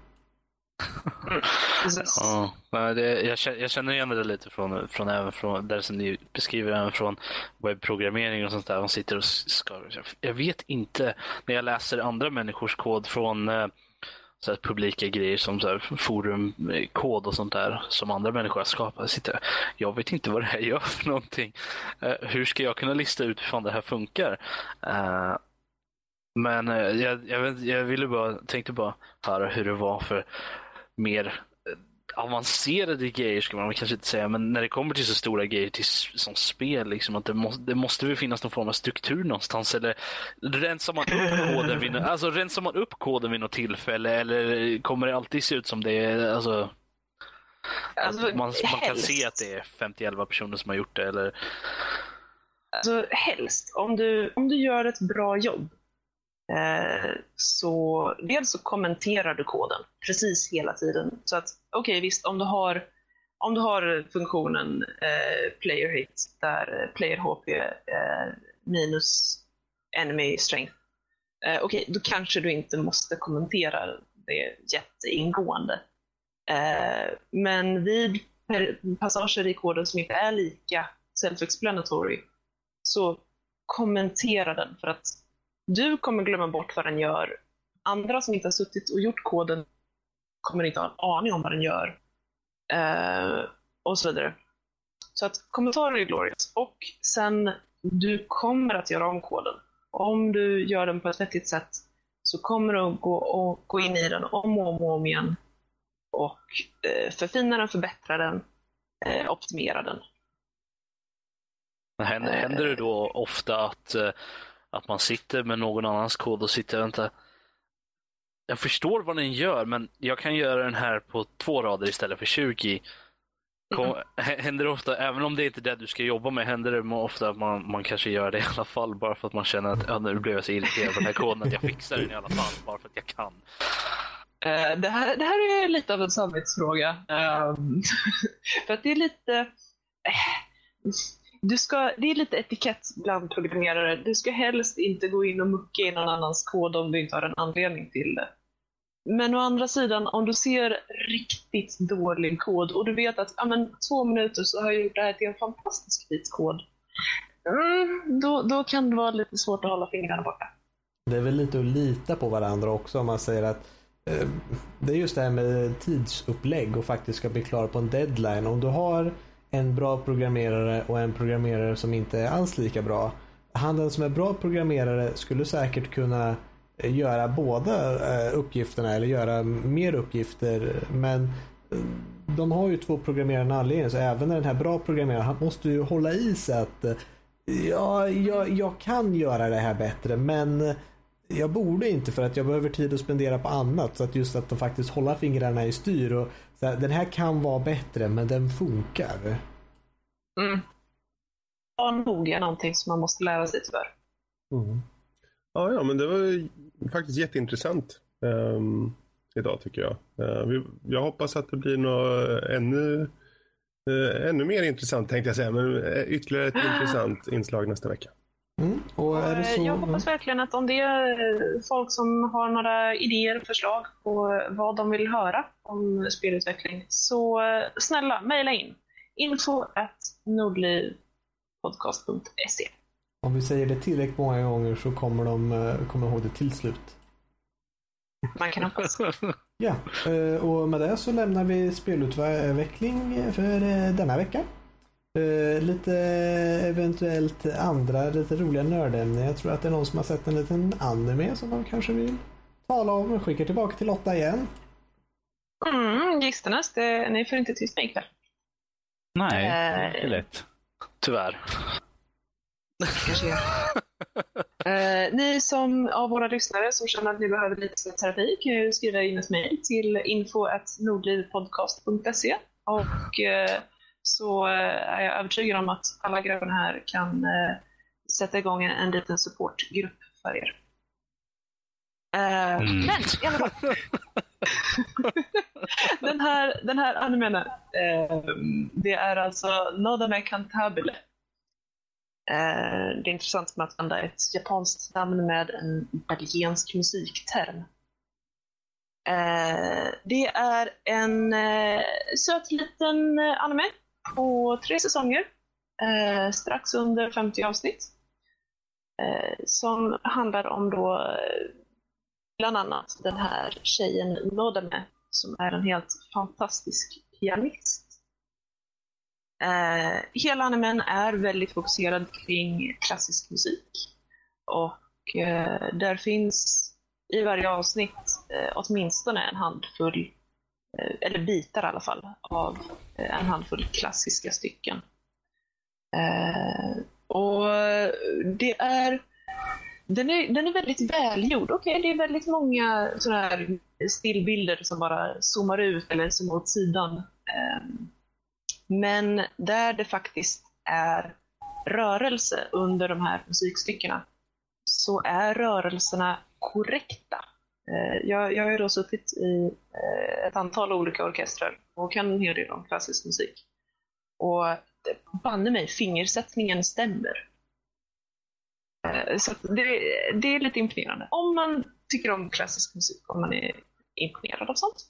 Ja, det, jag, jag känner igen det lite från, från, även från där som ni beskriver, även från webbprogrammering och sånt där. Man sitter och ska, jag vet inte, när jag läser andra människors kod från så här publika grejer som så här forumkod och sånt där som andra människor har skapat, sitter, jag vet inte vad det här gör för någonting. Uh, hur ska jag kunna lista ut hur det här funkar? Uh, men uh, jag, jag, jag ville bara, tänkte bara höra hur det var för mer avancerade grejer, ska man kanske inte säga, men när det kommer till så stora grejer till, som spel, liksom, att det måste, det måste väl finnas någon form av struktur någonstans, eller rensar man upp koden vid, alltså rensar man upp koden vid något tillfälle, eller kommer det alltid se ut som det är, alltså, alltså man, man kan se att det är femtio elva personer som har gjort det, eller alltså helst, om du, om du gör ett bra jobb, Eh, så dels så kommenterar du koden precis hela tiden, så att okej, okay, visst, om du har om du har funktionen eh, player hit där player H P eh, minus enemy strength, eh, okej, okay, då kanske du inte måste kommentera det jätteingående, eh, men vid passager i koden som inte är lika self-explanatory så kommentera den, för att du kommer glömma bort vad den gör. Andra som inte har suttit och gjort koden kommer inte ha en aning om vad den gör. Uh, och så vidare. Så att kommentarer är glorious. Och sen, du kommer att göra om koden. Om du gör den på ett vettigt sätt så kommer du att gå, och gå in i den om och om, och om igen. Och uh, förfina den, förbättra den, uh, optimera den. Händer, uh, händer det då ofta att... Uh... att man sitter med någon annans kod och sitter och väntar. Jag förstår vad den gör, men jag kan göra den här på två rader istället för tjugo. Kom, händer det ofta, även om det inte är det du ska jobba med, händer det ofta att man, man kanske gör det i alla fall bara för att man känner att ja, nu blev jag så irriterad på den här koden att jag fixar den i alla fall bara för att jag kan. Uh, det, här, det här är lite av en samvetsfråga. Um, för att det är lite... Uh, du ska, det är lite etikett bland programmerare. Du ska helst inte gå in och mucka i någon annans kod om du inte har en anledning till det. Men å andra sidan, om du ser riktigt dålig kod och du vet att ja, men, två minuter så har jag gjort det här till en fantastisk vit kod. Mm, då, då kan det vara lite svårt att hålla fingrarna borta. Det är väl lite att lita på varandra också om man säger att eh, det är just det här med tidsupplägg och faktiskt ska bli klar på en deadline. Om du har en bra programmerare och en programmerare som inte är alls lika bra. Han den som är bra programmerare skulle säkert kunna göra båda uppgifterna eller göra mer uppgifter, men de har ju två programmerande anledningar, så även när den här bra programmeraren, han måste ju hålla i sig att ja, jag, jag kan göra det här bättre, men jag borde inte för att jag behöver tid att spendera på annat, så att just att de faktiskt håller fingrarna i styr och så här, den här kan vara bättre men den funkar. Mm. Ja, nog är någonting som man måste lära sig tyvärr. Mm. Ja, ja, men det var faktiskt jätteintressant um, idag tycker jag. Uh, vi, jag hoppas att det blir något ännu, uh, ännu mer intressant tänkte jag säga, men ytterligare ett intressant inslag nästa vecka. Mm. Och är det så... Jag hoppas verkligen att om det är folk som har några idéer och förslag på vad de vill höra om spelutveckling, så snälla, mejla in info at nordlivpodcast punkt se. Om vi säger det tillräckligt många gånger så kommer de komma ihåg det till slut. Man kan hoppas. Ja, och med det så lämnar vi spelutveckling för denna vecka. Lite eventuellt andra lite roliga nördämnen. Jag tror att det är någon som har sett en liten anime som de kanske vill tala om. Och skickar tillbaka till Lotta igen. Mm, gisternas, det, ni får inte tyst mig ikväll. Nej, äh, det är lätt. Tyvärr. Kanske uh, ni som av våra lyssnare som känner att ni behöver lite terapi kan ju skriva in ett mejl till info at nordlivpodcast punkt se och uh, så uh, är jag övertygad om att alla grabbarna här kan uh, sätta igång en, en liten supportgrupp för er. Uh, mm. Men i alla fall den här, den här animen uh, det är alltså Nodame Cantabile. Det är intressant med att använda ett japanskt namn med en italiensk musikterm. Det är en söt liten anime på tre säsonger, strax under femtio avsnitt, som handlar om då bland annat den här tjejen Nodame som är en helt fantastisk pianist. Eh, hela animen är väldigt fokuserad kring klassisk musik och eh, där finns i varje avsnitt eh, åtminstone en handfull eh, eller bitar i alla fall av eh, en handfull klassiska stycken. Eh, och det är den är, den är väldigt välgjord. Okej, okay, det är väldigt många sådana här stillbilder som bara zoomar ut eller zoomar åt sidan. Eh, Men där det faktiskt är rörelse under de här musikstyckena så är rörelserna korrekta. Jag, jag har ju då suttit i ett antal olika orkestrar och kan en hel del om klassisk musik. Och banne mig, fingersättningen stämmer. Så det, det är lite imponerande. Om man tycker om klassisk musik, om man är imponerad av sånt.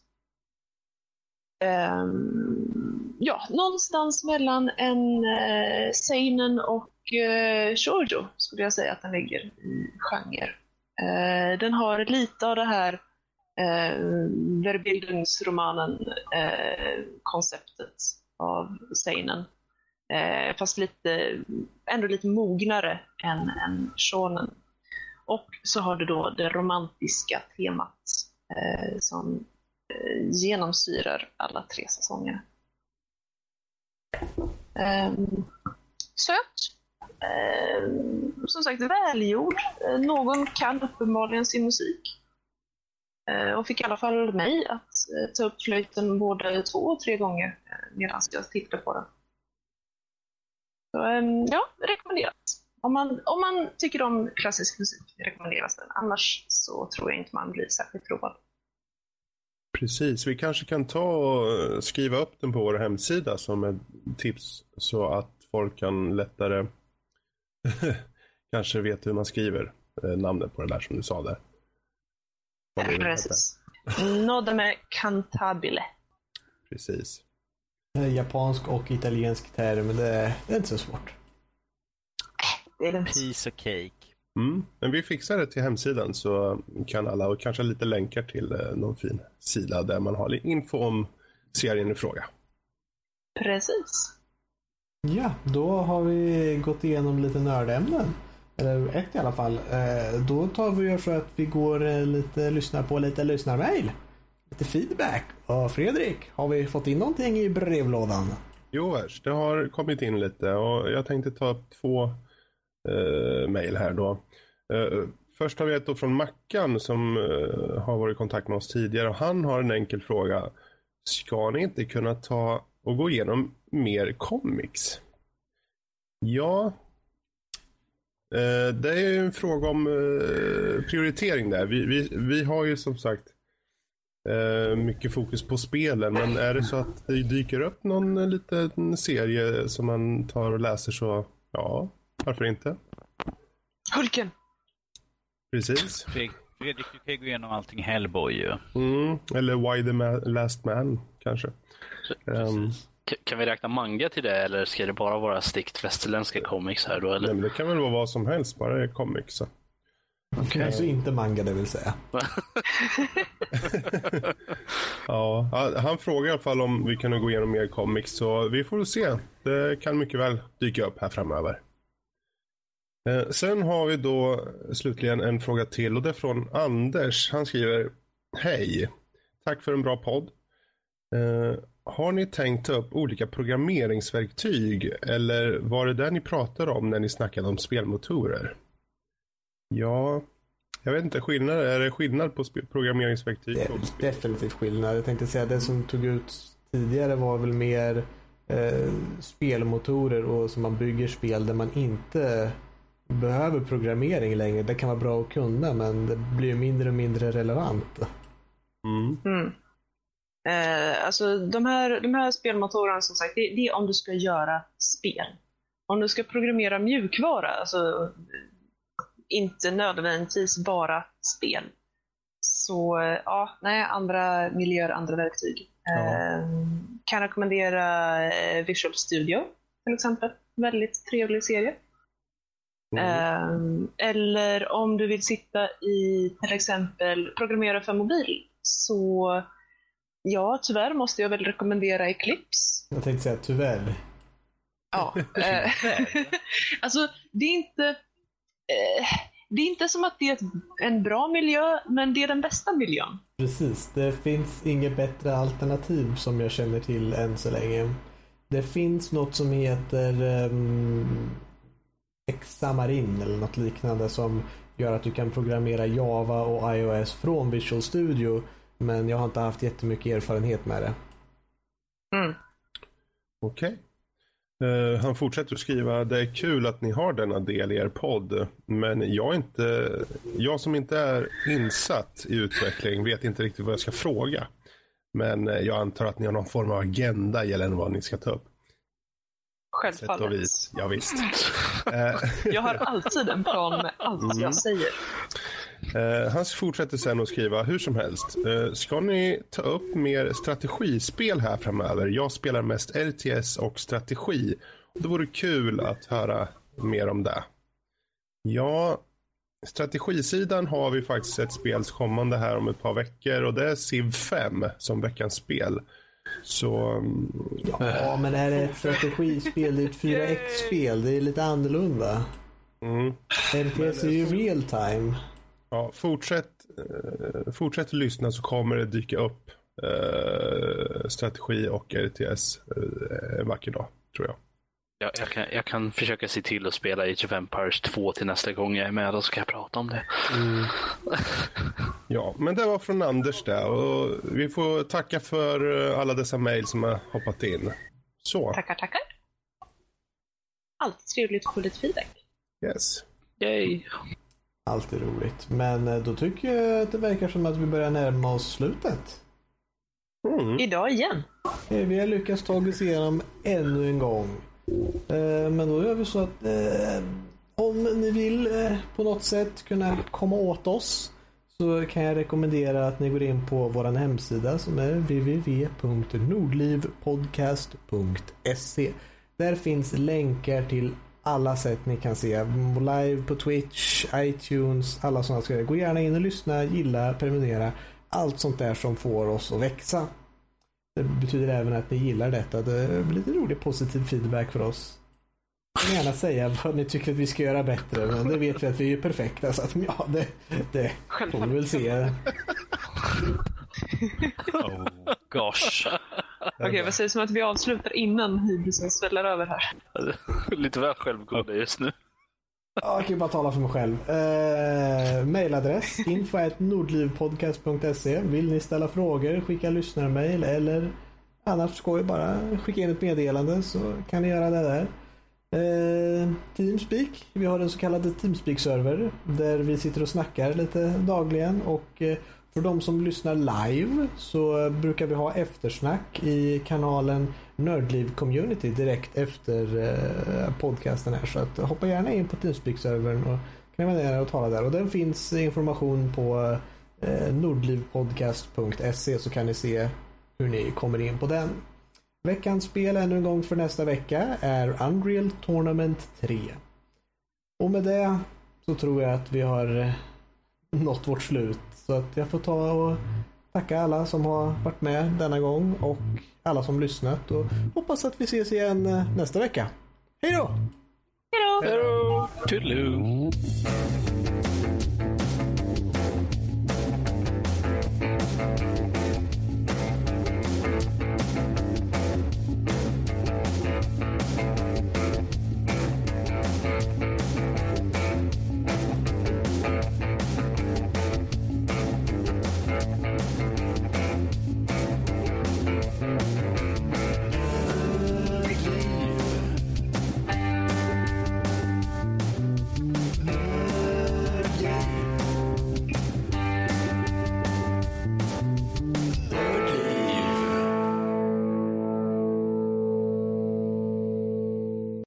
Um, ja, någonstans mellan en uh, seinen och uh, shoujo skulle jag säga att den ligger i genre. Uh, den har lite av det här uh, verbildungsromanen uh, konceptet av seinen, uh, fast lite ändå lite mognare än, än shonen. Och så har du då det romantiska temat uh, som genomsyrar alla tre säsongerna. Um, söt. Um, som sagt välgjord. Uh, någon kan uppenbarligen sin musik. Och fick i alla fall mig att ta upp flöjten både två och tre gånger medan jag tittade på den. Så ja, rekommenderas. Om man, om man tycker om klassisk musik rekommenderas den. Annars så tror jag inte man blir särskilt road. Precis, vi kanske kan ta och skriva upp den på vår hemsida som ett tips så att folk kan lättare kanske vet hur man skriver namnet på det där som du sa där. Precis. Nodeme cantabile. Precis. Japansk och italiensk term, det, det är inte så svårt. Det är piece of cake. Mm. Men vi fixar det till hemsidan så kan alla, och kanske lite länkar till eh, någon fin sida där man har lite info om serien i fråga. Precis. Ja, då har vi gått igenom lite nördämnen. Eller ett i alla fall. Eh, då tar vi så att vi går eh, lite, lyssnar på lite lyssnarmail. Lite feedback. Och Fredrik, har vi fått in någonting i brevlådan? Jo, det har kommit in lite och jag tänkte ta upp två Uh, mejl här då. Uh, först har vi ett då från Mackan som uh, har varit i kontakt med oss tidigare och han har en enkel fråga. Ska ni inte kunna ta och gå igenom mer comics? Ja, uh, det är ju en fråga om uh, prioritering där. Vi, vi, vi har ju som sagt uh, mycket fokus på spelen, men är det så att det dyker upp någon liten serie som man tar och läser så ja, varför inte? Hulken! Precis. Fredrik, du kan gå igenom allting Hellboy ju. Mm, eller Why the Ma- Last Man, kanske. Um, kan vi räkna manga till det, eller ska det bara vara stikt västerländska comics här då? Eller? Nej, men det kan väl vara vad som helst, bara det är comics. Så. Okay. Alltså inte manga, det vill säga. Ja, han frågar i alla fall om vi kan gå igenom mer comics, så vi får se. Det kan mycket väl dyka upp här framöver. Eh, sen har vi då slutligen en fråga till och det är från Anders. Han skriver: Hej, tack för en bra podd. Eh, har ni tänkt ta upp olika programmeringsverktyg eller var det där ni pratade om när ni snackade om spelmotorer? Ja, jag vet inte, skillnad, är det skillnad på sp- programmeringsverktyg? Det är definitivt skillnad. Jag tänkte säga det som tog ut tidigare var väl mer eh, spelmotorer och som man bygger spel där man inte behöver programmering längre. Det kan vara bra att kunna, men det blir mindre och mindre relevant. Mm. Mm. Eh, alltså de här, de här spelmotorerna som sagt, det, det är om du ska göra spel. Om du ska programmera mjukvara, alltså inte nödvändigtvis bara spel. Så ja, nej, andra miljöer, andra verktyg. Ja. Eh, kan rekommendera eh, Visual Studio till exempel. Väldigt trevlig serie. Mm. Eh, eller om du vill sitta i till exempel programmera för mobil, så ja, tyvärr måste jag väl rekommendera Eclipse. Jag tänkte säga tyvärr. Ja. Eh, alltså, det är inte eh, det är inte som att det är ett, en bra miljö, men det är den bästa miljön. Precis, det finns inget bättre alternativ som jag känner till än så länge. Det finns något som heter um, Xamarin eller något liknande som gör att du kan programmera Java och iOS från Visual Studio, men jag har inte haft jättemycket erfarenhet med det. Mm. Okej. Okay. Uh, han fortsätter att skriva: det är kul att ni har denna del i er podd, men jag, inte, jag som inte är insatt i utveckling vet inte riktigt vad jag ska fråga. Men uh, jag antar att ni har någon form av agenda gällande vad ni ska ta upp. Självfallet. Ja, visst. Jag har alltid en plan med allt mm. jag säger. Uh, han fortsätter sen att skriva: hur som helst, uh, ska ni ta upp mer strategispel här framöver? Jag spelar mest R T S och strategi. Det vore kul att höra mer om det. Ja, strategisidan har vi faktiskt ett spels kommande här om ett par veckor, och det är Civ fem som veckans spel. Så ja, men är det ett strategispel? Det är ett fyra X-spel. Det är lite annorlunda. Mm. R T S är ju real time. Ja, fortsätt, uh, fortsätt lyssna så kommer det dyka upp uh, strategi och R T S uh, en vacker dag, tror jag. Jag, jag, kan, jag kan försöka se till att spela Age of Empires två till nästa gång jag är med, då ska jag prata om det. Mm. Ja, men det var från Anders där och vi får tacka för alla dessa mejl som har hoppat in. Så. Tackar, tackar. Alltid trevligt att få lite feedback. Yes. Yay. Alltid roligt. Men då tycker jag att det verkar som att vi börjar närma oss slutet. Mm. Idag igen. Vi har lyckats ta oss igenom ännu en gång. Men då gör vi så att eh, om ni vill eh, på något sätt kunna komma åt oss, så kan jag rekommendera att ni går in på vår hemsida som är w w w punkt nordlivpodcast punkt se. Där finns länkar till alla sätt ni kan se live på Twitch, iTunes, alla sådana saker. Gå gärna in och lyssna, gilla, prenumerera. Allt sånt där som får oss att växa. Det betyder även att ni gillar detta. Det blir lite rolig positiv feedback för oss. Jag kan gärna säga vad ni tycker att vi ska göra bättre, men det vet vi att vi är perfekta, så att ja, det, det får vi väl se. Oh gosh. Okej, okay, vad sägs om att vi avslutar innan hybrisen sväller över här? Lite väl självgående just nu. Ja, jag kan ju bara tala för mig själv. Eh, mailadress info at nordlivpodcast punkt se. Vill ni ställa frågor, skicka lyssnarmail, eller annars ska vi bara skicka in ett meddelande, så kan ni göra det där. Eh, Teamspeak. Vi har en så kallad Teamspeak-server där vi sitter och snackar lite dagligen, och eh, för de som lyssnar live så brukar vi ha eftersnack i kanalen Nördliv Community direkt efter eh, podcasten här, så att hoppa gärna in på Teamspeak-servern och kan vara där och tala där, och den finns information på eh, nordlivpodcast punkt se, så kan ni se hur ni kommer in på den. Veckans spel ännu en gång för nästa vecka är Unreal Tournament tre. Och med det så tror jag att vi har nått vårt slut. Så att jag får ta och tacka alla som har varit med denna gång och alla som lyssnat. Och hoppas att vi ses igen nästa vecka. Hej då! Hej då! Toodaloo!